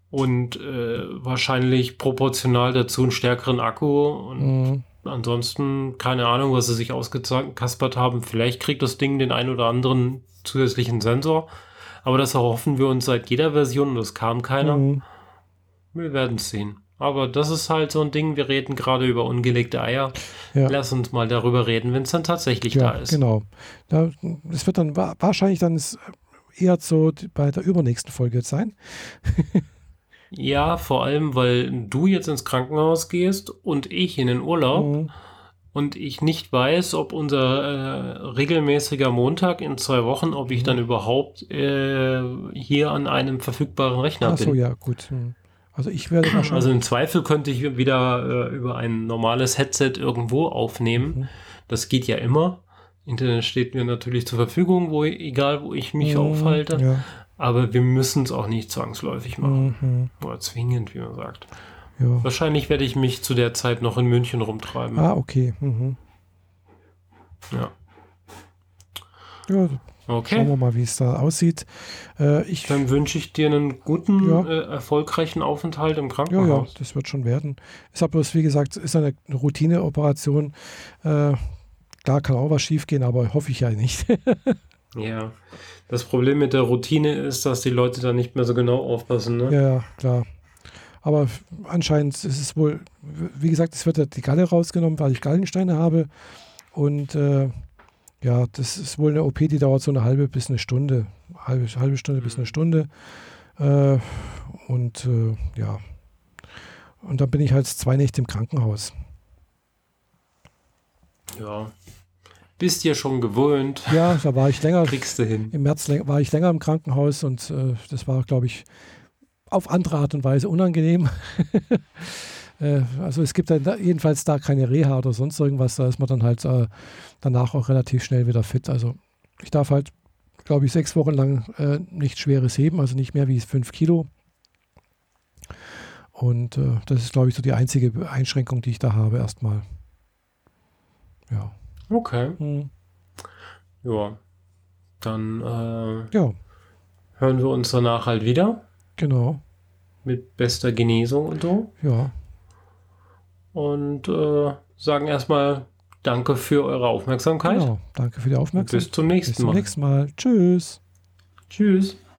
[SPEAKER 1] und äh, wahrscheinlich proportional dazu einen stärkeren Akku und
[SPEAKER 2] Mhm.
[SPEAKER 1] ansonsten keine Ahnung, was sie sich ausgekaspert haben. Vielleicht kriegt das Ding den ein oder anderen zusätzlichen Sensor, aber das erhoffen wir uns seit jeder Version und es kam keiner.
[SPEAKER 2] Mhm.
[SPEAKER 1] Wir werden es sehen. Aber das ist halt so ein Ding, wir reden gerade über ungelegte Eier.
[SPEAKER 2] Ja.
[SPEAKER 1] Lass uns mal darüber reden, wenn es dann tatsächlich
[SPEAKER 2] Ja,
[SPEAKER 1] da ist.
[SPEAKER 2] genau. Da, es wird dann wa- wahrscheinlich dann s- eher so die- bei der übernächsten Folge jetzt sein.
[SPEAKER 1] Ja, vor allem, weil du jetzt ins Krankenhaus gehst und ich in den Urlaub
[SPEAKER 2] Mhm.
[SPEAKER 1] und ich nicht weiß, ob unser äh, regelmäßiger Montag in zwei Wochen, ob ich
[SPEAKER 2] Mhm.
[SPEAKER 1] dann überhaupt äh, hier an einem verfügbaren Rechner
[SPEAKER 2] Ach so,
[SPEAKER 1] bin.
[SPEAKER 2] ja, gut. Mhm. Also ich werde wahrscheinlich.
[SPEAKER 1] Also im Zweifel könnte ich wieder äh, über ein normales Headset irgendwo aufnehmen.
[SPEAKER 2] Mhm.
[SPEAKER 1] Das geht ja immer. Internet steht mir natürlich zur Verfügung, wo, egal wo ich mich
[SPEAKER 2] Mhm.
[SPEAKER 1] aufhalte.
[SPEAKER 2] Ja.
[SPEAKER 1] Aber wir müssen es auch nicht zwangsläufig machen.
[SPEAKER 2] Mhm.
[SPEAKER 1] Oder zwingend, wie man sagt.
[SPEAKER 2] Ja.
[SPEAKER 1] Wahrscheinlich werde ich mich zu der Zeit noch in München rumtreiben.
[SPEAKER 2] Ah, okay. Mhm.
[SPEAKER 1] Ja.
[SPEAKER 2] Ja,
[SPEAKER 1] Okay.
[SPEAKER 2] schauen wir mal, wie es da aussieht. Äh, ich,
[SPEAKER 1] Dann wünsche ich dir einen guten,
[SPEAKER 2] Ja.
[SPEAKER 1] äh, erfolgreichen Aufenthalt im
[SPEAKER 2] ja, ja,
[SPEAKER 1] Krankenhaus.
[SPEAKER 2] das wird schon werden. Ist aber bloß, wie gesagt, ist eine Routineoperation. Äh, da kann auch was schief gehen, aber hoffe ich ja nicht.
[SPEAKER 1] Ja. Das Problem mit der Routine ist, dass die Leute da nicht mehr so genau aufpassen. Ne?
[SPEAKER 2] Ja, ja, klar. Aber f- anscheinend ist es wohl, w- wie gesagt, es wird ja die Galle rausgenommen, weil ich Gallensteine habe. Und äh, ja, das ist wohl eine O P, die dauert so eine halbe bis eine Stunde. Halbe, halbe Stunde bis eine Stunde. Äh, und äh, ja. Und dann bin ich halt zwei Nächte im Krankenhaus.
[SPEAKER 1] Ja. Bist ja schon gewöhnt.
[SPEAKER 2] Ja, da war ich länger.
[SPEAKER 1] Kriegst du hin.
[SPEAKER 2] Im März läng- war ich länger im Krankenhaus und äh, das war, glaube ich, auf andere Art und Weise unangenehm. äh, also es gibt dann da, jedenfalls da keine Reha oder sonst irgendwas, da ist man dann halt äh, danach auch relativ schnell wieder fit. Also ich darf halt, glaube ich, sechs Wochen lang äh, nichts Schweres heben, also nicht mehr wie fünf Kilo. Und äh, das ist, glaube ich, so die einzige Einschränkung, die ich da habe erstmal. Ja.
[SPEAKER 1] Okay.
[SPEAKER 2] Hm.
[SPEAKER 1] Ja. Dann äh,
[SPEAKER 2] Ja,
[SPEAKER 1] hören wir uns danach halt wieder.
[SPEAKER 2] genau.
[SPEAKER 1] Mit bester Genesung und so.
[SPEAKER 2] Ja.
[SPEAKER 1] Und äh, sagen erstmal Danke für eure Aufmerksamkeit.
[SPEAKER 2] Genau. Danke für die
[SPEAKER 1] Und
[SPEAKER 2] Aufmerksamkeit.
[SPEAKER 1] bis zum nächsten
[SPEAKER 2] Bis zum
[SPEAKER 1] Mal.
[SPEAKER 2] nächsten Mal. Tschüss.
[SPEAKER 1] Tschüss.